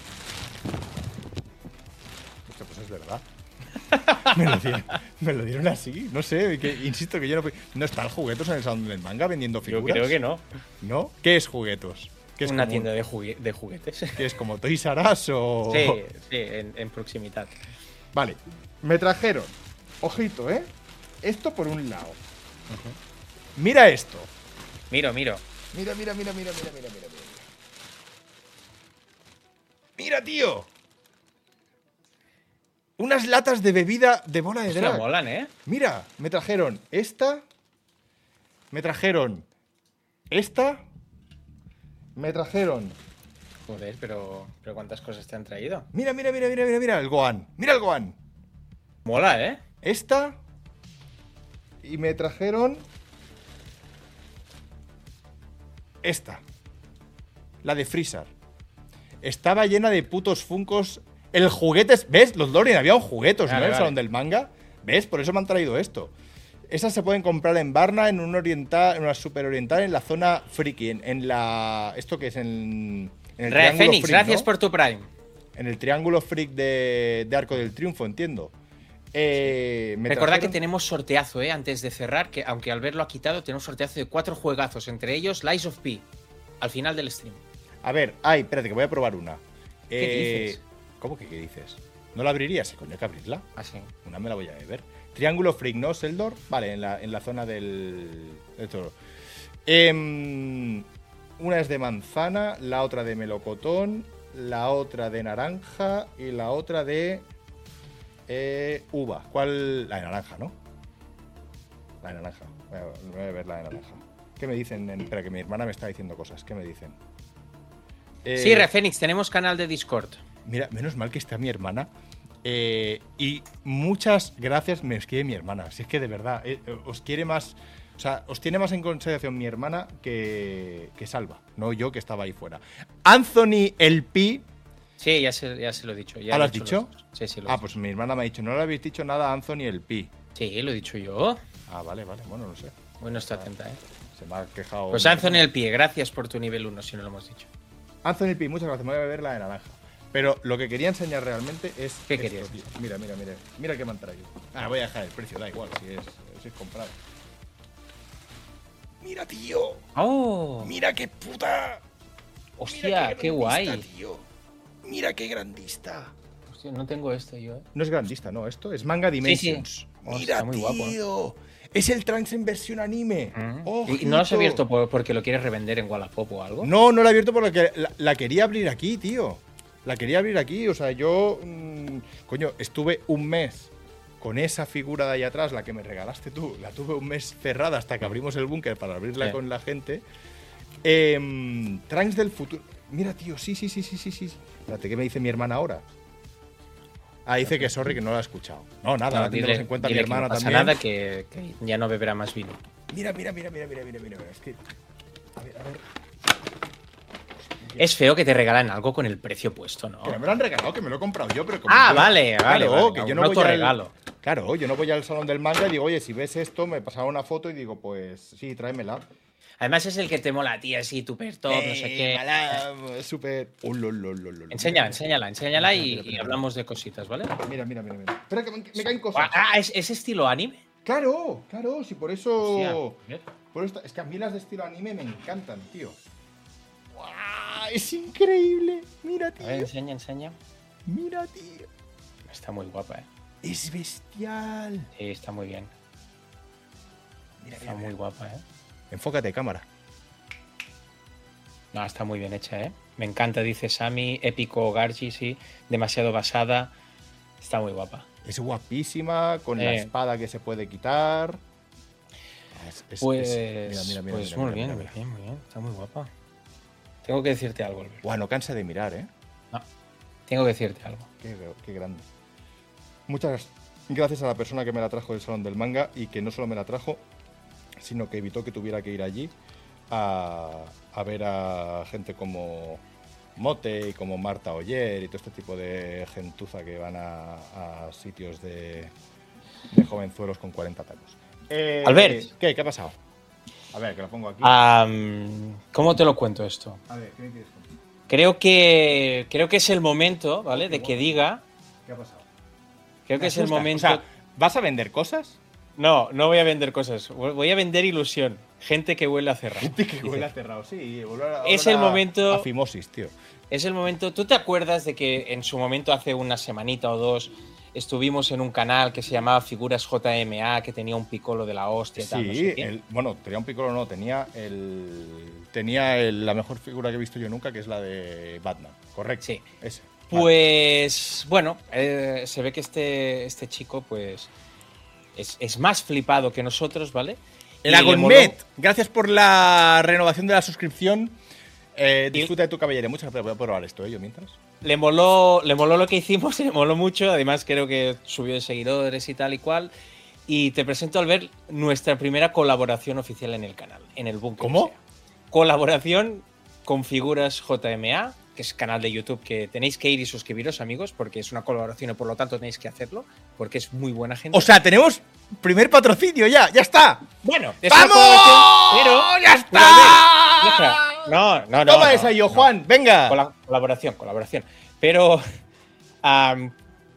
A: Hostia, pues es verdad. me, lo dieron, me lo dieron así, no sé, que, insisto que yo no... fui- ¿No están juguetos en el salón del manga vendiendo
B: Yo
A: figuras?
B: creo que no.
A: ¿No? ¿Qué es juguetos? ¿Qué es
B: Una
A: como-
B: tienda de, jugue- de juguetes.
A: ¿Qué es como Toys R Us o...?
B: Sí, sí, en, en proximidad.
A: Vale, me trajeron, ojito, ¿eh? Esto por un lado. Mira esto.
B: Miro, miro.
A: Mira, mira, mira, mira, mira, mira, mira. Mira, mira tío. Unas latas de bebida de bola de
B: Hostia,
A: drag.
B: molan, ¿eh?
A: Mira, me trajeron esta. Me trajeron esta. Me trajeron
B: Joder, pero, pero ¿cuántas cosas te han traído?
A: Mira, mira, mira, mira, mira, mira, el Gohan. Mira el Gohan.
B: Mola, ¿eh?
A: Esta. Y me trajeron... Esta. La de Freezer. Estaba llena de putos funcos. El juguete... ¿Ves? Los Lorien había un juguetos,
B: Vale,
A: ¿no? En el
B: vale.
A: salón del manga. ¿Ves? Por eso me han traído esto. Esas se pueden comprar en Barna, en un oriental, en una super oriental, en la zona friki, en, en la... ¿Esto qué es? En, en el
B: Re
A: triángulo
B: Fénix,
A: freak,
B: gracias
A: ¿no?
B: por tu Prime.
A: En el triángulo freak de, de Arco del Triunfo, entiendo. Eh, me
B: Recordad que
A: trajeron-
B: tenemos sorteazo, ¿eh? Antes de cerrar, que aunque Albert lo ha quitado, tenemos sorteazo de cuatro juegazos, entre ellos Lies of P, al final del stream.
A: A ver, ay, espérate, que voy a probar una.
B: ¿Qué dices?
A: ¿Cómo que qué dices? ¿No la abrirías? Coño, hay que abrirla.
B: Así.
A: Una me la voy a beber. Triángulo Freak, ¿no? Seldor. Vale, en la, en la zona del. del toro. Em, una es de manzana, la otra de melocotón, la otra de naranja y la otra de. eh, uva. ¿Cuál? La de naranja, ¿no? La de naranja. Voy a, voy a ver la de naranja. ¿Qué me dicen? En- espera, que mi hermana me está diciendo cosas. ¿Qué me dicen? Eh,
B: Sí, Re Fénix, tenemos canal de Discord.
A: Mira, menos mal que está mi hermana. Eh, y muchas gracias me escribe mi hermana. Si es que de verdad, eh, os quiere más. O sea, os tiene más en consideración mi hermana que, que Salva, no yo que estaba ahí fuera. Anthony El Pi.
B: Sí, ya se, ya se lo he dicho. Ya
A: ¿Ah, lo
B: he
A: has
B: dicho
A: dicho?
B: los dos. Sí, sí, lo he
A: Ah,
B: dicho.
A: pues mi hermana me ha dicho, no le habéis dicho nada a Anthony El Pi.
B: Sí, lo he dicho yo.
A: Ah, vale, vale, bueno, no sé.
B: Bueno, está atenta, ¿eh?
A: Se me ha quejado.
B: Pues Anthony el pie, gracias por tu nivel uno, si no lo hemos dicho.
A: Anthony El Pi, muchas gracias, me voy a beber la de naranja. Pero lo que quería enseñar realmente es.
B: ¿Qué
A: esto,
B: querías?
A: tío. Mira, mira, mira. Mira qué me han traído. Ah, voy a dejar el precio, da igual, si es, si es comprado. Mira, tío.
B: ¡Oh!
A: Mira qué puta.
B: ¡Hostia, qué guay!
A: Tío. Mira qué grandista.
B: Hostia, no tengo esto yo, ¿eh?
A: No es grandista, no, esto es Manga Dimensions.
B: Oh,
A: Mira,
B: está muy guapo, ¿eh?
A: tío. Es el Trunks en versión anime.
B: ¿Y no lo has
A: Ojito.
B: abierto por- porque lo quieres revender en Wallapop o algo?
A: No, no la he abierto porque la, la quería abrir aquí, tío. La quería abrir aquí. O sea, yo. mm, coño, estuve un mes con esa figura de ahí atrás, la que me regalaste tú. La tuve un mes cerrada hasta que abrimos el búnker para abrirla
B: Sí.
A: con la gente. Em, Trunks del futuro. Mira, tío, sí, sí, sí, sí, sí, sí. Espérate, ¿qué me dice mi hermana ahora? Ah, dice que sorry, que no la ha escuchado. No, nada,
B: No,
A: la tendremos
B: dile-
A: en cuenta
B: dile
A: mi
B: que no
A: hermana
B: pasa
A: también.
B: nada, que, que ya no beberá más vino.
A: Mira, mira, mira, mira, mira, mira, mira, mira. Es que. A ver, a ver.
B: Es feo que te regalan algo con el precio puesto, ¿no?
A: Que no me lo han regalado, que me lo he comprado yo, pero como
B: Ah,
A: yo-
B: vale, vale,
A: Claro,
B: vale,
A: que
B: un
A: yo no voy al,
B: autorregalo.
A: Claro, yo no voy al salón del manga y digo, oye, si ves esto, me pasaba una foto y digo, pues sí, tráemela.
B: Además es el que te mola a ti, así, super top, no sé qué.
A: Eh, mala, súper. Oh, lo, lo, lo, lo, lo.
B: Enseña,
A: Mira,
B: enséñala, enséñala
A: Mira,
B: y,
A: mira,
B: y
A: mira.
B: hablamos de cositas, ¿vale?
A: Mira, mira, mira, mira. Espera, que me, me caen cosas.
B: Ah, ¿es, es estilo anime?
A: Claro, claro, sí, por eso.
B: Hostia,
A: por esto- es que a mí las de estilo anime me encantan, tío. ¡Guau! Es increíble. Mira,
B: a ver,
A: tío.
B: enseña, enseña.
A: Mira, tío.
B: Está muy guapa, ¿eh?
A: Es bestial.
B: Sí, está muy bien.
A: Mira,
B: Está
A: mira,
B: muy
A: mira.
B: guapa, ¿eh?
A: Enfócate, cámara.
B: No, está muy bien hecha, ¿eh? Me encanta, dice Sammy. Épico Gargi, sí. Demasiado basada. Está muy guapa.
A: Es guapísima, con la
B: Eh.
A: espada que se puede quitar. Ah, es- es-
B: Pues,
A: es- mira, mira, mira,
B: pues
A: mira,
B: muy
A: mira,
B: bien,
A: mira,
B: muy
A: mira.
B: bien, muy bien. Está muy guapa. Tengo que decirte algo, Albert.
A: Guau, no cansa de mirar, ¿eh?
B: No, tengo que decirte algo.
A: Qué, qué grande. Muchas gracias a la persona que me la trajo del Salón del Manga y que no solo me la trajo, sino que evitó que tuviera que ir allí a, a ver a gente como Mote y como Marta Oyer y todo este tipo de gentuza que van a, a sitios de, de jovenzuelos con cuarenta tacos. Eh,
B: Albert.
A: ¿Qué? ¿Qué ha pasado? A ver, que lo pongo aquí.
B: Am, ¿Cómo te lo cuento esto?
A: A ver, ¿qué me quieres contar?
B: Creo que, creo que es el momento, ¿vale? De que diga.
A: ¿Qué ha pasado?
B: Creo que es el
A: Asusta.
B: momento.
A: O sea, ¿vas a vender cosas?
B: No, no voy a vender cosas. Voy a vender ilusión. Gente que huele a cerrado.
A: Gente que
B: Dice.
A: huele a cerrado, sí. huele a-
B: Es
A: huele
B: el
A: a-
B: momento-
A: A fimosis, tío.
B: Es el momento. ¿Tú te acuerdas de que en su momento, hace una semanita o dos, estuvimos en un canal que se llamaba Figuras J M A, que tenía un picolo de la hostia y tal?
A: Sí,
B: no sé qué?
A: el- bueno, tenía un piccolo, no, tenía el. Tenía el- la mejor figura que he visto yo nunca, que es la de Batman. Correcto.
B: Sí.
A: Ese. Vale.
B: Pues bueno, eh, se ve que este, este chico pues es, es más flipado que nosotros, ¿vale? Y
A: La
B: le moló-
A: Gonmet, gracias por la renovación de la suscripción. Eh, disfruta de tu caballería. Muchas gracias. Voy a probar esto, ¿eh? Yo mientras.
B: Le moló, le moló lo que hicimos, le moló mucho. Además, creo que subió de seguidores y tal y cual. Y te presento, Albert, nuestra primera colaboración oficial en el canal, en el Búnker.
A: ¿Cómo?
B: Colaboración con Figuras J M A, que es canal de YouTube que tenéis que ir y suscribiros, amigos, porque es una colaboración y por lo tanto tenéis que hacerlo, porque es muy buena gente.
A: O sea, tenemos primer patrocinio ya, ya está.
B: Bueno, es
A: ¡vamos!
B: una colaboración, pero
A: ¡Ya está!
B: pero, deja, no, no, no.
A: Toma
B: no,
A: esa yo,
B: no.
A: Juan, venga.
B: Cola- colaboración, colaboración. Pero. Um,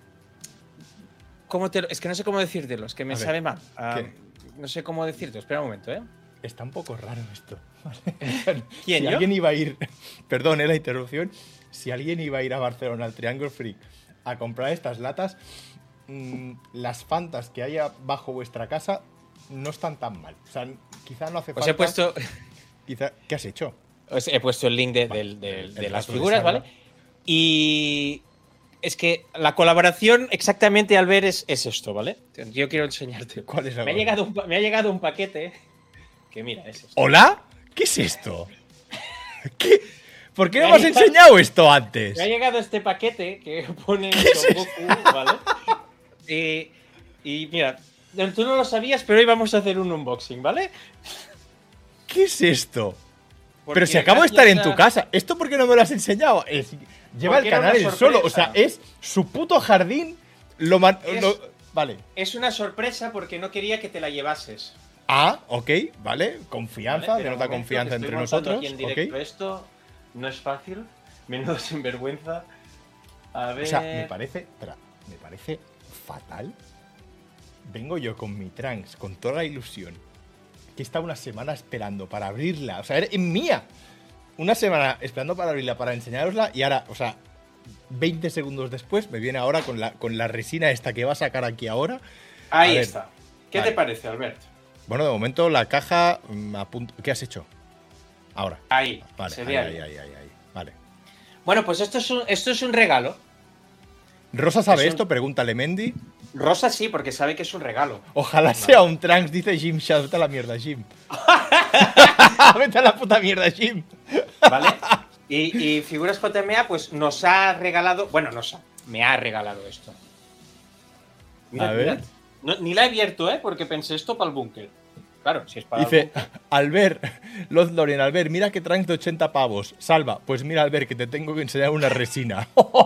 B: ¿cómo te lo- es que no sé cómo decírtelo, es que me
A: A ver,
B: sabe mal. Um,
A: ¿qué?
B: no sé cómo decirte, espera un momento, ¿eh?
A: Está un poco raro esto.
B: ¿Quién,
A: si
B: yo?
A: alguien iba a ir, perdón, eh, la interrupción. Si alguien iba a ir a Barcelona al Triangle Freak a comprar estas latas, mmm, las fantas que haya bajo vuestra casa no están tan mal. O sea, quizá no hace falta.
B: Os he puesto.
A: Quizá, ¿qué has hecho?
B: Os he puesto el link de,
A: Vale,
B: del- del-
A: el
B: de las
A: rato de
B: figuras,
A: Salva.
B: ¿vale? Y. Es que la colaboración exactamente al ver es, es esto, ¿vale? Yo quiero enseñarte.
A: ¿Cuál es la
B: Me ha,
A: cosa?
B: llegado un, pa- me ha llegado un paquete. Que mira, es esto.
A: ¿Hola? ¿Qué es esto? ¿Qué? ¿Por qué no
B: Me
A: me
B: ha
A: has
B: llegado-
A: enseñado esto antes?
B: Me ha llegado este paquete que pone
A: ¿Qué es
B: Son Goku, ¿vale? Y, y mira, tú no lo sabías, pero hoy vamos a hacer un unboxing, ¿vale?
A: ¿Qué es esto?
B: Porque
A: Pero si acabo de estar en
B: gracias
A: tu
B: a-
A: casa, ¿esto por qué no me lo has enseñado? Es- lleva
B: Porque
A: el
B: era
A: canal
B: una
A: él solo, o
B: sorpresa.
A: sea, es su puto jardín. Lo, man-
B: Es-
A: lo- Vale.
B: Es una sorpresa porque no quería que te la llevases.
A: Ah, ok, vale. Confianza,
B: ¿vale? Pero
A: denota
B: un momento,
A: confianza
B: que estoy
A: entre
B: montando
A: nosotros.
B: aquí en directo
A: Ok.
B: esto no es fácil. Menudo sinvergüenza. A ver.
A: O sea, me parece. Espera, me parece fatal. Vengo yo con mi trans, con toda la ilusión. Que he estado una semana esperando para abrirla. O sea, es mía. Una semana esperando para abrirla, para enseñarosla. Y ahora, o sea, veinte segundos después, me viene ahora con la, con la resina esta que va a sacar aquí ahora.
B: Ahí
A: A ver,
B: está. ¿Qué
A: vale.
B: te parece, Albert?
A: Bueno, de momento la caja. mm, a punto- ¿Qué has hecho? Ahora.
B: Ahí.
A: Vale,
B: se
A: ahí,
B: ve
A: ahí,
B: ahí.
A: ahí, ahí, ahí. Vale.
B: Bueno, pues esto es un, esto es un regalo.
A: ¿Rosa sabe
B: Es un-
A: esto? Pregúntale, Mendy.
B: Rosa sí, porque sabe que es un regalo.
A: Ojalá sea un trans, dice Jim Shad. Vete a la mierda, Jim. Vete a la puta mierda, Jim.
B: ¿Vale? Y, y Figuras J M A, pues nos ha regalado. Bueno, nos ha. Me ha regalado esto.
A: A ver.
B: mirad. No, ni la he abierto, ¿eh? Porque pensé esto para el búnker. Claro, si es para el
A: Dice,
B: búnker.
A: Albert, Lord Lorien, Albert, mira que trans de ochenta pavos. Salva, pues mira, Albert, que te tengo que enseñar una resina.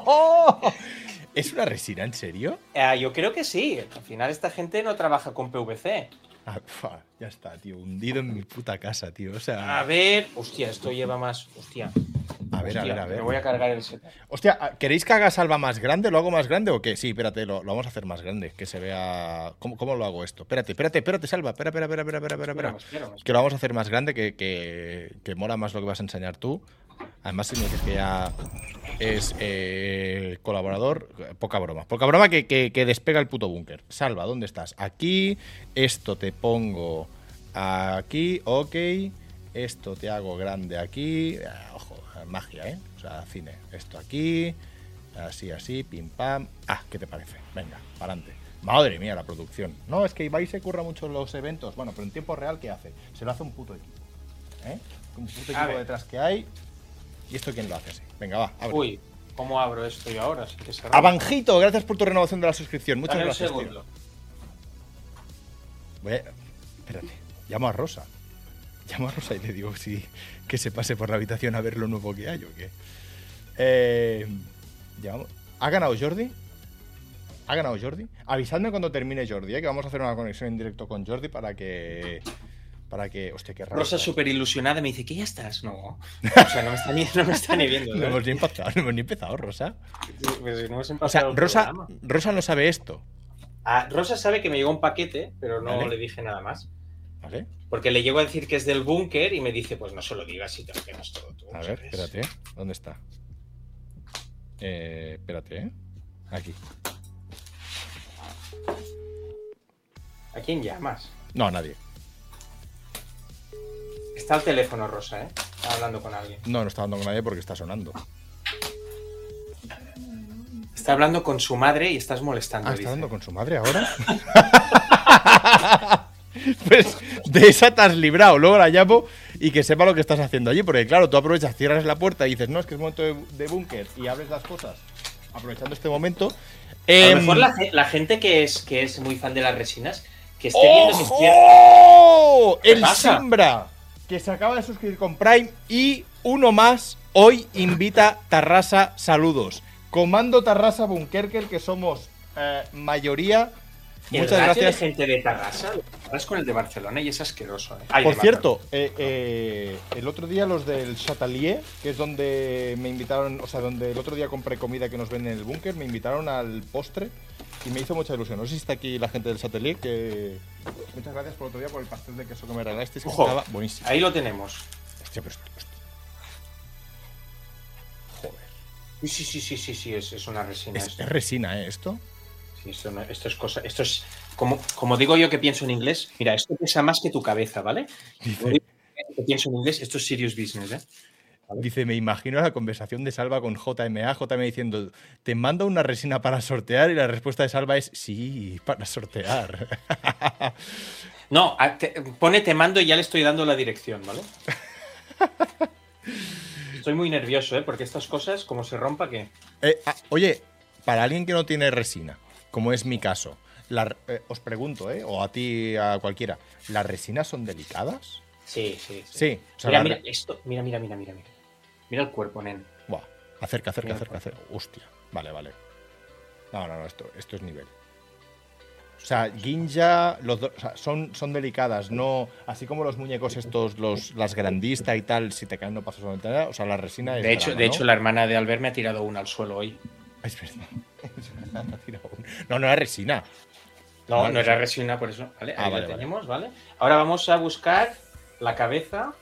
A: ¿Es una resina, en serio?
B: Eh, yo creo que sí. Al final esta gente no trabaja con P V C.
A: Ah, fua, ya está, tío, hundido en mi puta casa, tío. O sea,
B: A ver. Hostia, esto lleva más. Hostia.
A: a ver, a
B: Hostia,
A: ver, a ver.
B: Me voy a cargar el set.
A: Hostia, ¿queréis que haga Salva más grande? ¿Lo hago más grande o qué? Sí, espérate, lo, lo vamos a hacer más grande, que se vea... ¿Cómo, cómo lo hago esto? Espérate, espérate, espérate, Salva. Espera, espera, espera, espera, espera, espera.
B: Espera, espera, espera.
A: Que lo vamos a hacer más grande, que, que, que mola más lo que vas a enseñar tú. Además, si me dices que ya es eh, colaborador, poca broma. Poca broma que, que, que despega el puto búnker. Salva, ¿dónde estás? Aquí, esto te pongo aquí, ok. Esto te hago grande aquí. Ah, ojo, magia, ¿eh? O sea, cine. Esto aquí, así, así, pim, pam. Ah, ¿qué te parece? Venga, para adelante. Madre mía, la producción. No, es que Ibai se curra mucho en los eventos. Bueno, pero en tiempo real, ¿qué hace? Se lo hace un puto equipo. ¿Eh? Un puto
B: A
A: equipo
B: ver.
A: detrás que hay. ¿Y esto quién lo hace así? Venga, va, abre.
B: Uy, ¿cómo abro esto yo ahora? Sí que se rompe.
A: Abanjito, gracias por tu renovación de la suscripción. Muchas
B: Dame un
A: gracias,
B: segundo.
A: tío. Voy a... Espérate, llamo a Rosa. Llamo a Rosa y le digo si que se pase por la habitación a ver lo nuevo que hay o qué. Eh, llamamos- ¿Ha ganado Jordi? ¿Ha ganado Jordi? Avisadme cuando termine Jordi, ¿eh? Que vamos a hacer una conexión en directo con Jordi para que... Para que... Hostia, qué raro.
B: Rosa
A: está.
B: súper ilusionada me dice, ¿qué ya estás? No. O sea, no me está ni, no me está ni viendo.
A: No
B: ¿sabes?
A: hemos ni empezado, no hemos ni empezado, Rosa.
B: Pues no hemos
A: O
B: empezado
A: sea,
B: el
A: Rosa,
B: programa.
A: Rosa no sabe esto,
B: Ah, Rosa sabe que me llegó un paquete, pero no
A: Vale.
B: le dije nada más.
A: ¿vale?
B: Porque le llego a decir que es del búnker y me dice, pues no se lo digas si te lo quedas todo tú.
A: A ver,
B: ¿sabes?
A: espérate, ¿eh? ¿Dónde está? Eh, espérate, ¿eh? Aquí.
B: ¿A quién llamas?
A: No, nadie.
B: Está al teléfono, Rosa, ¿eh? Está hablando con alguien.
A: No, no está hablando con nadie porque está sonando.
B: Está hablando con su madre y estás molestando.
A: Ah,
B: dice.
A: ¿está hablando con su madre ahora? Pues de esa te has librado. Luego la llamo y que sepa lo que estás haciendo allí. Porque claro, tú aprovechas, cierras la puerta y dices, no, es que es momento de, de búnker y abres las cosas aprovechando este momento.
B: A
A: Eh,
B: lo mejor la, la gente que es, que es muy fan de las resinas, que esté viendo que estoy-
A: ¡Ojo!
B: ¿Qué
A: El
B: pasa?
A: Simbra, que se acaba de suscribir con Prime, y uno más hoy invita Tarrasa saludos. Comando Tarrasa Bunkerkel, que somos eh, mayoría.
B: el
A: Muchas
B: ratio
A: gracias.
B: de gente de Tarrasa, es con el de Barcelona y es asqueroso. ¿eh? Ay,
A: Por
B: de
A: cierto, eh, eh, el otro día los del Chatelier, que es donde me invitaron, o sea, donde el otro día compré comida que nos venden en el búnker, me invitaron al postre y me hizo mucha ilusión. No sé si está aquí la gente del Chatelier, que muchas gracias por otro día por el pastel de queso que me regalasteis, que
B: Ojo,
A: estaba buenísimo.
B: Ahí lo tenemos.
A: Hostia, pero esto, hostia. Joder.
B: Sí, sí, sí, sí, sí, sí, es, es una resina.
A: Es,
B: esto.
A: es resina, ¿eh? Esto.
B: Sí, esto, no- esto es cosa. Esto es. Como, como digo yo que pienso en inglés, mira, esto pesa más que tu cabeza, ¿vale? Como
A: Dice,
B: digo que pienso en inglés, esto es serious business, ¿eh?
A: dice, me imagino la conversación de Salva con J M A, J M A diciendo, te mando una resina para sortear, y la respuesta de Salva es, sí, para sortear.
B: No, a- te- pone te mando y ya le estoy dando la dirección, ¿vale? Estoy muy nervioso, ¿eh? Porque estas cosas, como se rompa, que.
A: Eh, ah, oye, para alguien que no tiene resina, como es mi caso, la- eh, os pregunto, ¿eh? O a ti, a cualquiera, ¿las resinas son delicadas?
B: Sí, sí, sí.
A: Sí. O sea,
B: Mira,
A: la
B: mira,
A: re-
B: esto. Mira, mira, mira, mira, mira. Mira el cuerpo, nen.
A: Buah, acerca, acerca,
B: Mira,
A: acerca,
B: pues.
A: acerca. Hostia, vale, vale. No, no, no, esto, esto es nivel. O sea, Ginja, los do- o sea, son, son delicadas, no. Así como los muñecos estos, los, las grandista y tal, si te caen no pasa absolutamente nada. O sea, la resina es.
B: De hecho,
A: drama,
B: de
A: ¿no?
B: hecho, la hermana de Albert me ha tirado una al suelo hoy.
A: Es verdad. Es verdad, me ha tirado un- No, no es resina.
B: No,
A: Vale,
B: no era
A: sí.
B: resina, por eso. ¿Vale?
A: Ah,
B: Ahí
A: vale,
B: la
A: vale.
B: tenemos, ¿vale? Ahora vamos a buscar la cabeza.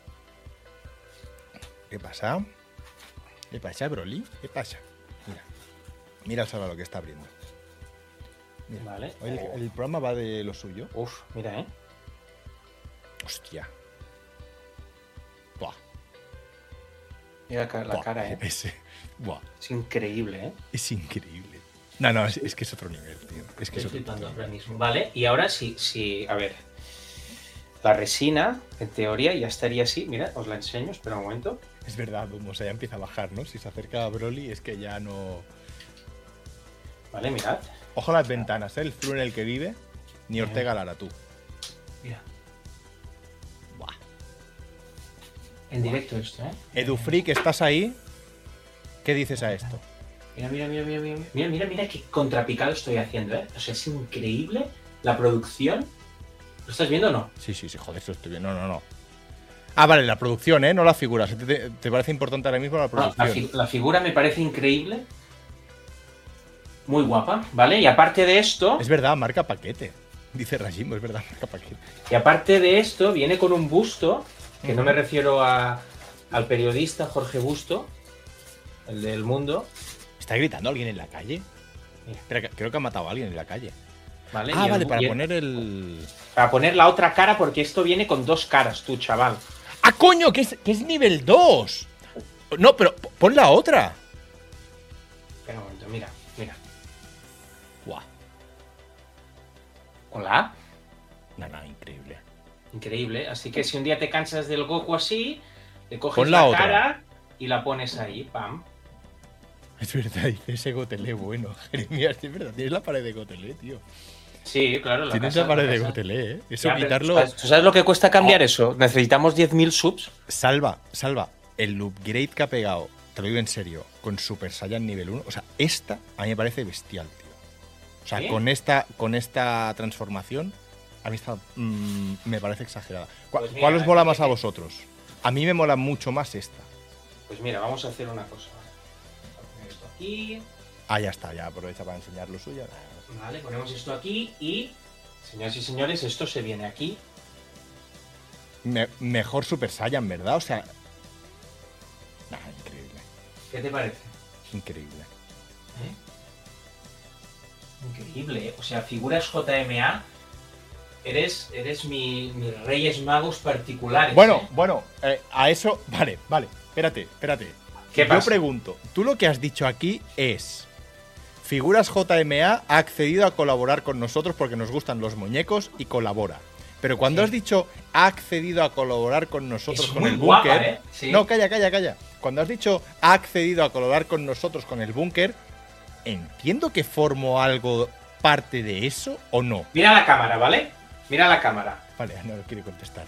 A: ¿Qué pasa? ¿Qué pasa, Broly? ¿Qué pasa? Mira. Mira Salva lo que está abriendo. Mira.
B: Vale.
A: Hoy el,
B: Oh.
A: el programa va de lo suyo.
B: Uf, mira, ¿eh?
A: Hostia. Buah.
B: Mira la ca- la
A: Buah.
B: cara, ¿eh?
A: Ese. Buah.
B: Es increíble, ¿eh?
A: Es increíble. No, no, es, es que es otro nivel, tío. Es que es
B: Estoy
A: otro
B: flipando
A: nivel.
B: ahora mismo. Vale, y ahora sí, sí, a ver. La resina, en teoría, ya estaría así. Mira, os la enseño, espera un momento.
A: Es verdad, o sea, ya empieza a bajar, ¿no? Si se acerca a Broly es que ya no.
B: Vale, mirad.
A: Ojo a las ventanas, ¿eh? El flu en el que vive. Ni Ortega Lara, tú.
B: Mira.
A: Buah.
B: En directo esto, ¿eh?
A: Edufreak, ¿estás ahí? ¿Qué dices a esto?
B: Mira, mira, mira, mira, mira, mira, mira, mira qué contrapicado estoy haciendo, ¿eh? O sea, es increíble la producción. ¿Lo estás viendo o no?
A: Sí, sí, sí, joder, eso estoy bien. No, no, no. Ah, vale, la producción, ¿eh? No las figuras. ¿Te, te- te parece importante ahora mismo la
B: No, la,
A: producción?
B: fi- la figura me parece increíble. Muy guapa, ¿vale? Y aparte de esto,
A: Es verdad, marca paquete. Dice Rajimbo, es verdad, marca paquete.
B: y aparte de esto, viene con un busto, que no
A: Ujú.
B: me refiero a, al periodista Jorge Busto, el del Mundo,
A: ¿Está gritando alguien en la calle?
B: Mira.
A: Espera, que- creo que ha matado a alguien en la calle.
B: ¿vale?
A: Ah,
B: Y el
A: vale,
B: bu-
A: para
B: y el-
A: poner el.
B: para poner la otra cara, porque esto viene con dos caras, tú, chaval.
A: ¡Ah, coño! ¡Que es, que es nivel dos! No, pero p- pon la otra.
B: Espera un momento, mira, mira.
A: Buah.
B: Hola.
A: No, no, increíble.
B: Increíble. Así que si un día te cansas del Goku así, le coges
A: Pon
B: la,
A: la otra.
B: cara y la pones ahí, pam.
A: Es verdad, dice ese Gotelé, bueno. Jeremías, es verdad, tienes la pared de Gotelé, tío.
B: Sí, claro. La
A: Tienes
B: casa-
A: la pared de
B: casa.
A: Gotelé, ¿eh? Eso
B: Ya, pero
A: quitarlo.
B: ¿tú sabes- ¿Tú sabes lo que cuesta cambiar
A: Oh.
B: eso? Necesitamos diez mil subs.
A: Salva, salva. El upgrade que ha pegado, te lo digo en serio, con Super Saiyan nivel uno. O sea, esta a mí me parece bestial, tío. O sea,
B: ¿Sí?
A: con esta, con esta transformación, a mí está, mm, me parece exagerada. ¿Cuál,
B: Pues mira,
A: cuál os mola
B: eh,
A: más a
B: eh,
A: vosotros? A mí me mola mucho más esta.
B: Pues mira, vamos a hacer una cosa. Vamos a poner esto aquí.
A: Ah, ya está, ya aprovecha para enseñar lo suyo.
B: Vale, ponemos esto aquí y, señoras y señores, esto se viene aquí.
A: Me- mejor Super Saiyan, ¿verdad? O sea. Nah, increíble.
B: ¿Qué te parece?
A: Increíble.
B: ¿Eh? Increíble, ¿eh? O sea, figuras J M A. Eres, eres mi, mis Reyes Magos particulares.
A: Bueno,
B: ¿eh?
A: bueno, eh, a eso. Vale, vale. Espérate, espérate.
B: ¿Qué
A: Yo
B: pasa?
A: pregunto, tú lo que has dicho aquí es. Figuras J M A ha accedido a colaborar con nosotros porque nos gustan los muñecos y colabora. Pero cuando sí. has dicho ha accedido a colaborar con nosotros
B: es
A: con
B: muy
A: el búnker.
B: Guapa, ¿eh? Sí.
A: No, calla, calla, calla. Cuando has dicho ha accedido a colaborar con nosotros con el búnker, entiendo que formo algo parte de eso o no.
B: Mira la cámara, ¿vale? Mira la cámara.
A: Vale, no lo quiere contestar.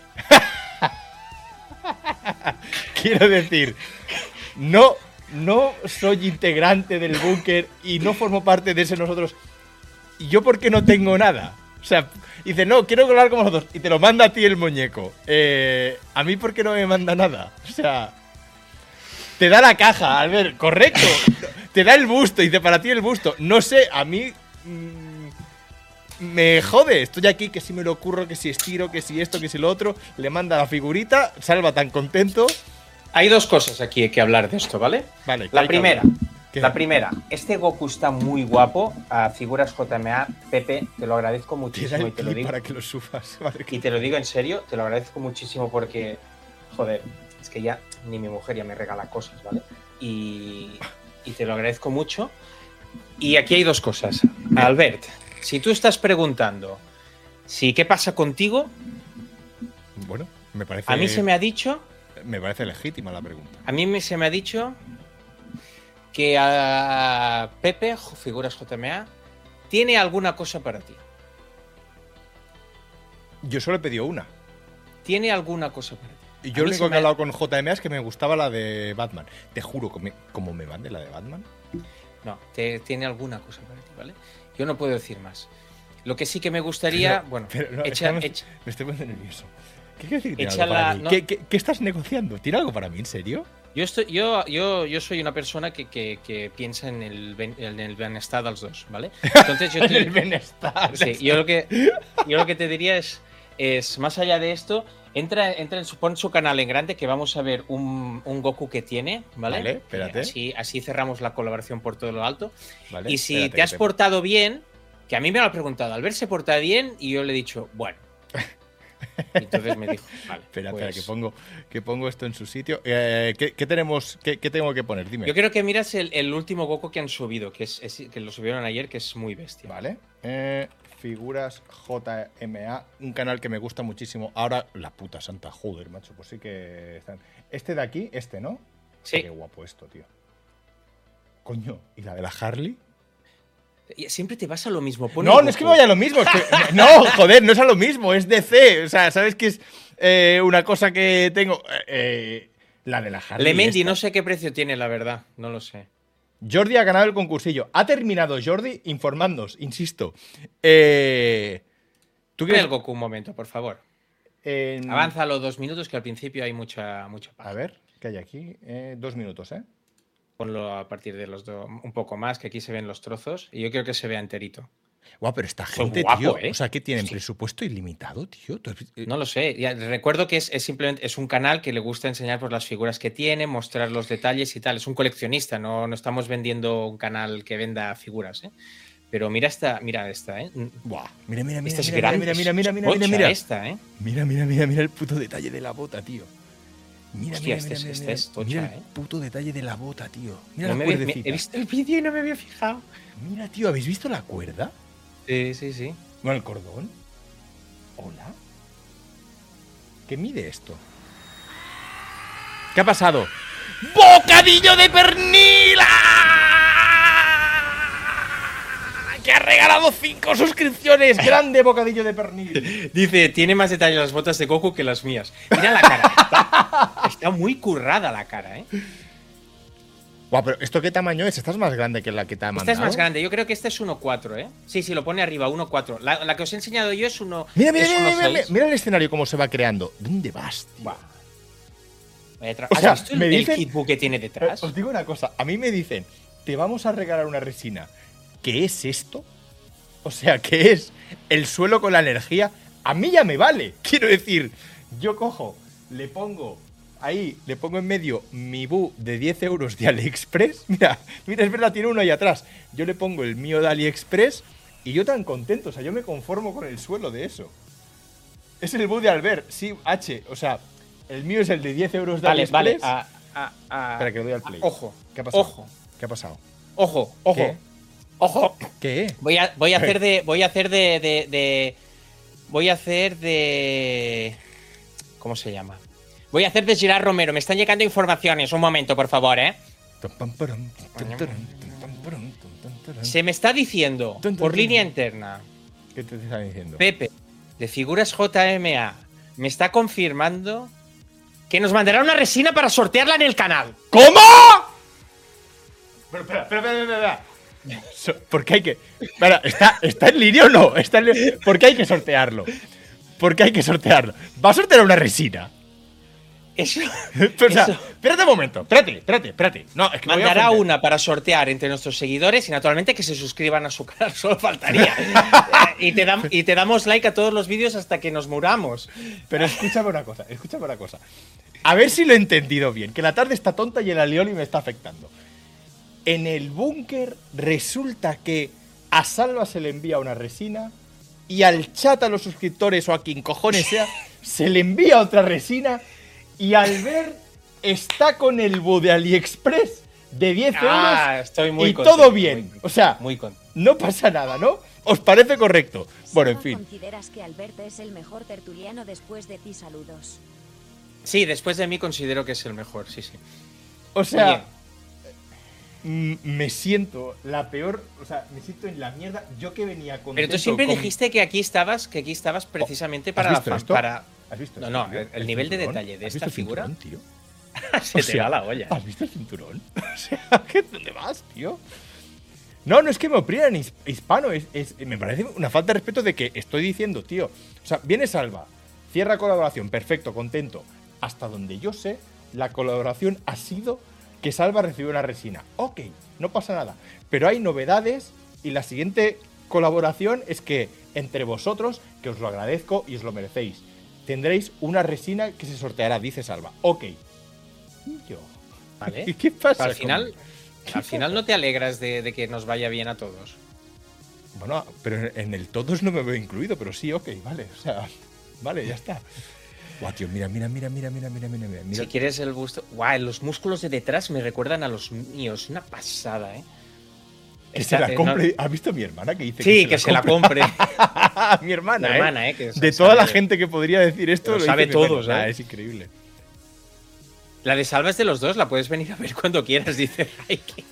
A: Quiero decir, no, no soy integrante del búnker y no formo parte de ese nosotros. ¿Y yo por qué no tengo nada? O sea, dice, no, quiero hablar con vosotros. Y te lo manda a ti el muñeco. Eh, ¿A mí por qué no me manda nada? O sea, te da la caja, a ver, correcto. Te da el busto, dice, para ti el busto. No sé, a mí mmm, me jode. Estoy aquí, que si me lo ocurro, que si estiro, que si esto, que si lo otro. Le manda la figurita, Salva tan contento.
B: Hay dos cosas aquí que hablar de esto, ¿vale?
A: Vale.
B: La primera. La primera, este Goku está muy guapo. A figuras J M A, Pepe, te lo agradezco muchísimo y te lo digo.
A: Para que lo subas. Vale,
B: y te lo digo en serio, te lo agradezco muchísimo porque, joder, es que ya ni mi mujer ya me regala cosas, ¿vale? Y, y te lo agradezco mucho. Y aquí hay dos cosas. Albert, si tú estás preguntando si qué pasa contigo,
A: bueno, me parece.
B: A mí se me ha dicho.
A: Me parece legítima la pregunta.
B: A mí me, se me ha dicho que a Pepe, figuras J M A, tiene alguna cosa para ti.
A: Yo solo he pedido una.
B: Tiene alguna cosa para ti.
A: Y yo lo único que he hablado con J M A es que me gustaba la de Batman. Te juro, como me mande la de Batman.
B: No, te, tiene alguna cosa para ti, ¿vale? Yo no puedo decir más. Lo que sí que me gustaría,
A: pero,
B: bueno,
A: pero no,
B: echa,
A: me,
B: echa,
A: me estoy poniendo nervioso. ¿Qué quiere decir que tiene
B: algo
A: para
B: la,
A: mí?
B: no,
A: ¿Qué, qué, ¿Qué estás negociando? ¿Tiene algo para mí? ¿En serio?
B: Yo, estoy, yo, yo, yo soy una persona que, que, que piensa en el, en el bienestar de los dos, ¿vale? Entonces yo te,
A: el bienestar.
B: Sí, yo lo que, yo lo que te diría es, es más allá de esto, entra, entra en su, pon su canal en grande que vamos a ver un, un Goku que tiene, ¿vale?
A: Vale, espérate.
B: Así, así cerramos la colaboración por todo lo alto.
A: Vale,
B: y si
A: espérate,
B: te has
A: te...
B: portado bien, que a mí me lo ha preguntado, Albert se porta bien y yo le he dicho, bueno. Y entonces me dijo, vale.
A: Espera,
B: pues...
A: espera, que pongo, que pongo esto en su sitio. Eh, ¿qué, qué tenemos? Qué, ¿Qué tengo que poner? Dime.
B: Yo creo que miras el, el último Goku que han subido, que, es, es, que lo subieron ayer, que es muy bestia.
A: Vale. Eh, figuras J M A, un canal que me gusta muchísimo. Ahora, la puta santa, joder, macho, pues sí que están. Este de aquí, este, ¿no?
B: Sí.
A: Qué guapo esto, tío. Coño, ¿y la de la Harley?
B: Siempre te vas a lo mismo. Pone
A: no, no es que me vaya a lo mismo. Es que, no, joder, no es a lo mismo. Es D C. O sea, ¿sabes qué es eh, una cosa que tengo? Eh, la de la Harley.
B: Lemendi,
A: esta.
B: no sé qué precio tiene, la verdad. No lo sé.
A: Jordi ha ganado el concursillo. Ha terminado Jordi informándonos, insisto. Eh,
B: ¿Tú quieres el Goku un momento, por favor?
A: En...
B: Avanza los dos minutos, que al principio hay mucha, mucha paz.
A: A ver, ¿qué hay aquí? Eh, dos minutos, ¿eh?
B: Ponlo a partir de los dos, un poco más, que aquí se ven los trozos. Y yo creo que se vea enterito.
A: Guau, pero esta gente,
B: guapo,
A: tío.
B: ¿eh?
A: O sea, ¿qué tienen?
B: Sí.
A: ¿Presupuesto ilimitado, tío?
B: No lo sé. Ya, recuerdo que es, es simplemente es un canal que le gusta enseñar pues, las figuras que tiene, mostrar los detalles y tal. Es un coleccionista, no, no estamos vendiendo un canal que venda figuras, ¿eh? Pero mira esta, mira esta, ¿eh?
A: Buah, mira, mira, mira,
B: esta es
A: mira,
B: grande,
A: mira, mira, mira, mira,
B: es
A: mira, mira.
B: Esta, ¿eh?
A: Mira, mira, mira, mira el puto detalle de la bota, tío. Mira,
B: Hostia,
A: mira,
B: este,
A: mira,
B: es,
A: mira,
B: este
A: mira,
B: es tocha,
A: mira
B: ¿eh?
A: el puto detalle de la bota, tío. Mira
B: no
A: la
B: me había,
A: cuerdecita.
B: me, he visto el vídeo y no me había fijado.
A: Mira, tío, ¿habéis visto la cuerda?
B: Sí, sí, sí.
A: Bueno, el cordón. Hola. ¿Qué mide esto? ¿Qué ha pasado? ¡Bocadillo de pernil! ¡Que ha regalado cinco suscripciones! ¡Grande bocadillo de pernil!
B: Dice, tiene más detalle las botas de Goku que las mías. Mira la cara. Está, está muy currada la cara, ¿eh?
A: Guau, pero ¿esto qué tamaño es? Esta es más grande que la que te ha mandado.
B: Esta es más grande. Yo creo que esta es uno cuatro, ¿eh? Sí, sí, lo pone arriba, uno cuatro. La, la que os he enseñado yo es uno
A: Mira, mira,
B: es
A: mira,
B: uno
A: mira, mira,
B: seis.
A: mira el escenario cómo se va creando. ¿Dónde vas, tío?
B: Buah. Vaya tra-
A: O sea,
B: ¿Has visto el,
A: me
B: el
A: dicen-
B: kitbook que tiene detrás?
A: Os digo una cosa, a mí me dicen, te vamos a regalar una resina. ¿Qué es esto? O sea, ¿qué es el suelo con la energía? A mí ya me vale. Quiero decir, yo cojo, le pongo ahí, le pongo en medio mi bu de diez euros de AliExpress. Mira, mira, es verdad, tiene uno ahí atrás. Yo le pongo el mío de AliExpress y yo tan contento. O sea, yo me conformo con el suelo de eso. Es el bu de Albert, sí, H. O sea, el mío es el de diez euros de
B: Vale, vale.
A: AliExpress.
B: a- a- a-
A: Espera, que le doy al play.
B: a- ojo.
A: ¿Qué ha pasado?
B: Ojo.
A: ¿Qué ha pasado?
B: Ojo. Ojo.
A: ¿Qué?
B: Ojo.
A: ¿Qué?
B: Voy a, voy a hacer de. Voy a hacer de. de, de voy a hacer de... ¿Cómo se llama? Voy a hacer de Gerard Romero. Me están llegando informaciones. Un momento, por favor, ¿eh? Se me está diciendo, por línea interna,
A: ¿Qué te están diciendo?
B: Pepe, de Figuras J M A, me está confirmando que nos mandará una resina para sortearla en el canal.
A: ¿Cómo? Pero espera, espera, espera, espera. So- ¿Por qué hay que...? Espera, ¿está, ¿está en línea o no? ¿Está en li- ¿Por qué hay que sortearlo? ¿Por qué hay que sortearlo? ¿Va a sortear una resina?
B: Eso,
A: Pero, o sea,
B: eso.
A: espérate un momento. Espérate, espérate, espérate. No, es que me voy a
B: Mandará
A: ofender.
B: una para sortear entre nuestros seguidores y naturalmente que se suscriban a su canal, solo faltaría. Eh, y, te dam- y te damos like a todos los vídeos hasta que nos muramos.
A: Pero escúchame una cosa, escúchame una cosa. A ver si lo he entendido bien, que la tarde está tonta y el alioli me está afectando. En el búnker resulta que a Salva se le envía una resina y al chat, a los suscriptores o a quien cojones sea, se le envía otra resina y Albert está con el bu de AliExpress de diez
B: Ah,
A: euros
B: estoy muy
A: y
B: contento,
A: todo
B: muy
A: bien.
B: contento,
A: O sea,
B: Muy contento.
A: no pasa nada, ¿no? ¿Os parece correcto? Bueno, en
D: Salva,
A: fin.
D: ¿consideras que Albert es el mejor tertuliano después de ti? Saludos.
B: Sí, después de mí considero que es el mejor, sí, sí.
A: O sea, mm, me siento la peor, o sea, me siento en la mierda. Yo que venía con.
B: Pero tú siempre dijiste que aquí estabas, que aquí estabas precisamente para
A: ¿Has
B: la
A: visto
B: fan,
A: esto?
B: para.
A: ¿Has visto
B: No,
A: esto,
B: no,
A: tío?
B: el- el nivel de
A: cinturón.
B: detalle de
A: ¿Has
B: esta
A: visto el
B: figura?
A: cinturón, tío?
B: Se
A: O
B: te
A: sea,
B: va la olla.
A: ¿Has visto el cinturón? O sea, ¿qué- ¿dónde vas, tío? No, no es que me opriman his- hispano, es, es- me parece una falta de respeto de que estoy diciendo, tío. O sea, viene Salva, cierra colaboración, perfecto, contento. Hasta donde yo sé, la colaboración ha sido que Salva recibió una resina. Ok, no pasa nada. Pero hay novedades y la siguiente colaboración es que entre vosotros, que os lo agradezco y os lo merecéis, tendréis una resina que se sorteará, dice Salva. Ok. Y yo.
B: ¿Vale?
A: ¿Qué pasa?
B: Al final,
A: conmigo? ¿Qué
B: al final
A: pasa?
B: no te alegras de, de que nos vaya bien a todos.
A: Bueno, pero en el todos no me veo incluido, pero sí, ok, vale. O sea, vale, ya está. Guau, tío, mira, mira, mira, mira, mira, mira, mira, mira.
B: Si quieres el busto. Guau, los músculos de detrás me recuerdan a los míos. Una pasada, ¿eh?
A: Que
B: Esta-
A: se la
B: eh,
A: compre.
B: no-
A: ¿Has visto a mi hermana que dice
B: Sí, que se la compre.
A: mi hermana,
B: Mi
A: ¿eh?
B: hermana, ¿eh? Que
A: De
B: sabe-
A: toda la gente que podría decir esto,
B: Lo
A: lo
B: sabe
A: dice mi
B: todo,
A: hermana.
B: ¿sabes?
A: Es increíble.
B: La de Salva es de los dos, la puedes venir a ver cuando quieras, dice Raiki.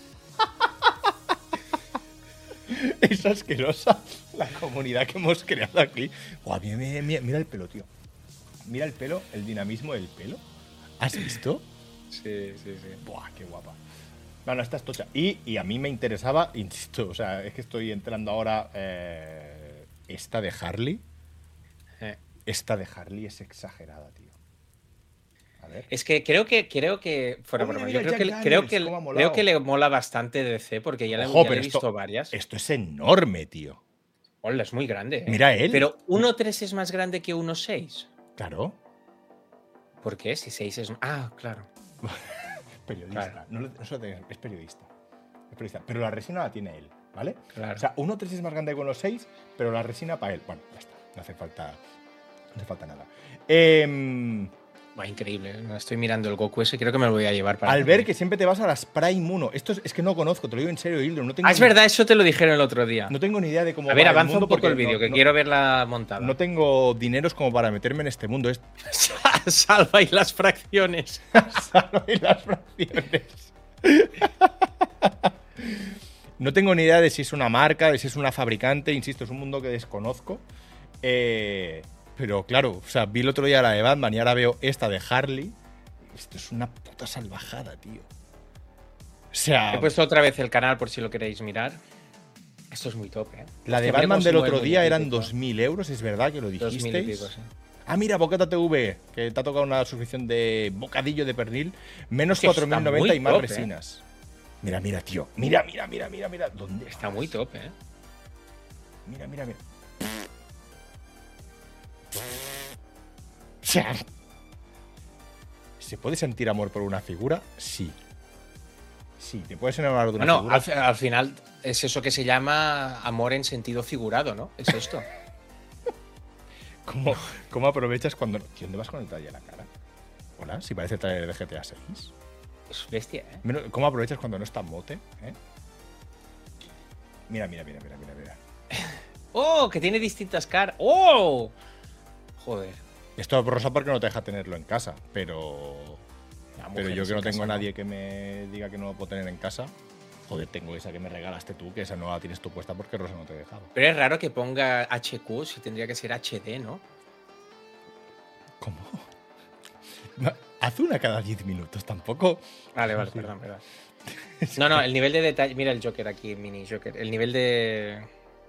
A: Es asquerosa la comunidad que hemos creado aquí. Guau, mira, mira, mira, mira el pelo, tío. Mira el pelo, el dinamismo del pelo. ¿Has visto?
B: Sí, sí, sí.
A: Buah, qué guapa. No, no, esta es tocha. Y, y a mí me interesaba, insisto, o sea, es que estoy entrando ahora. eh, esta de Harley.
B: Eh.
A: Esta de Harley es exagerada, tío. A ver.
B: Es que creo que creo que fuera
A: Oh, mira,
B: broma,
A: mira,
B: yo creo
A: Jack
B: que,
A: Daniels,
B: creo que
A: cómo ha molado.
B: creo que le mola bastante D C porque ya le,
A: Ojo,
B: ya le
A: pero
B: he visto
A: esto,
B: varias.
A: esto es enorme, tío.
B: Hola, es muy grande. ¿eh?
A: Mira él.
B: Pero uno punto tres es más grande que uno punto seis.
A: Claro.
B: ¿Por qué? Si seis es. Ah, claro.
A: Periodista.
B: Claro.
A: No, lo- no se lo tengas, es periodista. Es periodista. Pero la resina la tiene él, ¿vale?
B: Claro.
A: O sea, uno punto tres es más grande que uno punto seis, pero la resina para él. Bueno, ya está. No hace falta. No hace falta nada. Eh,
B: Buah, increíble. ¿eh? Estoy mirando el Goku ese, creo que me lo voy a llevar para.
A: al ver que siempre te vas a las Prime uno. Esto es, es que no conozco, te lo digo en serio, Hildo. No tengo
B: Ah, es
A: ni-
B: verdad, eso te lo dijeron el otro día.
A: No tengo ni idea de cómo
B: a ver,
A: va el
B: avanza
A: mundo
B: un poco
A: porque
B: el vídeo,
A: no-
B: que
A: no-
B: quiero ver la montada.
A: No tengo dineros como para meterme en este mundo. Es
B: Salva y las fracciones.
A: Salva y las fracciones. No tengo ni idea de si es una marca, de si es una fabricante. Insisto, es un mundo que desconozco. Eh, pero claro, o sea, vi el otro día la de Batman y ahora veo esta de Harley. Esto es una puta salvajada, tío. O sea,
B: He puesto otra vez el canal por si lo queréis mirar. Esto es muy top, ¿eh?
A: la de
B: Hostia, mira
A: Batman
B: cómo se
A: del
B: mueve
A: otro
B: el
A: día
B: muñequito,
A: eran
B: tío.
A: dos mil euros, es verdad que lo
B: Dos mil y
A: dijisteis.
B: pico, sí.
A: Ah, mira, Bocata T V, que te ha tocado una suscripción de bocadillo de pernil, menos
B: Hostia,
A: cuatro
B: está
A: mil noventa
B: muy
A: y más
B: top, ¿eh?
A: resinas. Mira, mira, tío. Mira, mira, mira, mira, mira. ¿Dónde
B: Está
A: vas?
B: muy top, ¿eh?
A: Mira, mira, mira. O sea, ¿se puede sentir amor por una figura? Sí. Sí, te puedes enamorar de una
B: Bueno,
A: figura.
B: al, fi- al final es eso que se llama amor en sentido figurado, ¿no? Es esto.
A: ¿Cómo, ¿Cómo aprovechas cuando. Tío, ¿dónde vas con el talle de la cara? Hola, si parece el trailer de G T A seis.
B: Es bestia, ¿eh?
A: Menos- ¿Cómo aprovechas cuando no está mote? ¿Eh? Mira, mira, mira, mira, mira, mira.
B: ¡Oh! Que tiene distintas caras. ¡Oh! Joder.
A: Esto Rosa porque no te deja tenerlo en casa, pero. Pero yo que no tengo a
B: ¿no?
A: nadie que me diga que no lo puedo tener en casa. Joder, tengo esa que me regalaste tú, que esa no la tienes tú puesta porque Rosa no te ha dejado.
B: Pero es raro que ponga H Q si tendría que ser H D, ¿no?
A: ¿Cómo? Haz una cada diez minutos, tampoco.
B: Vale, vale, perdón, perdón. No, no, el nivel de detalle. Mira el Joker aquí, mini Joker. El nivel de.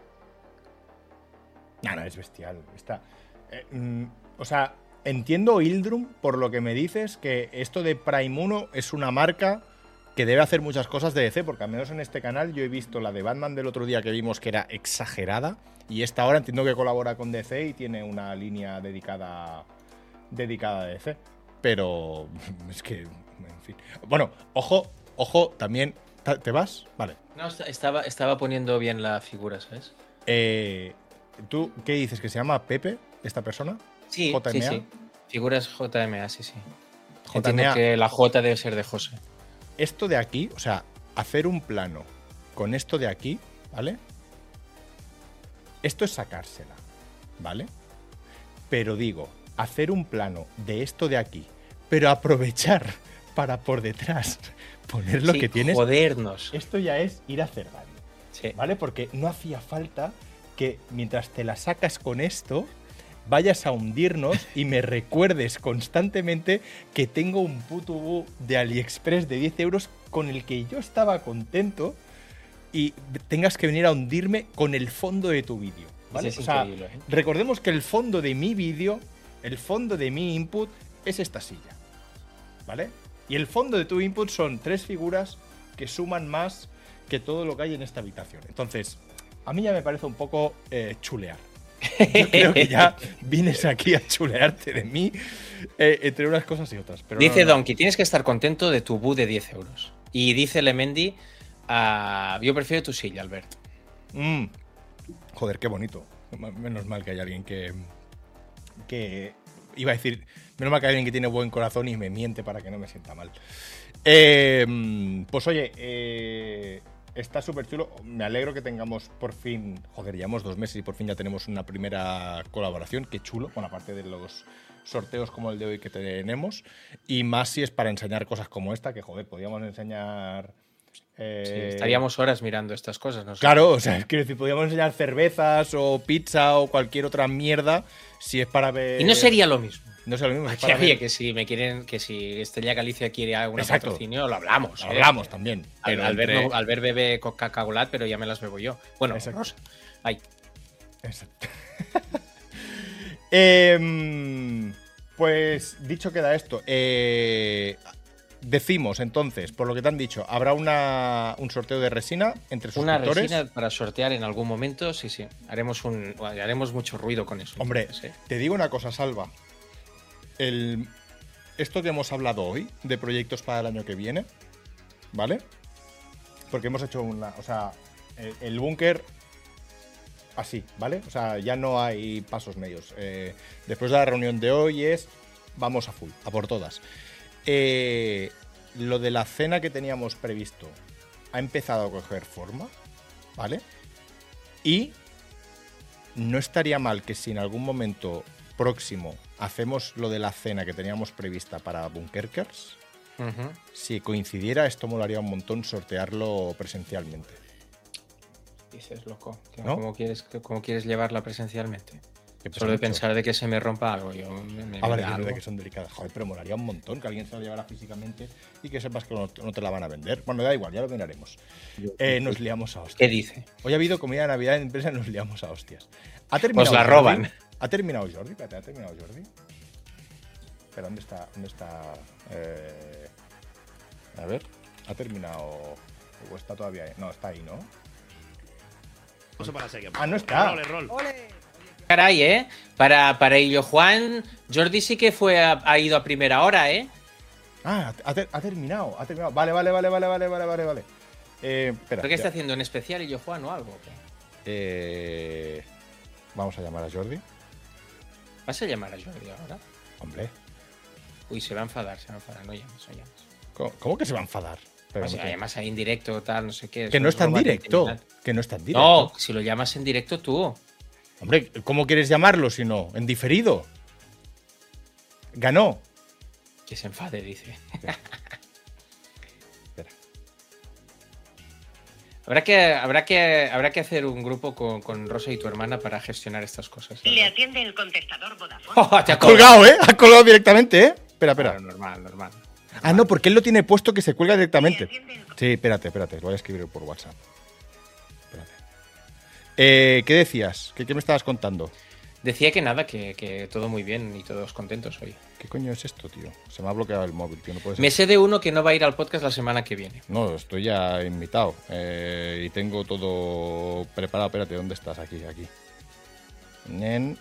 A: No, no, es bestial. Está. Eh, mm, o sea, entiendo, Ildrum, por lo que me dices, que esto de Prime uno es una marca que debe hacer muchas cosas de D C, porque al menos en este canal yo he visto la de Batman del otro día que vimos que era exagerada, y esta ahora entiendo que colabora con D C y tiene una línea dedicada, dedicada a D C. Pero es que, en fin. Bueno, ojo, ojo, también. ¿Te vas? Vale.
B: No, estaba, estaba poniendo bien la figura, ¿sabes?
A: Eh, ¿Tú qué dices? ¿Que se llama Pepe, esta persona?
B: Sí,
A: J M A.
B: sí, sí. Figuras J M A, sí, sí.
A: J M A.
B: Entiendo que la J debe ser de José.
A: Esto de aquí, o sea, hacer un plano con esto de aquí, ¿vale? Esto es sacársela, ¿vale? Pero digo, hacer un plano de esto de aquí, pero aprovechar para por detrás poner lo
B: Sí,
A: que tienes.
B: Jodernos.
A: Esto ya es ir a hacer daño,
B: Sí.
A: ¿vale? Porque no hacía falta que mientras te la sacas con esto, vayas a hundirnos y me recuerdes constantemente que tengo un puto bú de AliExpress de diez euros con el que yo estaba contento y tengas que venir a hundirme con el fondo de tu vídeo, ¿vale?
B: Es
A: O sea,
B: increíble, ¿eh?
A: recordemos que el fondo de mi vídeo, el fondo de mi input es esta silla, ¿vale? Y el fondo de tu input son tres figuras que suman más que todo lo que hay en esta habitación. Entonces, a mí ya me parece un poco eh, chulear. Yo creo que ya vienes aquí a chulearte de mí eh, entre unas cosas y otras. Pero
B: Dice
A: no, no, no.
B: Donkey, tienes que estar contento de tu bu de diez euros. Y dice Lemendi, uh, yo prefiero tu silla, Albert.
A: Mm. Joder, qué bonito. Menos mal que hay alguien que, que... Iba a decir, menos mal que hay alguien que tiene buen corazón y me miente para que no me sienta mal. Eh, pues oye, eh, está súper chulo. Me alegro que tengamos por fin... Joder, llevamos dos meses y por fin ya tenemos una primera colaboración. Qué chulo. Bueno, aparte de los sorteos como el de hoy que tenemos. Y más si es para enseñar cosas como esta, que joder, podíamos enseñar... Eh,
B: Sí, estaríamos horas mirando estas cosas. ¿No?
A: Claro, o sea, quiero decir, podríamos enseñar cervezas o pizza o cualquier otra mierda si es para ver...
B: Y no sería lo mismo.
A: No sé lo mismo. Es
B: Que,
A: para
B: oye,
A: ver...
B: que si me quieren, que si Estrella Galicia quiere algún
A: Exacto.
B: patrocinio, lo hablamos.
A: Lo
B: ¿eh?
A: hablamos también.
B: Al,
A: Pero
B: Albert,
A: entre-
B: no- Albert bebe Coca-Cola, pero ya me las bebo yo. Bueno,
A: Exacto.
B: Rosa. Ay,
A: Exacto. Em, pues dicho queda esto. Eh, decimos entonces, por lo que te han dicho, habrá una, un sorteo de resina entre
B: una
A: suscriptores.
B: resina para sortear en algún momento, sí, sí. Haremos un, haremos mucho ruido con eso.
A: Hombre,
B: entonces, ¿eh?
A: te digo una cosa, Salva. El, esto que hemos hablado hoy de proyectos para el año que viene, ¿vale? Porque hemos hecho una. O sea, el, el búnker. Así, ¿vale? O sea, ya no hay pasos medios. Eh, después de la reunión de hoy es. Vamos a full, a por todas. Eh, lo de la cena que teníamos previsto ha empezado a coger forma, ¿vale? Y no estaría mal que si en algún momento próximo hacemos lo de la cena que teníamos prevista para Bunkerkers,
B: Ujú.
A: si coincidiera, esto molaría un montón sortearlo presencialmente.
B: Dices, loco. que-
A: ¿No?
B: ¿Cómo, quieres, que- ¿Cómo quieres llevarla presencialmente?
A: Que pesa
B: Solo de
A: mucho.
B: pensar de que se me rompa algo. Yo me, me-
A: Ah, vale,
B: me
A: que
B: da
A: es
B: algo.
A: verdad que son delicadas. Joder, pero molaría un montón que alguien se lo llevara físicamente y que sepas que no, no te la van a vender. Bueno, da igual, ya lo miraremos. Eh, nos liamos a hostias.
B: ¿Qué dice?
A: Hoy ha habido comida de Navidad en empresa y nos liamos a hostias. ¿Ha terminado
B: Os la
A: Jordi?
B: roban.
A: ¿Ha terminado Jordi? Espérate, ¿ha terminado Jordi? Pero ¿dónde está? ¿Dónde está? Eh, A ver, ¿ha terminado? ¿O está todavía ahí? No, está ahí, ¿no?
E: Vamos para la serie.
A: Ah, no está.
E: Rol, rol.
B: Caray, ¿eh? Para, para Illo Juan, Jordi sí que fue a- ha ido a primera hora, ¿eh?
A: Ah, ha, ter- ha terminado, ha terminado. Vale, vale, vale, vale, vale, vale, vale, vale. Eh, espera.
B: ¿Pero qué está
A: espera.
B: haciendo? ¿En especial Illo Juan o algo? o qué?
A: Eh, vamos a llamar a Jordi.
B: ¿Vas a llamar a Jordi ahora?
A: Hombre,
B: Uy, se va a enfadar, se va a enfadar. No llames, no llames.
A: ¿cómo, cómo que se va a enfadar? Pero
B: O sea,
A: no te-
B: llamas ahí en directo, tal, no sé qué.
A: que
B: eso
A: no
B: es
A: está en
B: robar
A: directo.
B: intimidad.
A: Que no está en directo.
B: No, si lo llamas en directo tú.
A: Hombre, ¿cómo quieres llamarlo si no? ¿En diferido? Ganó.
B: Que se enfade, dice.
A: Espera.
B: Habrá que, habrá, que, habrá que hacer un grupo con, con Rosa y tu hermana para gestionar estas cosas.
F: Le atiende el contestador Vodafone.
B: Oh, te
A: Ha colgado, ¿eh? Ha colgado directamente, ¿eh? Espera, espera.
B: Claro, normal, normal.
A: Ah, no, porque él lo tiene puesto que se cuelga directamente.
F: Le atiende el-
A: Sí, espérate, espérate. Lo voy a escribir por WhatsApp. Espérate. Eh, ¿Qué decías? ¿Qué, ¿Qué me estabas contando?
B: Decía que nada, que, que todo muy bien y todos contentos hoy.
A: ¿Qué coño es esto, tío? Se me ha bloqueado el móvil, tío. No puede ser.
B: Me sé de uno que no va a ir al podcast la semana que viene.
A: No, estoy ya invitado. Eh, y tengo todo preparado. Espérate, ¿dónde estás? Aquí, aquí. Nen.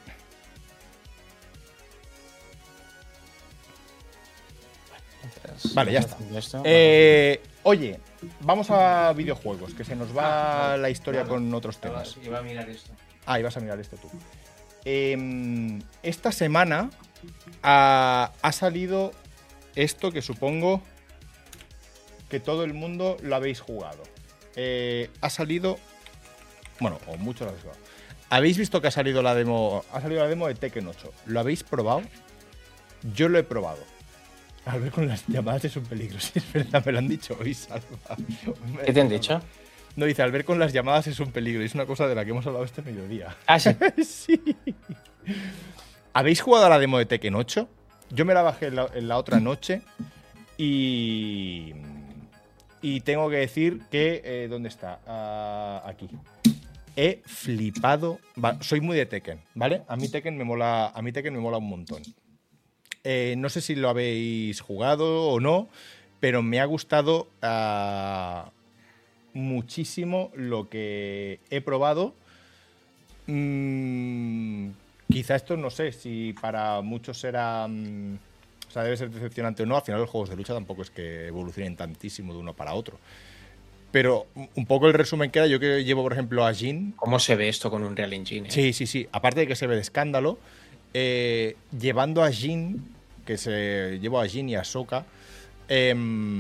B: Entonces,
A: Vale, ya
B: vamos
A: está.
B: haciendo esto.
A: Eh, oye, vamos a videojuegos, que se nos va la historia con otros temas.
B: Iba a mirar esto.
A: Ah, ibas a mirar esto tú. Eh, esta semana ha, ha salido esto que supongo que todo el mundo lo habéis jugado. Eh, ha salido... Bueno, o muchos lo habéis jugado. ¿Habéis visto que ha salido la demo? Ha salido la demo de Tekken ocho. ¿Lo habéis probado? Yo lo he probado. Al ver con las llamadas es un peligro. Si es verdad, me lo han dicho hoy, Salva.
B: ¿Qué te han dicho?
A: No, dice, al ver con las llamadas es un peligro. Y es una cosa de la que hemos hablado este mediodía.
B: Ah, sí.
A: Sí. ¿Habéis jugado a la demo de Tekken ocho? Yo me la bajé en la, en la otra noche y... Y tengo que decir que... Eh, ¿Dónde está? Ah, aquí. He flipado. Va, soy muy de Tekken, ¿vale? A mí Tekken me mola, a mí Tekken me mola un montón. Eh, no sé si lo habéis jugado o no, pero me ha gustado uh, muchísimo lo que he probado. Mm, quizá esto no sé si para muchos será... Um, o sea, debe ser decepcionante o no. Al final los juegos de lucha tampoco es que evolucionen tantísimo de uno para otro. Pero un poco el resumen que era, yo que llevo, por ejemplo, a Jin.
B: ¿Cómo se ve esto con un Real Engine? Eh?
A: Sí, sí, sí. Aparte de que se ve de escándalo, eh, llevando a Jin, que se llevo a Jin y a Sokka, eh,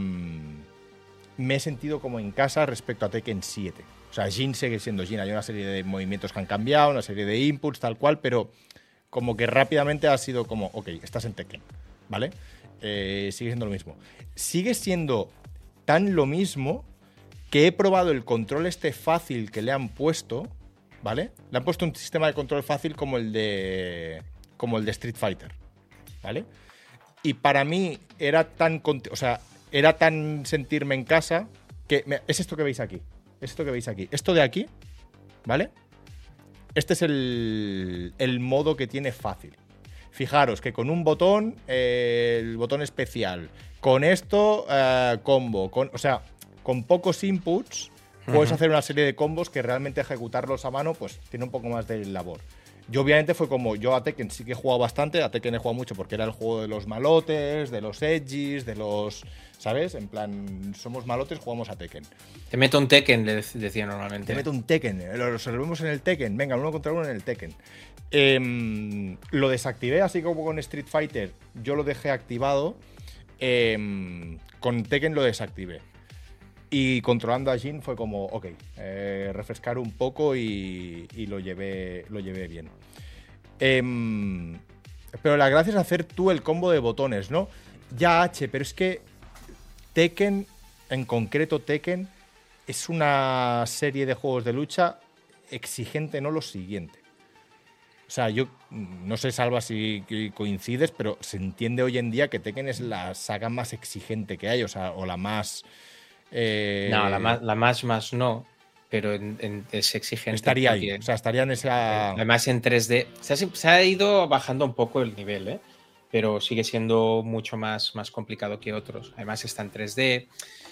A: me he sentido como en casa respecto a Tekken siete. O sea, Jin sigue siendo Jin. Hay una serie de movimientos que han cambiado, una serie de inputs, tal cual, pero como que rápidamente ha sido como, ok, estás en Tekken, ¿vale? Eh, sigue siendo lo mismo. Sigue siendo tan lo mismo que he probado el control este fácil que le han puesto, ¿vale? Le han puesto un sistema de control fácil como el de como el de Street Fighter, ¿vale? Y para mí era tan, o sea, era tan sentirme en casa que me, es esto que veis aquí, es esto que veis aquí, esto de aquí, ¿vale? Este es el, el modo que tiene fácil. Fijaros que con un botón, eh, el botón especial, con esto, eh, combo, con, o sea, con pocos inputs puedes uh-huh. hacer una serie de combos que realmente ejecutarlos a mano pues tiene un poco más de labor. Yo obviamente fue como, yo a Tekken sí que he jugado bastante, a Tekken he jugado mucho porque era el juego de los malotes, de los edgys, de los, ¿sabes? En plan, somos malotes, jugamos a Tekken.
B: Te meto un Tekken, le decía normalmente.
A: Te meto un Tekken, lo resolvemos en el Tekken, venga, uno contra uno en el Tekken. Eh, lo desactivé, así como con Street Fighter yo lo dejé activado, eh, con Tekken lo desactivé. Y controlando a Jin fue como, ok, eh, refrescar un poco y, y lo, llevé, lo llevé bien. Eh, pero la gracia es hacer tú el combo de botones, ¿no? Ya H, pero es que Tekken, en concreto Tekken, es una serie de juegos de lucha exigente, no lo siguiente. O sea, yo no sé, Salva, si coincides, pero se entiende hoy en día que Tekken es la saga más exigente que hay, o sea, o la más... Eh,
B: no, la más, la más, más no, pero en, en, es exigente.
A: Estaría ahí, o sea, estaría en esa...
B: Además en tres D. Se ha, se ha ido bajando un poco el nivel, ¿eh? Pero sigue siendo mucho más, más complicado que otros. Además está en tres D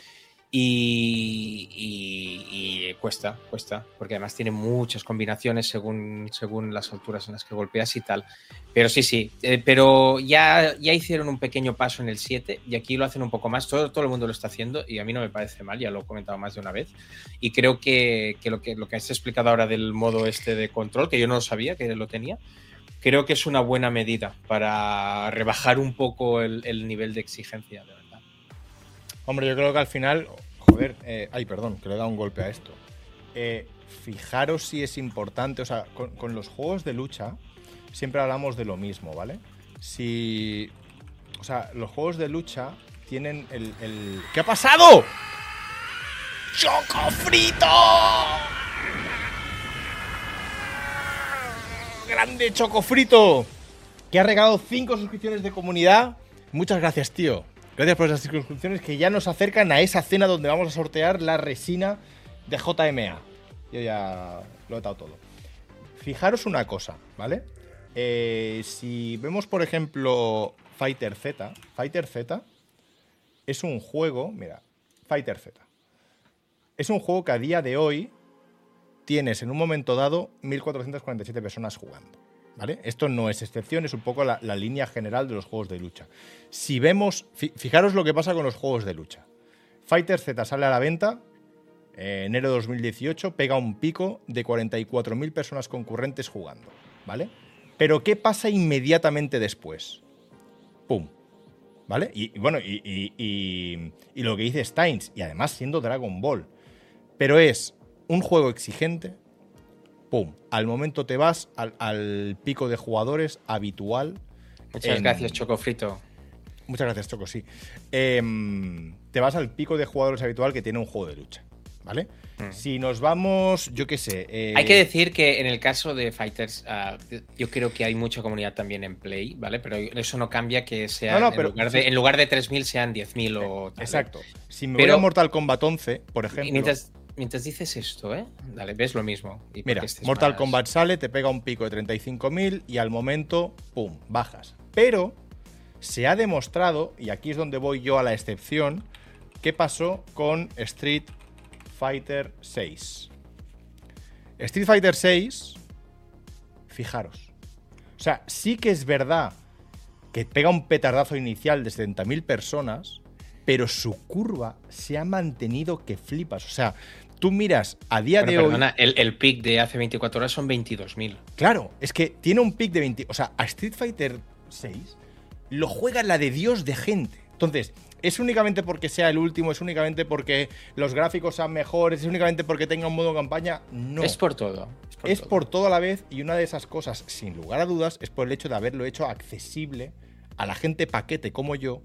B: y, y, y cuesta, cuesta, porque además tiene muchas combinaciones según, según las alturas en las que golpeas y tal. Pero sí, sí, eh, pero ya, ya hicieron un pequeño paso en el siete y aquí lo hacen un poco más. Todo, todo el mundo lo está haciendo y a mí no me parece mal, ya lo he comentado más de una vez. Y creo que, que, lo, que lo que has explicado ahora del modo este de control, que yo no lo sabía que lo tenía, creo que es una buena medida para rebajar un poco el, el nivel de exigencia, de verdad.
A: Hombre, yo creo que al final... Joder, eh, ay, perdón, que le he dado un golpe a esto. Eh, fijaros si es importante, o sea, con, con los juegos de lucha siempre hablamos de lo mismo, ¿vale? Si O sea, los juegos de lucha tienen el... el... ¿Qué ha pasado? ¡Choco frito! ¡Grande Choco frito! Que ha regalado cinco suscripciones de comunidad. Muchas gracias, tío. Gracias por esas suscripciones que ya nos acercan a esa cena donde vamos a sortear la resina de J M A. Yo ya lo he dado todo. Fijaros una cosa, ¿vale? Eh, si vemos, por ejemplo, Fighter Z. Fighter Z es un juego... Mira, Fighter Z. Es un juego que a día de hoy tienes en un momento dado mil cuatrocientas cuarenta y siete personas jugando. ¿Vale? Esto no es excepción, es un poco la, la línea general de los juegos de lucha. Si vemos, fijaros lo que pasa con los juegos de lucha. Fighter Z sale a la venta en eh, enero de dos mil dieciocho, pega un pico de cuarenta y cuatro mil personas concurrentes jugando, ¿vale? Pero ¿qué pasa inmediatamente después? ¡Pum! ¿Vale? Y, y bueno, y, y, y, y lo que dice Steins, y además siendo Dragon Ball, pero es un juego exigente. ¡Pum! Al momento te vas al, al pico de jugadores habitual.
B: Muchas
A: en...
B: gracias, Choco Frito.
A: Muchas gracias, Choco, sí. Eh, te vas al pico de jugadores habitual que tiene un juego de lucha, ¿vale? Mm. Si nos vamos, yo qué sé... Eh...
B: Hay que decir que en el caso de Fighters, uh, yo creo que hay mucha comunidad también en Play, ¿vale? Pero eso no cambia que sea... No, no, pero, en, lugar de, sí. en lugar de tres mil sean diez mil o... Tal,
A: exacto. Si me
B: pero,
A: voy a Mortal Kombat once, por ejemplo...
B: Mientras, Mientras dices esto, ¿eh? Dale, ves lo mismo. Y
A: mira, Mortal
B: más...
A: Kombat sale, te pega un pico de treinta y cinco mil y al momento, ¡pum!, bajas. Pero se ha demostrado, y aquí es donde voy yo a la excepción, qué pasó con Street Fighter seis. Street Fighter seis, fijaros. O sea, sí que es verdad que pega un petardazo inicial de setenta mil personas, pero su curva se ha mantenido que flipas. O sea, tú miras a día
B: bueno,
A: de
B: perdona,
A: hoy...
B: El, el pick de hace veinticuatro horas son veintidós mil.
A: Claro, es que tiene un pick de veinte... O sea, a Street Fighter seis lo juega la de Dios de gente. Entonces, ¿es únicamente porque sea el último? ¿Es únicamente porque los gráficos sean mejores? ¿Es únicamente porque tenga un modo campaña? No.
B: Es por todo.
A: Es por, es todo. por todo a la vez, y una de esas cosas, sin lugar a dudas, es por el hecho de haberlo hecho accesible a la gente paquete como yo,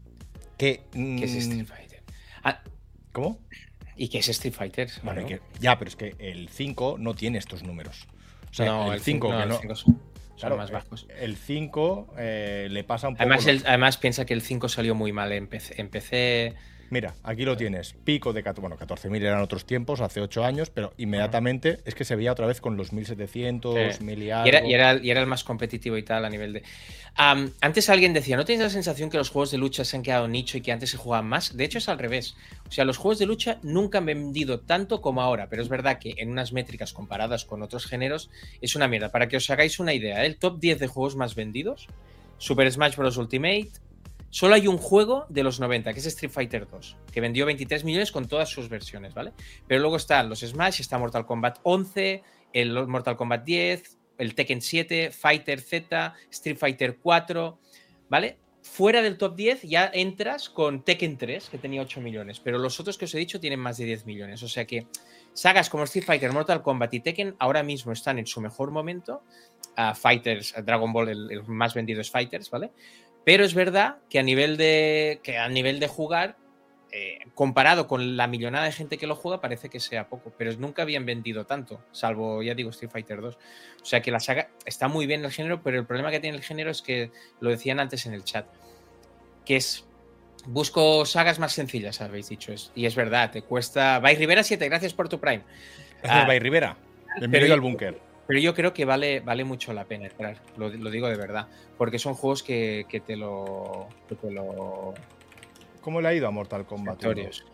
A: que...
B: Mmm, ¿Qué es Street Fighter? Ah,
A: ¿Cómo?
B: ¿Y qué es Street Fighter?
A: Bueno, ¿no? que, ya, pero es que el cinco no tiene estos números. O sea,
B: no,
A: el cinco
B: no,
A: que no...
B: El cinco son, son
A: claro,
B: más bajos.
A: El cinco eh, le pasa un poco...
B: Además, el, además, piensa que el cinco salió muy mal en P C. En P C...
A: Mira, aquí lo tienes. Pico de... Bueno, catorce mil eran otros tiempos, hace ocho años, pero inmediatamente uh-huh. es que se veía otra vez con los mil setecientos,
B: sí.
A: mil y algo.
B: Y era, y, era, y era el más competitivo y tal a nivel de... Um, antes alguien decía, ¿no tienes la sensación que los juegos de lucha se han quedado nicho y que antes se jugaban más? De hecho, es al revés. O sea, los juegos de lucha nunca han vendido tanto como ahora, pero es verdad que en unas métricas comparadas con otros géneros es una mierda. Para que os hagáis una idea, el top diez de juegos más vendidos, Super Smash Bros. Ultimate... Solo hay un juego de los noventa, que es Street Fighter dos, que vendió veintitrés millones con todas sus versiones, ¿vale? Pero luego están los Smash, está Mortal Kombat once, el Mortal Kombat diez, el Tekken siete, Fighter Z, Street Fighter cuatro, ¿vale? Fuera del top diez ya entras con Tekken tres, que tenía ocho millones, pero los otros que os he dicho tienen más de diez millones. O sea que sagas como Street Fighter, Mortal Kombat y Tekken ahora mismo están en su mejor momento. Uh, Fighters, Dragon Ball, el, el más vendido es Fighters, ¿vale? Pero es verdad que a nivel de, que a nivel de jugar, eh, comparado con la millonada de gente que lo juega, parece que sea poco. Pero nunca habían vendido tanto, salvo, ya digo, Street Fighter dos. O sea que la saga está muy bien el género, pero el problema que tiene el género es que, lo decían antes en el chat, que es, busco sagas más sencillas, habéis dicho. Es, y es verdad, te cuesta... Bay Rivera siete, gracias por tu Prime.
A: Gracias, ah, Bay Rivera. Bienvenido al búnker.
B: Pero yo creo que vale, vale mucho la pena entrar, lo, lo digo de verdad, porque son juegos que, que, te, lo, que te lo...
A: ¿Cómo le ha ido a Mortal Kombat?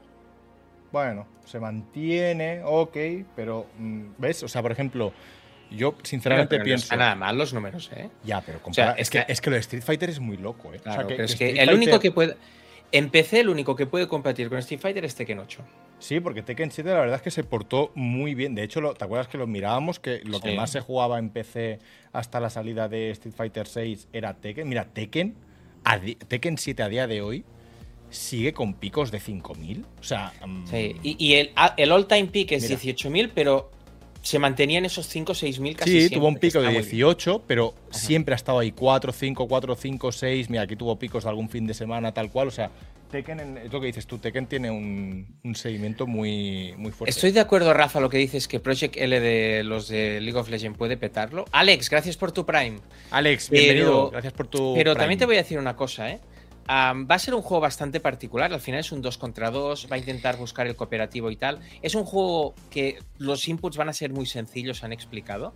A: Bueno, se mantiene, ok, pero ¿ves? O sea, por ejemplo, yo sinceramente
B: pero, pero
A: pienso...
B: No está nada mal los números, ¿eh?
A: Ya, pero compara... o sea, es, que, es que lo de Street Fighter es muy loco, ¿eh?
B: Claro,
A: o sea, que,
B: pero es
A: que
B: que el
A: Fighter...
B: único que puede... En P C el único que puede competir con Street Fighter es Tekken ocho.
A: Sí, porque Tekken siete la verdad es que se portó muy bien. De hecho, lo, ¿te acuerdas que lo mirábamos? Que lo sí. que más se jugaba en P C hasta la salida de Street Fighter seis era Tekken. Mira, Tekken, a di- Tekken siete a día de hoy sigue con picos de cinco mil. O sea... Um...
B: Sí, y, y el, el all-time peak es dieciocho mil, pero se mantenía en esos cinco o seis mil casi
A: Sí,
B: siempre,
A: tuvo un
B: que
A: pico
B: está
A: de
B: muy bien.
A: dieciocho, pero siempre ha estado ahí cuatro, cinco, cuatro, cinco, seis. Mira, aquí tuvo picos de algún fin de semana, tal cual. O sea, Tekken, en- es lo que dices tú, Tekken tiene un, un seguimiento muy, muy fuerte.
B: Estoy de acuerdo, Rafa, lo que dices, que Project L de los de League of Legends puede petarlo. Alex, gracias por tu Prime.
A: Alex,
B: Pero-
A: bienvenido. Gracias por tu
B: Pero
A: Prime.
B: también te voy a decir una cosa, ¿eh? Am, va a ser un juego bastante particular. Al final es un dos contra dos. Va a intentar buscar el cooperativo y tal. Es un juego que los inputs van a ser muy sencillos, han explicado.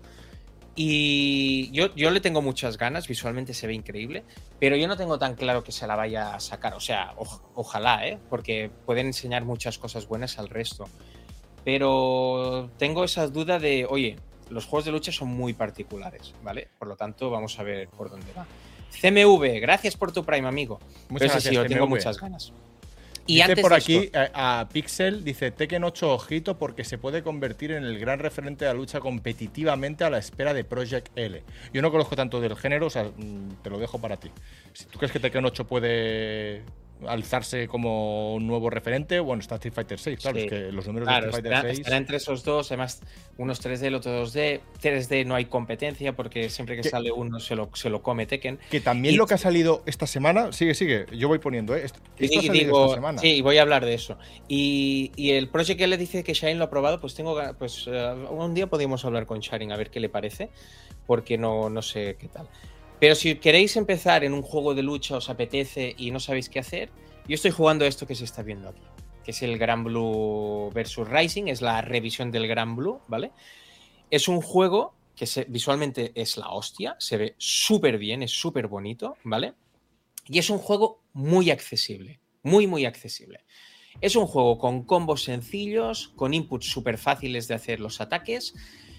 B: Y yo, yo le tengo muchas ganas. Visualmente se ve increíble. Pero yo no tengo tan claro que se la vaya a sacar. O sea, o- ojalá, ¿eh? Porque pueden enseñar muchas cosas buenas al resto. Pero tengo esa duda de, oye, los juegos de lucha son muy particulares, ¿vale? Por lo tanto, vamos a ver por dónde va. C M V, gracias por tu Prime, amigo.
A: Muchas
B: Pero ese
A: gracias,
B: sí, yo tengo
A: C M V.
B: muchas ganas. Y
A: Dice
B: antes
A: por
B: de
A: aquí
B: esto-
A: eh, a Pixel, dice Tekken ocho, ojito, porque se puede convertir en el gran referente de la lucha competitivamente a la espera de Project L. Yo no conozco tanto del género, o sea, mm, te lo dejo para ti. Si tú crees que Tekken ocho puede alzarse como un nuevo referente, bueno, está Street Fighter seis, claro,
B: Sí.
A: es que los números
B: Claro,
A: de Street
B: estará,
A: Fighter seis...
B: estará entre esos dos, además unos tres D, el otro dos D. tres D no hay competencia porque siempre que
A: ¿Qué?
B: sale uno se lo, se lo come Tekken.
A: Que también
B: Y-
A: lo que ha salido esta semana, sigue, sigue, yo voy poniendo, ¿eh? Esto, esto ha
B: Y
A: salido
B: digo,
A: esta semana.
B: sí, y voy a hablar de eso. Y, y el Project L dice que Shine lo ha probado, pues tengo ga- pues eh, un día podríamos hablar con Shine a ver qué le parece, porque no, no sé qué tal. Pero si queréis empezar en un juego de lucha, os apetece y no sabéis qué hacer, yo estoy jugando esto que se está viendo aquí, que es el Gran Blue versus Rising, es la revisión del Gran Blue, ¿vale? Es un juego que se- visualmente es la hostia, se ve súper bien, es súper bonito, ¿vale? Y es un juego muy accesible, muy, muy accesible. Es un juego con combos sencillos, con inputs súper fáciles de hacer los ataques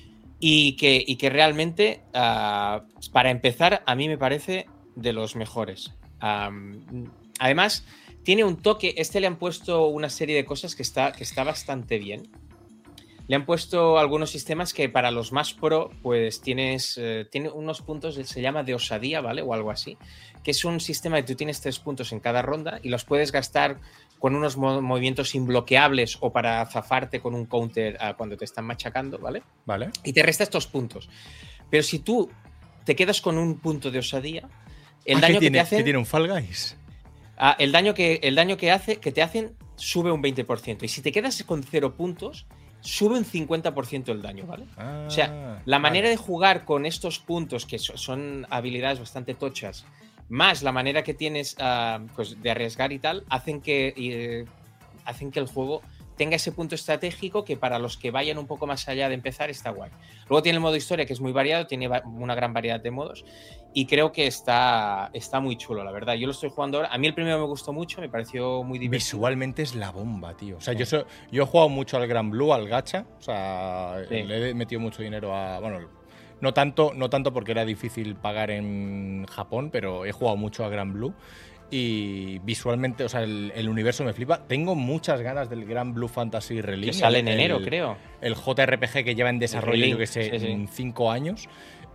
B: y que, y que realmente, ah, para empezar, a mí me parece de los mejores. Am, además, tiene un toque, este le han puesto una serie de cosas que está, que está bastante bien. Le han puesto algunos sistemas que para los más pro, pues tienes eh, tiene unos puntos, se llama de osadía, ¿vale? O algo así, que es un sistema que tú tienes tres puntos en cada ronda y los puedes gastar con unos mo- movimientos imbloqueables o para zafarte con un counter ah, cuando te están machacando, ¿vale?
A: Vale.
B: Y te resta estos puntos. Pero si tú te quedas con un punto de osadía, el
A: Ah,
B: daño
A: ¿qué
B: que
A: tiene,
B: te hacen...
A: ¿qué tiene un Fall Guys?
B: Ah, el daño que, el daño que, hace, que te hacen sube un veinte por ciento. Y si te quedas con cero puntos, sube un cincuenta por ciento el daño, ¿vale?
A: Ah,
B: O sea, la manera de jugar con estos puntos, que so- son habilidades bastante tochas, más la manera que tienes ah, pues de arriesgar y tal, hacen que, eh, hacen que el juego tenga ese punto estratégico que para los que vayan un poco más allá de empezar está guay. Luego tiene el modo historia, que es muy variado, tiene va- una gran variedad de modos y creo que está, está muy chulo, la verdad. Yo lo estoy jugando ahora. A mí el primero me gustó mucho, me pareció muy divertido.
A: Visualmente es la bomba, tío. O sea,
B: Sí.
A: yo, so- yo he jugado mucho al Gran Blue, al gacha. O sea,
B: Sí.
A: le he metido mucho dinero a. Bueno, no tanto, no tanto porque era difícil pagar en Japón, pero he jugado mucho a Gran Blue. Y visualmente, o sea, el, el universo me flipa. Tengo muchas ganas del Gran Blue Fantasy Relink.
B: Que sale en
A: el-
B: enero,
A: el-
B: creo.
A: El J R P G que lleva en desarrollo,
B: Relink,
A: yo que sé,
B: sí, sí.
A: en cinco años.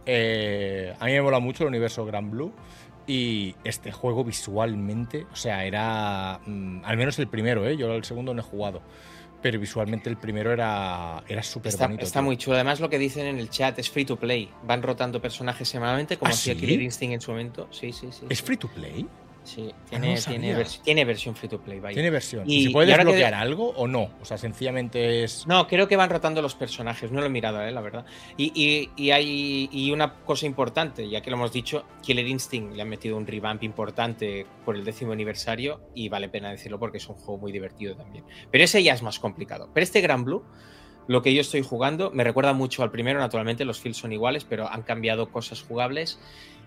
A: Eh, a mí me mola mucho el universo Gran Blue. Y este juego visualmente, o sea, era. mm, al menos el primero, ¿eh? Yo el segundo no he jugado. Pero visualmente el primero era, era súper
B: Está,
A: bonito.
B: está
A: tío.
B: muy chulo. Además, lo que dicen en el chat es free to play. Van rotando personajes semanalmente, como
A: ¿Ah,
B: hacía
A: sí?
B: Killer Instinct en su momento. Sí, sí, sí.
A: ¿Es
B: sí.
A: free to play?
B: Sí,
A: Ah,
B: tiene,
A: no
B: tiene,
A: sabía.
B: vers- tiene versión free to play, vaya.
A: Tiene versión.
B: Y-
A: ¿Y se puede
B: y ahora que-
A: desbloquear algo o no? O sea, sencillamente es.
B: No, creo que van rotando los personajes, no lo he mirado, eh, la verdad. Y, y- y hay y una cosa importante, ya que lo hemos dicho, Killer Instinct le han metido un revamp importante por el décimo aniversario y vale pena decirlo porque es un juego muy divertido también. Pero ese ya es más complicado. Pero este Gran Blue, lo que yo estoy jugando, me recuerda mucho al primero, naturalmente los feels son iguales, pero han cambiado cosas jugables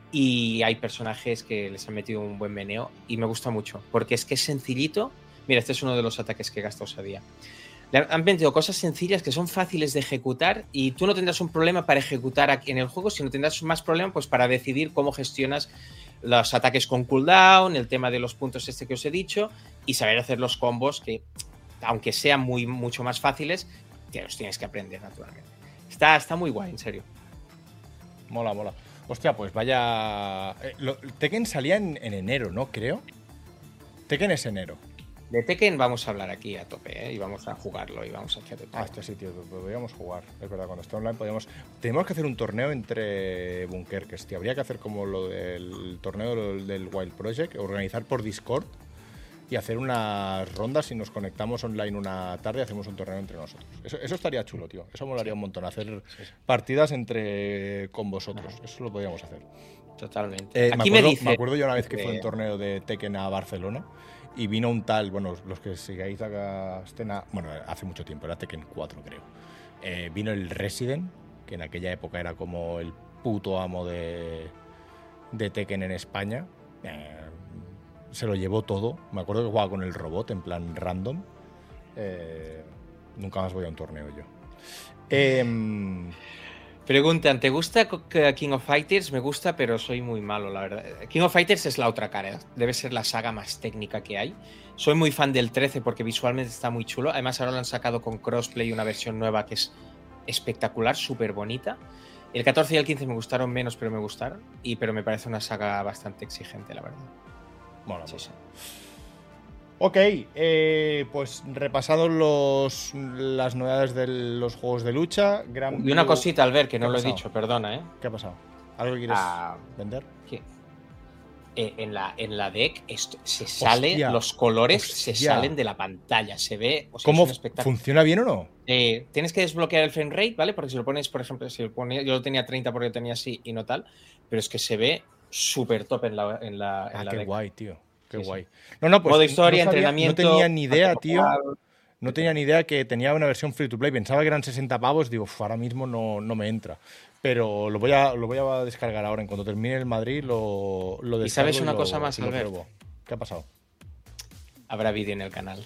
B: y hay personajes que les han metido un buen meneo y me gusta mucho, porque es que es sencillito. Mira, este es uno de los ataques que gasta Osadía. Le han- han metido cosas sencillas que son fáciles de ejecutar y tú no tendrás un problema para ejecutar aquí en el juego, sino tendrás más problema pues para decidir cómo gestionas los ataques con cooldown, el tema de los puntos este que os he dicho y saber hacer los combos que, aunque sean muy, mucho más fáciles, te los tienes que aprender naturalmente. Está, está muy guay, en serio.
A: Mola, mola. Hostia, pues vaya. eh, lo- Tekken salía en, en enero, ¿no? Creo. Tekken es enero.
B: De Tekken vamos a hablar aquí a tope, ¿eh? Y vamos a jugarlo y vamos a hacer de todo.
A: Ah, este sitio, podríamos jugar. Es verdad, cuando esté online podríamos. Tenemos que hacer un torneo entre Bunkerques, tío. Habría que hacer como lo del torneo del Wild Project, organizar por Discord y hacer unas rondas y nos conectamos online una tarde y hacemos un torneo entre nosotros. Eso, eso estaría chulo, tío. Eso molaría un montón, hacer sí, sí. partidas entre con vosotros. Eso lo podríamos hacer.
B: Totalmente.
A: Eh,
B: Aquí
A: me, acuerdo,
B: me dice.
A: Me acuerdo yo una vez que fue un torneo de Tekken a Barcelona. Y vino un tal, bueno, los que sigáis la escena, bueno, hace mucho tiempo, era Tekken cuatro, creo. Eh, vino el Resident, que en aquella época era como el puto amo de, de Tekken en España. Eh, se lo llevó todo. Me acuerdo que jugaba con el robot, en plan random. Eh, nunca más voy a un torneo yo. Eh,
B: Preguntan, ¿te gusta King of Fighters? Me gusta, pero soy muy malo, la verdad. King of Fighters es la otra cara, debe ser la saga más técnica que hay. Soy muy fan del trece porque visualmente está muy chulo. Además ahora lo han sacado con crossplay, una versión nueva que es espectacular, súper bonita. El catorce y el quince me gustaron menos, pero me gustaron. Y, pero me parece una saga bastante exigente, la verdad.
A: Bueno,
B: sí,
A: pues.
B: sí.
A: Ok, eh, pues repasados los, las novedades de los juegos de lucha. Gran
B: y una cosita, Albert, que no lo
A: pasado?
B: he dicho, perdona, ¿eh?
A: ¿Qué ha pasado? ¿Algo que quieres
B: ah,
A: vender?
B: ¿Qué? Eh, en, la, en la deck esto, se sale,
A: hostia,
B: los colores
A: hostia.
B: se salen de la pantalla, se ve. O sea,
A: ¿Cómo
B: es un espectáculo.
A: funciona bien o no?
B: Eh, tienes que desbloquear el frame rate, ¿vale? Porque si lo pones, por ejemplo, si lo ponía, yo lo tenía treinta porque lo tenía así y no tal, pero es que se ve súper top en la, en la,
A: ah,
B: en la
A: qué
B: deck.
A: guay, tío. Qué
B: sí,
A: guay.
B: Sí.
A: No, no, pues
B: modo historia,
A: no sabía,
B: entrenamiento.
A: No tenía ni idea, tío. No tenía ni idea que tenía una versión free to play. Pensaba que eran sesenta pavos. Digo, ahora mismo no, no me entra. Pero lo voy, a, lo voy a descargar ahora. En cuanto termine el Madrid, lo, lo descargo.
B: Y sabes una
A: y lo,
B: cosa más,
A: y lo
B: Albert.
A: pruebo. ¿Qué ha pasado?
B: Habrá vídeo en el canal.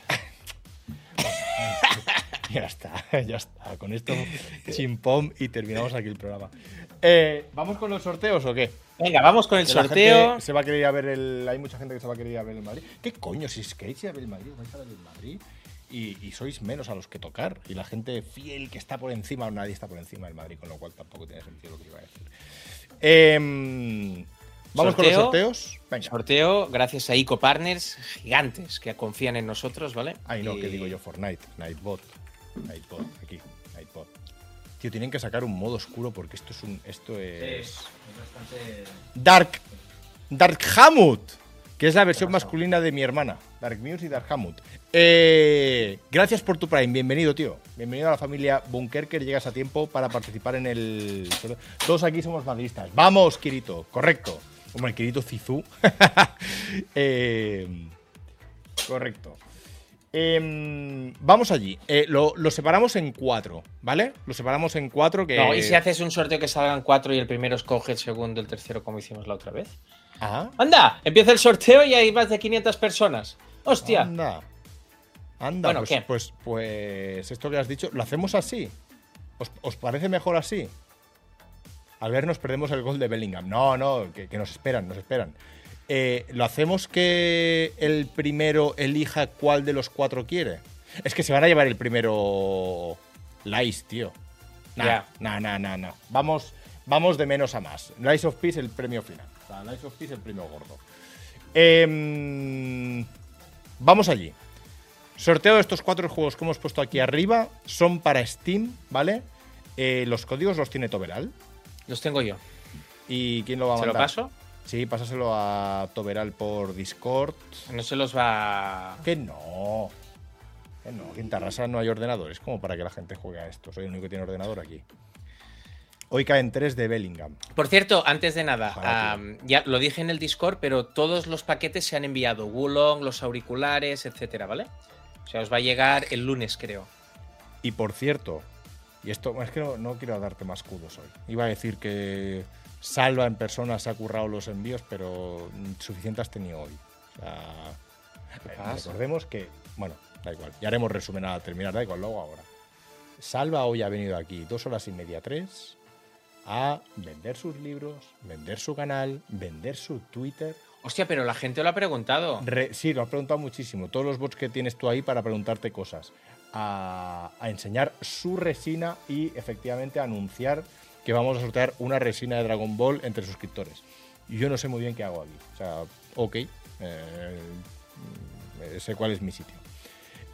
A: Ya está, ya está. Con esto, chimpón, y terminamos aquí el programa. Eh, ¿Vamos con los sorteos o qué?
B: Venga, vamos con el
A: Que
B: sorteo.
A: Se va a querer ir a ver el. Hay mucha gente que se va a querer ir a ver el Madrid. ¿Qué coño? Si es queréis ir a ver el Madrid, vais a ver el Madrid y, y sois menos a los que tocar. Y la gente fiel que está por encima, nadie está por encima del Madrid, con lo cual tampoco tiene sentido lo que iba a decir. Eh, ¿Vamos
B: sorteo,
A: con los sorteos? Venga.
B: Sorteo, gracias a Ico Partners, gigantes que confían en nosotros, ¿vale?
A: Ay, no,
B: y...
A: que digo yo, Fortnite, Nightbot. Nightbot, aquí, Nightbot. Tío, tienen que sacar un modo oscuro porque esto es un. Esto es.
B: Es, es bastante.
A: Dark. Dark Hamut. Que es la versión masculina de mi hermana. Dark Muse y Dark Hamut. Eh, gracias por tu Prime. Bienvenido, tío. Bienvenido a la familia Bunkerker. Llegas a tiempo para participar en el. Todos aquí somos madridistas. Vamos, Kirito. Correcto. Como el Kirito Zizú. eh, correcto. Eh, vamos allí. Eh, lo, lo separamos en cuatro, ¿vale? Lo separamos en cuatro que...
B: No, ¿y si haces un sorteo que salgan cuatro y el primero escoge el segundo, el tercero, como hicimos la otra vez?
A: Ajá.
B: ¡Anda! Empieza el sorteo y hay más de quinientas personas. ¡Hostia!
A: Anda. Anda,
B: bueno,
A: pues,
B: ¿qué?
A: pues, pues esto que has dicho, ¿lo hacemos así? ¿Os, os parece mejor así? Al ver nos perdemos el gol de Bellingham. No, no, que, que nos esperan, nos esperan. Eh, ¿Lo hacemos que el primero elija cuál de los cuatro quiere? Es que se van a llevar el primero Lice, tío. Nah,
B: yeah.
A: nah, nah, nah, nah. Vamos, vamos de menos a más. Lice of Peace el premio final. O sea, Lice of Peace el premio gordo. Eh, vamos allí. Sorteo de estos cuatro juegos que hemos puesto aquí arriba son para Steam, ¿vale? Eh, los códigos los tiene Toberal.
B: Los tengo yo.
A: ¿Y quién lo va a
B: ¿Se
A: mandar?
B: lo paso?
A: Sí, pásaselo a Toberal por Discord.
B: No se los va...
A: Que no. Que no. Aquí en Tarrasa no hay ordenadores como para que la gente juegue a esto. Soy el único que tiene ordenador aquí. Hoy caen tres de Bellingham.
B: Por cierto, antes de nada,
A: Ojalá,
B: um, ya lo dije en el Discord, pero todos los paquetes se han enviado. Wulong, los auriculares, etcétera, ¿vale? O sea, os va a llegar el lunes, creo.
A: Y por cierto, y esto es que no, no quiero darte más escudos hoy. Iba a decir que Salva en persona se ha currado los envíos, pero suficiente has tenido hoy. O sea, recordemos que, bueno, da igual, ya haremos resumen a terminar, da igual, luego ahora. Salva hoy ha venido aquí dos horas y media, tres, a vender sus libros, vender su canal, vender su Twitter.
B: Hostia, pero la gente lo ha preguntado.
A: Re, sí, lo ha preguntado muchísimo. Todos los bots que tienes tú ahí para preguntarte cosas. A, a enseñar su resina y efectivamente a anunciar que vamos a sortear una resina de Dragon Ball entre suscriptores. Y yo no sé muy bien qué hago aquí. O sea, ok, eh, sé cuál es mi sitio.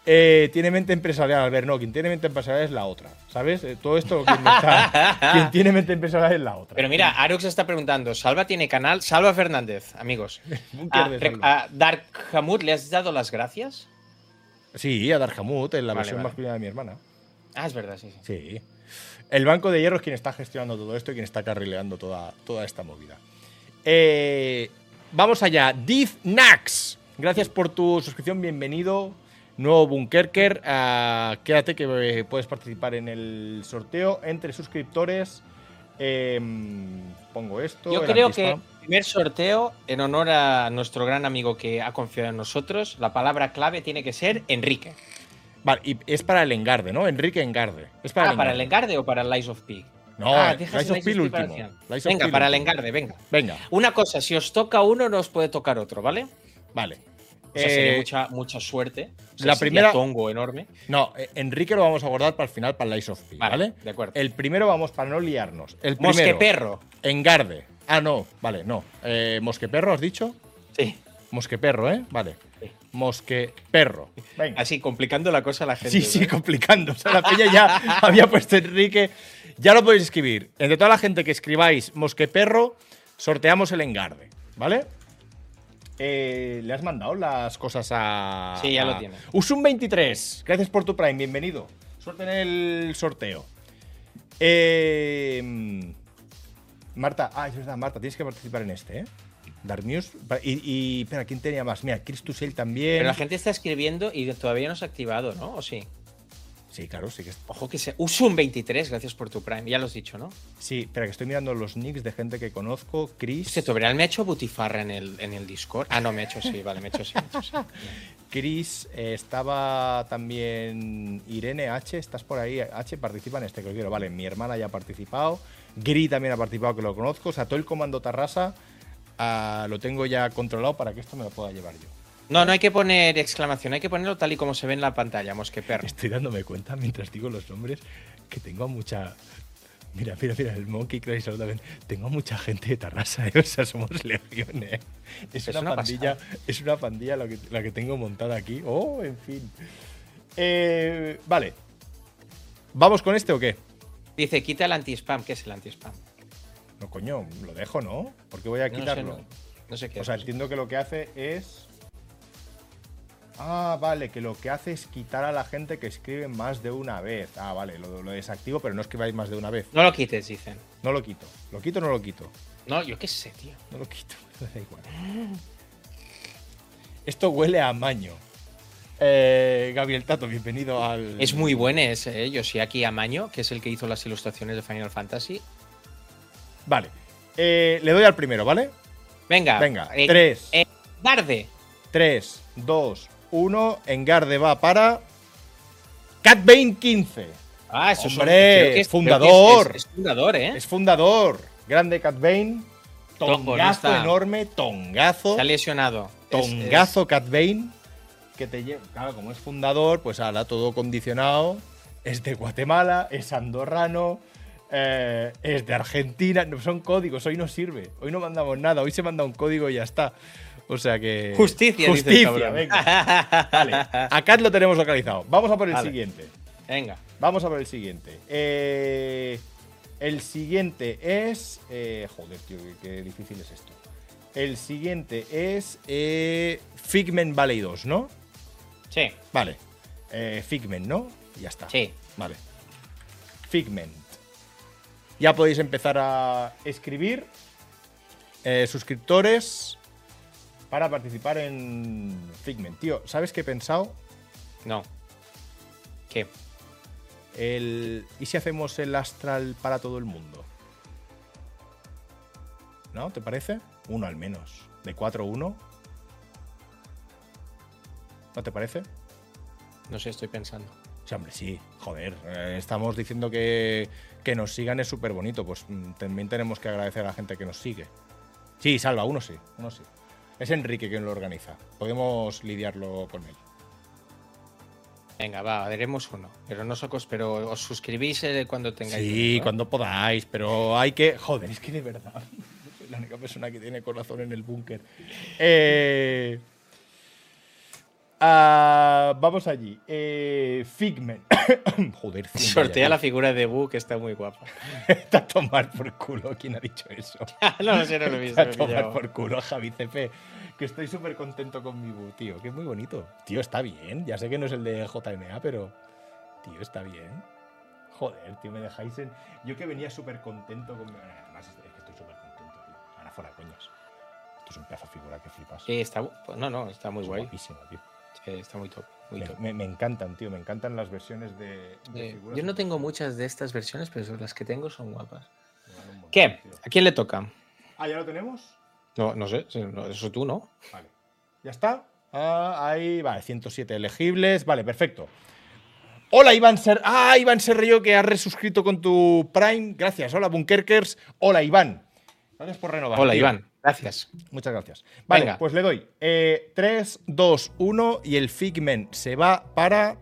A: Eh, tiene mente empresarial, Albert, no, quien tiene mente empresarial es la otra, ¿sabes? Eh, todo esto, quien, está, quien tiene mente empresarial es la otra.
B: Pero mira, Arux está preguntando, ¿Salva tiene canal? Salva Fernández, amigos.
A: Búnker
B: A,
A: de
B: rec-
A: Salva.
B: a Dark Hamut, ¿le has dado las gracias?
A: Sí, a Darhamut, en la
B: Vale,
A: versión
B: vale.
A: masculina de mi hermana.
B: Ah, es verdad, sí, sí.
A: Sí. El Banco de Hierro es quien está gestionando todo esto y quien está carrileando toda, toda esta movida. Eh, vamos allá. Div Nax, gracias por tu suscripción, bienvenido. Nuevo Bunkerker. Ah, quédate que eh, puedes participar en el sorteo entre suscriptores. Eh, pongo esto.
B: Yo
A: el
B: creo que
A: antispam.
B: primer sorteo, en honor a nuestro gran amigo que ha confiado en nosotros, la palabra clave tiene que ser Enrique.
A: Vale, y es para el Engarde, ¿no? Enrique Engarde. Es para
B: Ah,
A: el
B: ¿para el Engarde o para el Lies of P?
A: No,
B: ah,
A: el
B: dejas
A: Lies of
B: el
A: P el
B: para
A: último.
B: final.
A: Lies of
B: Venga,
A: P
B: para el
A: último.
B: Engarde, venga.
A: Venga,
B: Una cosa, si os toca uno, no os puede tocar otro, ¿vale?
A: vale.
B: O sea, sería
A: Eh,
B: mucha, mucha suerte. O sea,
A: la
B: sería
A: primera-
B: tongo enorme.
A: No, eh, Enrique lo vamos a guardar para el final, para el Lies of P, ¿vale?
B: Vale, de acuerdo.
A: El primero vamos para no liarnos. El primero,
B: Mosqueperro.
A: Engarde. Ah, no, vale, no. Eh, Mosqueperro, ¿has dicho?
B: Sí.
A: Mosqueperro, ¿eh? Vale.
B: Sí.
A: Mosqueperro. Venga.
B: Así, complicando la cosa a la gente.
A: Sí, sí,
B: ¿no?
A: complicando. O sea, la peña ya había puesto Enrique. Ya lo podéis escribir. Entre toda la gente que escribáis Mosqueperro, sorteamos el Engarde, ¿vale? Eh, ¿Le has mandado las cosas a.
B: Sí, ya
A: a-
B: lo tiene.
A: Usum veintitrés, gracias por tu Prime, bienvenido. Suerte en el sorteo. Eh, Marta, ah, es verdad, Marta, tienes que participar en este, ¿eh? Dark News. Y, y espera, ¿quién tenía más? Mira, Chris Tussell también.
B: Pero la gente está escribiendo y todavía no se ha activado, ¿no? ¿O sí?
A: Sí, claro, sí que es.
B: Ojo que se. Usum veintitrés, gracias por tu Prime. Ya lo has dicho, ¿no?
A: Sí, espera, que estoy mirando los nicks de gente que conozco. Chris.
B: Este Tobreal me ha hecho butifarra en el, en el Discord. Ah, no, me ha hecho sí, vale, me ha hecho sí. Me ha hecho sí.
A: Chris, eh, estaba también Irene H, estás por ahí. H participa en este que lo quiero. Vale, mi hermana ya ha participado. Gri también ha participado, que lo conozco. O sea, todo el comando Tarrasa ah, lo tengo ya controlado para que esto me lo pueda llevar yo.
B: No, no hay que poner exclamación, hay que ponerlo tal y como se ve en la pantalla, mosqueperro.
A: Estoy dándome cuenta mientras digo los nombres que tengo a mucha. Mira, mira, mira, el Monkey Chrysler también. Tengo a mucha gente de Tarrasa, ¿eh? O sea, somos legión, ¿eh? Es,
B: Es
A: una,
B: una
A: pandilla, es una pandilla la que, la que tengo montada aquí. Oh, en fin. Eh, vale. ¿Vamos con este o qué?
B: Dice, quita el anti-spam. ¿Qué es el anti-spam?
A: No, coño, lo dejo, ¿no? ¿Por qué voy a
B: No sé,
A: quitarlo?
B: no, no sé qué
A: O
B: es.
A: sea, entiendo que lo que hace es. Ah, vale, que lo que hace es quitar a la gente que escribe más de una vez. Ah, vale, lo, lo desactivo, pero no escribáis más de una vez.
B: No lo quites, dicen.
A: No lo quito. ¿Lo quito o no lo quito?
B: No, yo qué sé, tío.
A: No lo quito, me da igual. Esto huele a maño. Eh, Gabriel Tato, bienvenido al.
B: Es muy bueno ese, ¿eh? Yoshiaki Amaño, que es el que hizo las ilustraciones de Final Fantasy.
A: Vale. Eh, le doy al primero, ¿vale?
B: Venga.
A: Venga,
B: eh,
A: tres.
B: eh, Garde.
A: tres, dos, uno. Engarde va para. Cat Bane quince.
B: Ah, eso es un-
A: Hombre,
B: creo que es-
A: fundador.
B: creo que Es, es- es fundador, ¿eh?
A: Es fundador. Grande Cat Bane.
B: Topo, no
A: Tongazo
B: está.
A: enorme. Tongazo.
B: Se ha lesionado. Es-
A: Tongazo Cat Bane. Que te lleva. Claro, como es fundador, pues ala, todo condicionado. Es de Guatemala, es andorrano, eh, es de Argentina. No, son códigos, hoy no sirve. Hoy no mandamos nada, hoy se manda un código y ya está. O sea que.
B: Justicia, dice el
A: Justicia,
B: cabrón.
A: venga. Vale, a Cat lo tenemos localizado. Vamos a por el
B: Vale.
A: siguiente.
B: Venga.
A: Vamos a por el siguiente. Eh, el siguiente es. eh, joder, tío, qué, qué difícil es esto. El siguiente es. eh, Figment Valley dos, ¿no?
B: Sí,
A: Vale. Eh, Figment, ¿no? Y ya está.
B: sí.
A: Vale. Figment. Ya podéis empezar a escribir eh, suscriptores para participar en Figment. Tío, ¿sabes qué he pensado?
B: No. ¿Qué?
A: El, ¿Y si hacemos el Astral para todo el mundo? ¿No? ¿Te parece? Uno al menos. De cuatro uno. ¿No te parece?
B: No sé, estoy pensando.
A: Sí, hombre, sí. Joder. eh, estamos diciendo que, que nos sigan es súper bonito. Pues mm, también tenemos que agradecer a la gente que nos sigue. Sí, Salva, uno sí. Uno sí. Es Enrique quien lo organiza. Podemos lidiarlo con él.
B: Venga, va, haremos uno. Pero no socos, pero os suscribís eh, cuando tengáis.
A: Sí,
B: uno, ¿eh?
A: cuando podáis, pero hay que. Joder, es que de verdad. Soy la única persona que tiene corazón en el búnker. Eh, uh, vamos allí. Eh, Figment. Joder,
B: sortea la figura de Bu, que está muy guapa.
A: Está a tomar por culo. ¿Quién ha dicho eso?
B: no, no sé, no lo he visto.
A: Está a tomar por culo, Javi C P. Que estoy súper contento con mi Bu, tío. Que es muy bonito. Tío, está bien. Ya sé que no es el de J M A, pero... Tío, está bien. Joder, tío, me dejáis en... Yo que venía súper contento con... Además, es que estoy súper contento, tío. Ahora fuera coñas. Esto es un pedazo de figura que flipas.
B: Sí, está... No, no, está muy
A: es
B: guay.
A: Guapísimo, tío.
B: Sí, está muy top. Muy
A: me,
B: top.
A: Me, me encantan, tío. Me encantan las versiones de, de
B: eh,
A: figuras.
B: Yo no tengo muchas de estas versiones, pero las que tengo son guapas.
A: Montón,
B: ¿Qué?
A: Tío.
B: ¿A quién le toca?
A: Ah, ¿ya lo tenemos?
B: No, no sé. Eso tú, ¿no?
A: Vale. ¿Ya está? Ah, ahí, vale, ciento siete elegibles. Vale, perfecto. Hola, Iván Ser... Ah, Iván Serrillo, que has resuscrito con tu Prime. Gracias. Hola, Bunkerkers. Hola, Iván. Gracias por renovar.
B: Hola,
A: tío.
B: Iván. Gracias.
A: Muchas gracias. Vale,
B: Venga.
A: pues le doy eh, tres, dos, uno y el Figment se va para...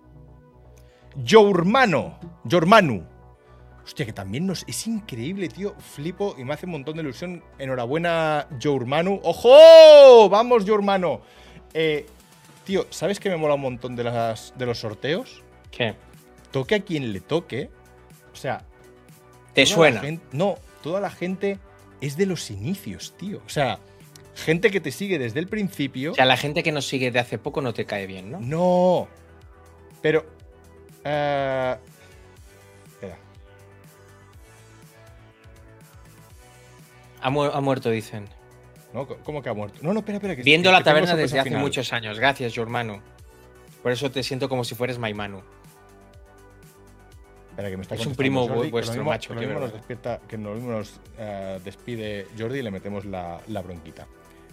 A: Jourmano. Jormanu. Hostia, que también nos... Es increíble, tío. Flipo y me hace un montón de ilusión. Enhorabuena, Jourmanu. ¡Ojo! ¡Vamos, Jourmano! Eh, tío, ¿sabes que me mola un montón de, las, de los sorteos?
B: ¿Qué?
A: Toque a quien le toque. O sea...
B: ¿Te
A: toda
B: suena?
A: la gente- no, toda la gente es de los inicios, tío. O sea, gente que te sigue desde el principio.
B: O sea, la gente que nos sigue de hace poco no te cae bien, ¿no?
A: No. Pero... eh, espera.
B: Ha, mu ha muerto, dicen.
A: No, ¿cómo que ha muerto? No, no, espera, espera. Que,
B: Viendo
A: que-
B: la
A: que tengo
B: taberna
A: sorpresa
B: desde hace
A: final.
B: muchos años. Gracias, Jormanu. Por eso te siento como si fueras Maimanu.
A: Espera, que me está
B: Es un
A: contestando
B: primo
A: Jordi, que
B: vuestro,
A: lo mismo-
B: macho,
A: Que lo
B: qué
A: mismo nos
B: verdad.
A: despierta, que lo mismo nos eh, despide Jordi y le metemos la, la bronquita.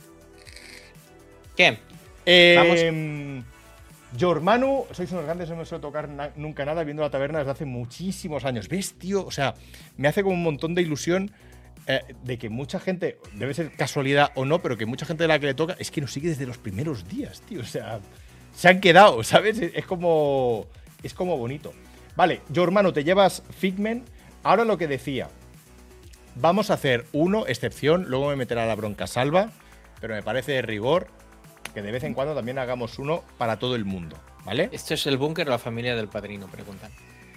B: ¿Qué?
A: Eh, Jormanu, sois unos grandes, no me suelo tocar na- nunca nada viendo la taberna desde hace muchísimos años. ¿Ves, tío? O sea, me hace como un montón de ilusión eh, de que mucha gente, debe ser casualidad o no, pero que mucha gente de la que le toca es que nos sigue desde los primeros días, tío. O sea, se han quedado, ¿sabes? Es, es como. Es como bonito. Vale, Jormanu, te llevas Figment. Ahora lo que decía. Vamos a hacer uno, excepción, luego me meterá la bronca Salva, pero me parece de rigor que de vez en cuando también hagamos uno para todo el mundo, ¿vale?
B: ¿Esto es el búnker o la familia del padrino? Preguntan.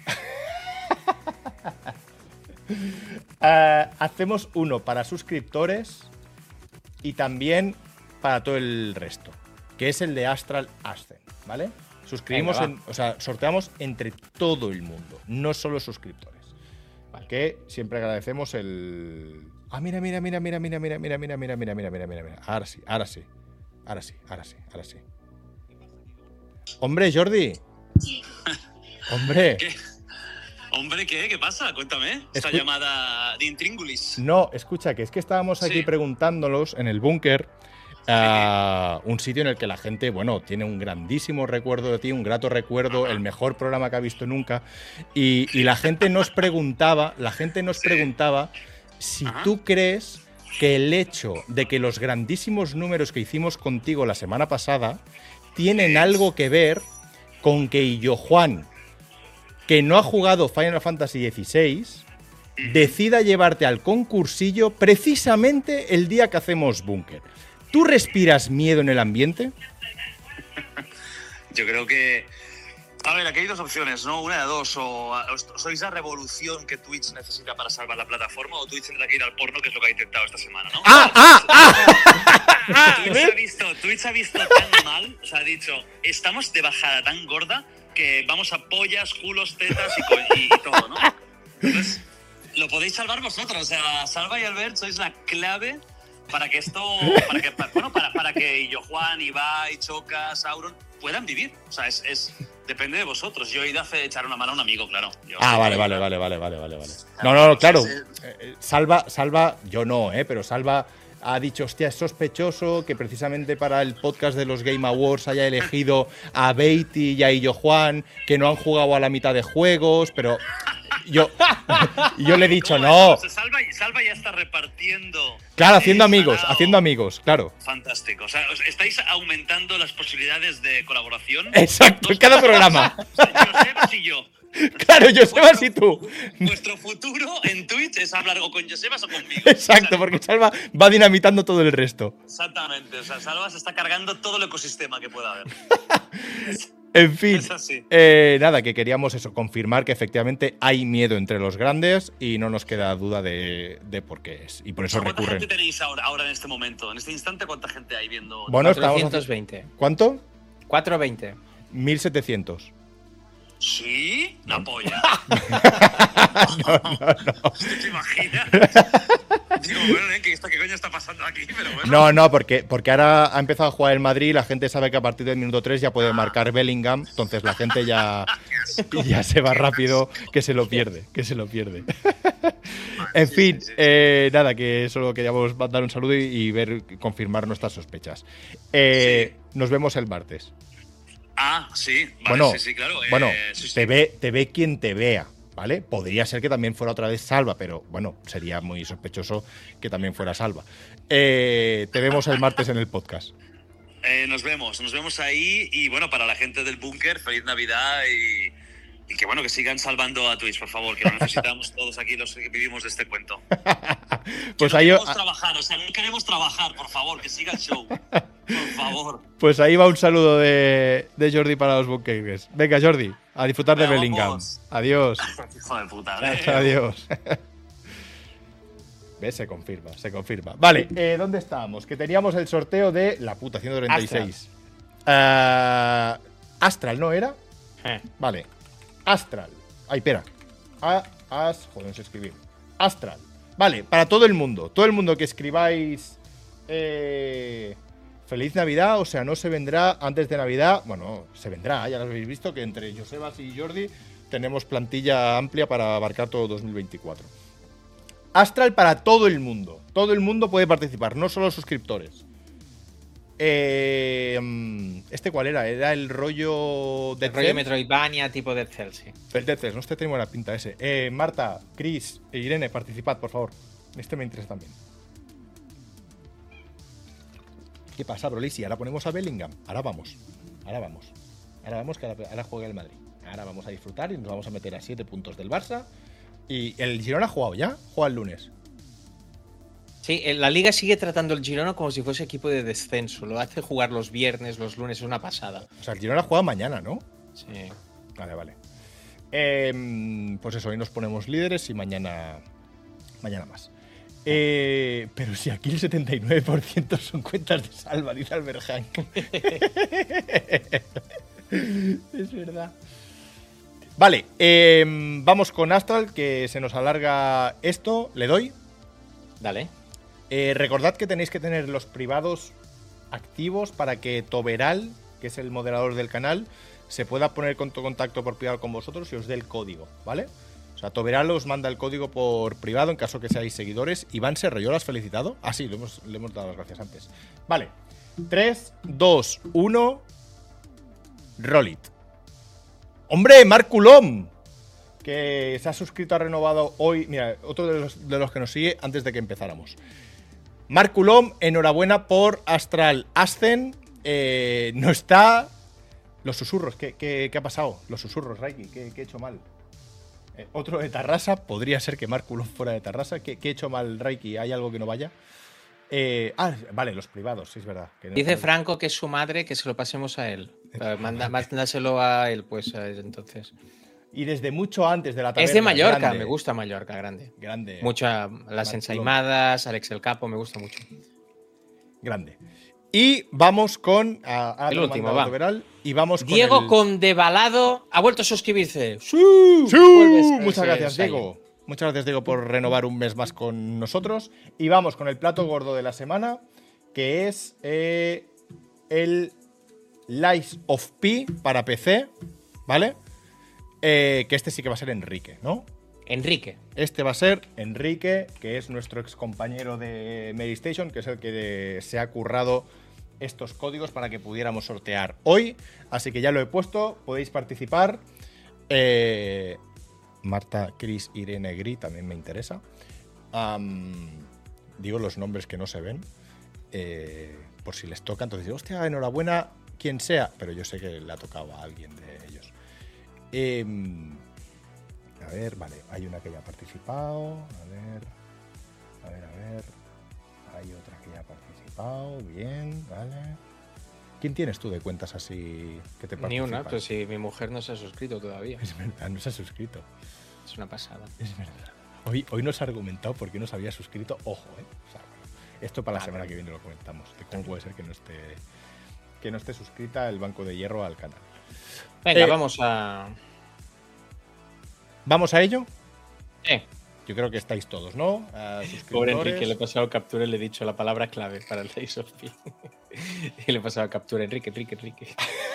A: Uh, hacemos uno para suscriptores y también para todo el resto, que es el de Astral Ascent, ¿vale? Suscribimos,
B: Venga,
A: en, o sea, sorteamos entre todo el mundo, no solo suscriptores.
B: Vale.
A: Que siempre agradecemos el. Ah, mira, mira, mira, mira, mira, mira, mira, mira, mira, mira, mira, mira, mira, mira. Ahora sí, ahora sí. Ahora sí, ahora sí, ahora sí. Hombre, Jordi. Hombre.
G: ¿Qué? Hombre, ¿qué? ¿Qué pasa? Cuéntame. Esta
A: Escu-
G: llamada de intríngulis.
A: No, escucha, que es que estábamos aquí
G: Sí.
A: preguntándolos en el búnker. Uh, un sitio en el que la gente, bueno, tiene un grandísimo recuerdo de ti, un grato recuerdo, el mejor programa que ha visto nunca. Y, y la gente nos preguntaba, la gente nos
G: Sí.
A: preguntaba si
G: Ajá.
A: tú crees que el hecho de que los grandísimos números que hicimos contigo la semana pasada tienen algo que ver con que Illo Juan, que no ha jugado Final Fantasy dieciséis, decida llevarte al concursillo precisamente el día que hacemos búnker. ¿Tú respiras miedo en el ambiente?
G: Yo creo que. A ver, aquí hay dos opciones, ¿no? Una de dos. O, o sois la revolución que Twitch necesita para salvar la plataforma, o Twitch tendrá que ir al porno, que es lo que ha intentado esta semana, ¿no?
A: ¡Ah, ah, ah!
G: Twitch, ha visto, Twitch ha visto tan mal, o sea, ha dicho, estamos de bajada tan gorda que vamos a pollas, culos, tetas y, co- y, y todo, ¿no? Entonces, lo podéis salvar vosotros. O sea, Salva y Albert sois la clave para que esto, para que, para, bueno, para, para que Illo Juan, Ibai, Choca, Sauron puedan vivir. O sea, es, es depende de vosotros. Yo he ido a hacer- echar una mano a un amigo, claro. Yo
A: Ah,
G: soy-
A: vale, vale, vale, vale, vale, vale, vale. No, no, no, claro. Eh, eh, Salva, Salva, yo no, eh, pero Salva ha dicho, hostia, es sospechoso que precisamente para el podcast de los Game Awards haya elegido a Beatty y a Illo Juan, que no han jugado a la mitad de juegos, pero yo, yo le he dicho,
G: ¿Cómo
A: no.
G: es? O sea, Salva, Salva ya está repartiendo.
A: Claro, haciendo
G: eh,
A: amigos,
G: salado.
A: haciendo amigos, claro.
G: Fantástico. O sea, os- estáis aumentando las posibilidades de colaboración.
A: Exacto, en
G: Dos
A: cada
G: personas.
A: programa.
G: O sea, Josep y yo.
A: Claro, Josebas y tú.
G: Vuestro futuro en Twitch es hablar o con Josebas o conmigo.
A: Exacto,
G: O sea,
A: porque Salva va dinamitando todo el resto.
G: Exactamente, o sea, Salva se está cargando todo el ecosistema que pueda haber.
A: En fin,
G: Es así.
A: eh, nada, que queríamos eso, confirmar que efectivamente hay miedo entre los grandes y no nos queda duda de, de por qué es. Y por eso
G: ¿Cuánta
A: recurren.
G: gente tenéis ahora, ahora en este momento? En este instante, ¿cuánta gente hay viendo?
A: Bueno, estamos.
B: cuatrocientos veinte.
A: ¿Cuánto?
B: cuatrocientos veinte.
A: mil setecientos.
G: ¿Sí? La polla.
A: No, no, no.
G: ¿Te imaginas? Digo, bueno, ¿eh? ¿Qué, esto, ¿qué coño está pasando aquí? Pero bueno.
A: No, no, porque, porque ahora ha empezado a jugar el Madrid y la gente sabe que a partir del minuto tres ya puede marcar Bellingham, entonces la gente ya, ya se va rápido, que se lo pierde, que se lo pierde. En
G: sí,
A: fin,
G: sí, sí.
A: eh, nada, que solo queríamos dar un saludo y, y ver, confirmar nuestras sospechas. Eh, Nos vemos el martes.
G: Ah, sí. Vale,
A: Bueno,
G: sí, sí, claro. eh,
A: bueno
G: sí, sí.
A: Te, ve, te ve quien te vea, ¿vale? Podría ser que también fuera otra vez Salva, pero bueno, sería muy sospechoso que también fuera Salva. Eh, te vemos el martes en el podcast.
G: Eh, nos vemos, nos vemos ahí. Y bueno, para la gente del búnker, feliz Navidad y, y que bueno, que sigan salvando a Twitch, por favor, que lo necesitamos todos aquí los que vivimos de este cuento.
A: Pues
G: no
A: ahí,
G: queremos trabajar, o sea, no queremos trabajar, por favor, que siga el show. Por favor.
A: pues ahí va un saludo de, de Jordi para los bunkers. Venga, Jordi, a disfrutar de
G: Venga,
A: Bellingham.
G: vamos.
A: Adiós.
G: Hijo de puta, ¿eh?
A: Adiós. ¿Ves? Se confirma, se confirma. Vale, eh, ¿dónde estábamos? Que teníamos el sorteo de la puta ciento treinta y seis. Astral, uh, Astral ¿no era?
B: Eh.
A: Vale. Astral. Ay, espera. A, as, joder, no sé escribir. Astral. Vale, para todo el mundo. Todo el mundo que escribáis eh, Feliz Navidad, o sea, no se vendrá antes de Navidad. Bueno, se vendrá, ya lo habéis visto, que entre Josebas y Jordi tenemos plantilla amplia para abarcar todo dos mil veinticuatro. Astral para todo el mundo. Todo el mundo puede participar, no solo suscriptores. Eh, ¿Este cuál era? Era el rollo de
B: El rollo Metroidvania tipo Dead Cells, sí.
A: El Dead Cells, no este tiene buena pinta ese. Eh, Marta, Chris e Irene, participad, por favor. Este me interesa también. ¿Qué pasa, Brolisi? Ahora ponemos a Bellingham. Ahora vamos. Ahora vamos. Ahora vamos, que ahora, ahora juega el Madrid. Ahora vamos a disfrutar y nos vamos a meter a siete puntos del Barça. Y el Girona ha jugado ya. Juega el lunes.
B: Sí, la liga sigue tratando el Girona como si fuese equipo de descenso. Lo hace jugar los viernes, los lunes, es una pasada.
A: O sea, el Girona juega mañana, ¿no?
B: Sí.
A: Vale, vale. Eh, pues eso, hoy nos ponemos líderes y mañana. Mañana más. Eh, pero si aquí el setenta y nueve por ciento son cuentas de Salva, dice Albert Hank. Es verdad. Vale, eh, vamos con Astral, que se nos alarga esto. ¿Le doy?
B: Dale.
A: Eh, recordad que tenéis que tener los privados activos para que Toberal, que es el moderador del canal, se pueda poner en contacto por privado con vosotros y os dé el código, ¿vale? O sea, Toberal os manda el código por privado en caso que seáis seguidores. Iván Serrello, ¿lo has felicitado? Ah, sí, le hemos, le hemos dado las gracias antes. Vale. tres, dos, uno. Roll it. ¡Hombre, Marc Coulomb! Que se ha suscrito, ha renovado hoy. Mira, otro de los, de los que nos sigue antes de que empezáramos. Marc Coulomb, enhorabuena por Astral Ascen. Eh, no está. Los susurros, ¿qué, qué, qué ha pasado? Los susurros, Raiki, ¿qué, qué he hecho mal? Eh, otro de Tarrasa, podría ser que Marc Coulomb fuera de Tarrasa. ¿Qué, qué he hecho mal, Raiki? ¿Hay algo que no vaya? Eh, ah, vale, los privados, sí, es verdad. Que no,
B: Dice Franco que es su madre, que se lo pasemos a él. Eh, Manda, mándaselo a él, pues, a él, entonces.
A: Y desde mucho antes de la taberna.
B: Es de Mallorca,
A: grande,
B: me gusta Mallorca, grande.
A: Grande.
B: Mucha, las ensaimadas, Alex el Capo, me gusta mucho.
A: Grande. Y vamos con. A, a
B: el último, va.
A: Toberal, y vamos con
B: Diego
A: el...
B: Condevalado ha vuelto a suscribirse.
A: ¡Sí! ¡Sí! Muchas gracias, Diego. Muchas gracias, Diego, por renovar un mes más con nosotros. Y vamos con el plato gordo de la semana, que es eh, el Lies of P para P C, ¿vale? Eh, que este sí que va a ser Enrique, ¿no?
B: Enrique.
A: Este va a ser Enrique, que es nuestro ex compañero de Mary Station, que es el que de, se ha currado estos códigos para que pudiéramos sortear hoy. Así que ya lo he puesto, podéis participar. Eh, Marta, Chris, Irene, Gri, también me interesa. Um, digo los nombres que no se ven, eh, por si les toca. Entonces digo, hostia, enhorabuena, quien sea. Pero yo sé que le ha tocado a alguien de ellos. Eh, A ver, vale, hay una que ya ha participado. A ver, a ver, a ver. Hay otra que ya ha participado. Bien, vale. ¿Quién tienes tú de cuentas así que te participan?
B: Ni una, pues si mi mujer no se ha suscrito todavía.
A: Es verdad, no se ha suscrito.
B: Es una pasada.
A: Es verdad. Hoy, hoy nos ha argumentado por qué no se había suscrito. Ojo, ¿eh? O sea, bueno, esto para la
B: Ah,
A: semana
B: bueno.
A: que viene lo comentamos. De cómo puede ser que no esté que no esté suscrita el Banco de Hierro al canal.
B: Venga,
A: Eh,
B: vamos a.
A: ¿Vamos a ello?
B: Eh,
A: Yo creo que estáis todos, ¿no? A
B: pobre
A: suscriptores.
B: Enrique, le he pasado captura y le he dicho la palabra clave para el Days of Pi. Y le he pasado captura, Enrique, Enrique, Enrique.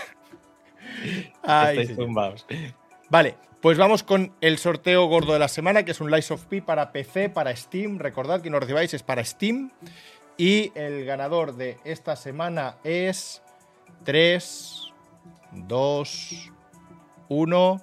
A: Ay,
B: Estáis
A: señor.
B: tumbados.
A: Vale, pues vamos con el sorteo gordo de la semana, que es un Lies of P para P C, para Steam. Recordad que no recibáis, es para Steam. Y el ganador de esta semana es tres, dos, uno.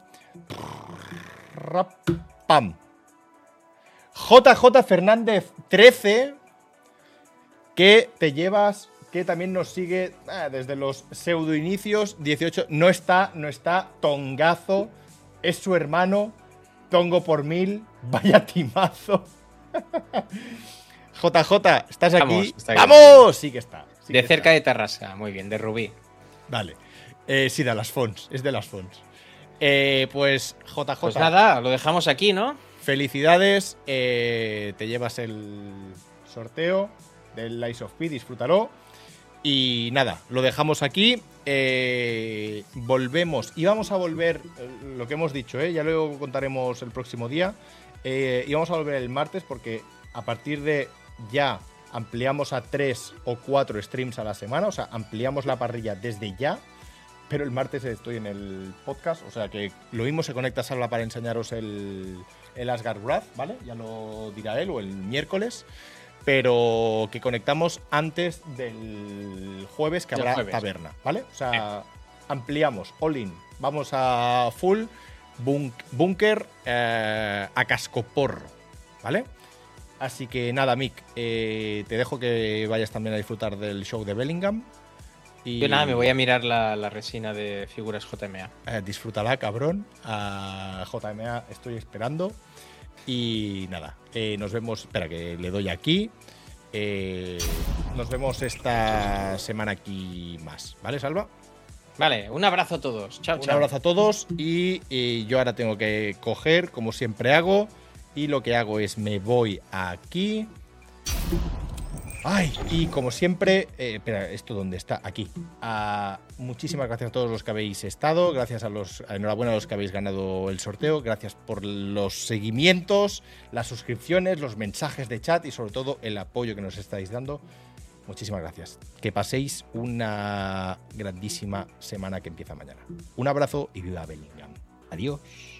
A: ¡Pam! J J Fernández trece, que te llevas, que también nos sigue ah, desde los pseudo inicios, dieciocho, no está, no está, tongazo, es su hermano, tongo por mil, vaya timazo. J J, ¿estás aquí?
B: Vamos, está aquí.
A: ¡Vamos! Sí que está. sí
B: De
A: que
B: cerca
A: está.
B: de Tarrasa, muy bien, de Rubí.
A: Vale. Eh, sí, de las Fons, es de las Fons. Eh, pues J J.
B: Pues nada, lo dejamos aquí, ¿no?
A: Felicidades, eh, te llevas el sorteo del Lies of P, disfrútalo. Y nada, lo dejamos aquí. eh, volvemos, y vamos a volver, eh, lo que hemos dicho, eh, ya luego contaremos el próximo día. Eh, y vamos a volver el martes porque a partir de ya ampliamos a tres o cuatro streams a la semana, o sea, ampliamos la parrilla desde ya. Pero el martes estoy en el podcast, o sea que lo mismo se conecta Salva para enseñaros el, el Asgard Wrath, ¿vale? Ya lo dirá él, o el miércoles. Pero que conectamos antes del jueves, que
B: Del
A: habrá
B: jueves.
A: taberna, ¿vale? O sea, ampliamos, all in. Vamos a full, bunk- búnker, eh, a cascoporro, ¿vale? Así que nada, Mick, eh, te dejo que vayas también a disfrutar del show de Bellingham. Y
B: Yo nada, me voy a mirar la, la resina de figuras J M A.
A: Eh, disfrútala, cabrón. A J M A estoy esperando. Y nada, eh, nos vemos. Espera, que le doy aquí. Eh, nos vemos esta semana aquí más. ¿Vale, Salva?
B: Vale, un abrazo a todos. Chao,
A: Un
B: chao.
A: abrazo a todos. Y, y yo ahora tengo que coger, como siempre hago. Y lo que hago es me voy aquí. Ay, y como siempre, eh, espera, ¿esto dónde está? Aquí. Ah, muchísimas gracias a todos los que habéis estado, gracias a los, enhorabuena a los que habéis ganado el sorteo, gracias por los seguimientos, las suscripciones, los mensajes de chat y sobre todo el apoyo que nos estáis dando. Muchísimas gracias. Que paséis una grandísima semana que empieza mañana. Un abrazo y viva Bellingham. Adiós.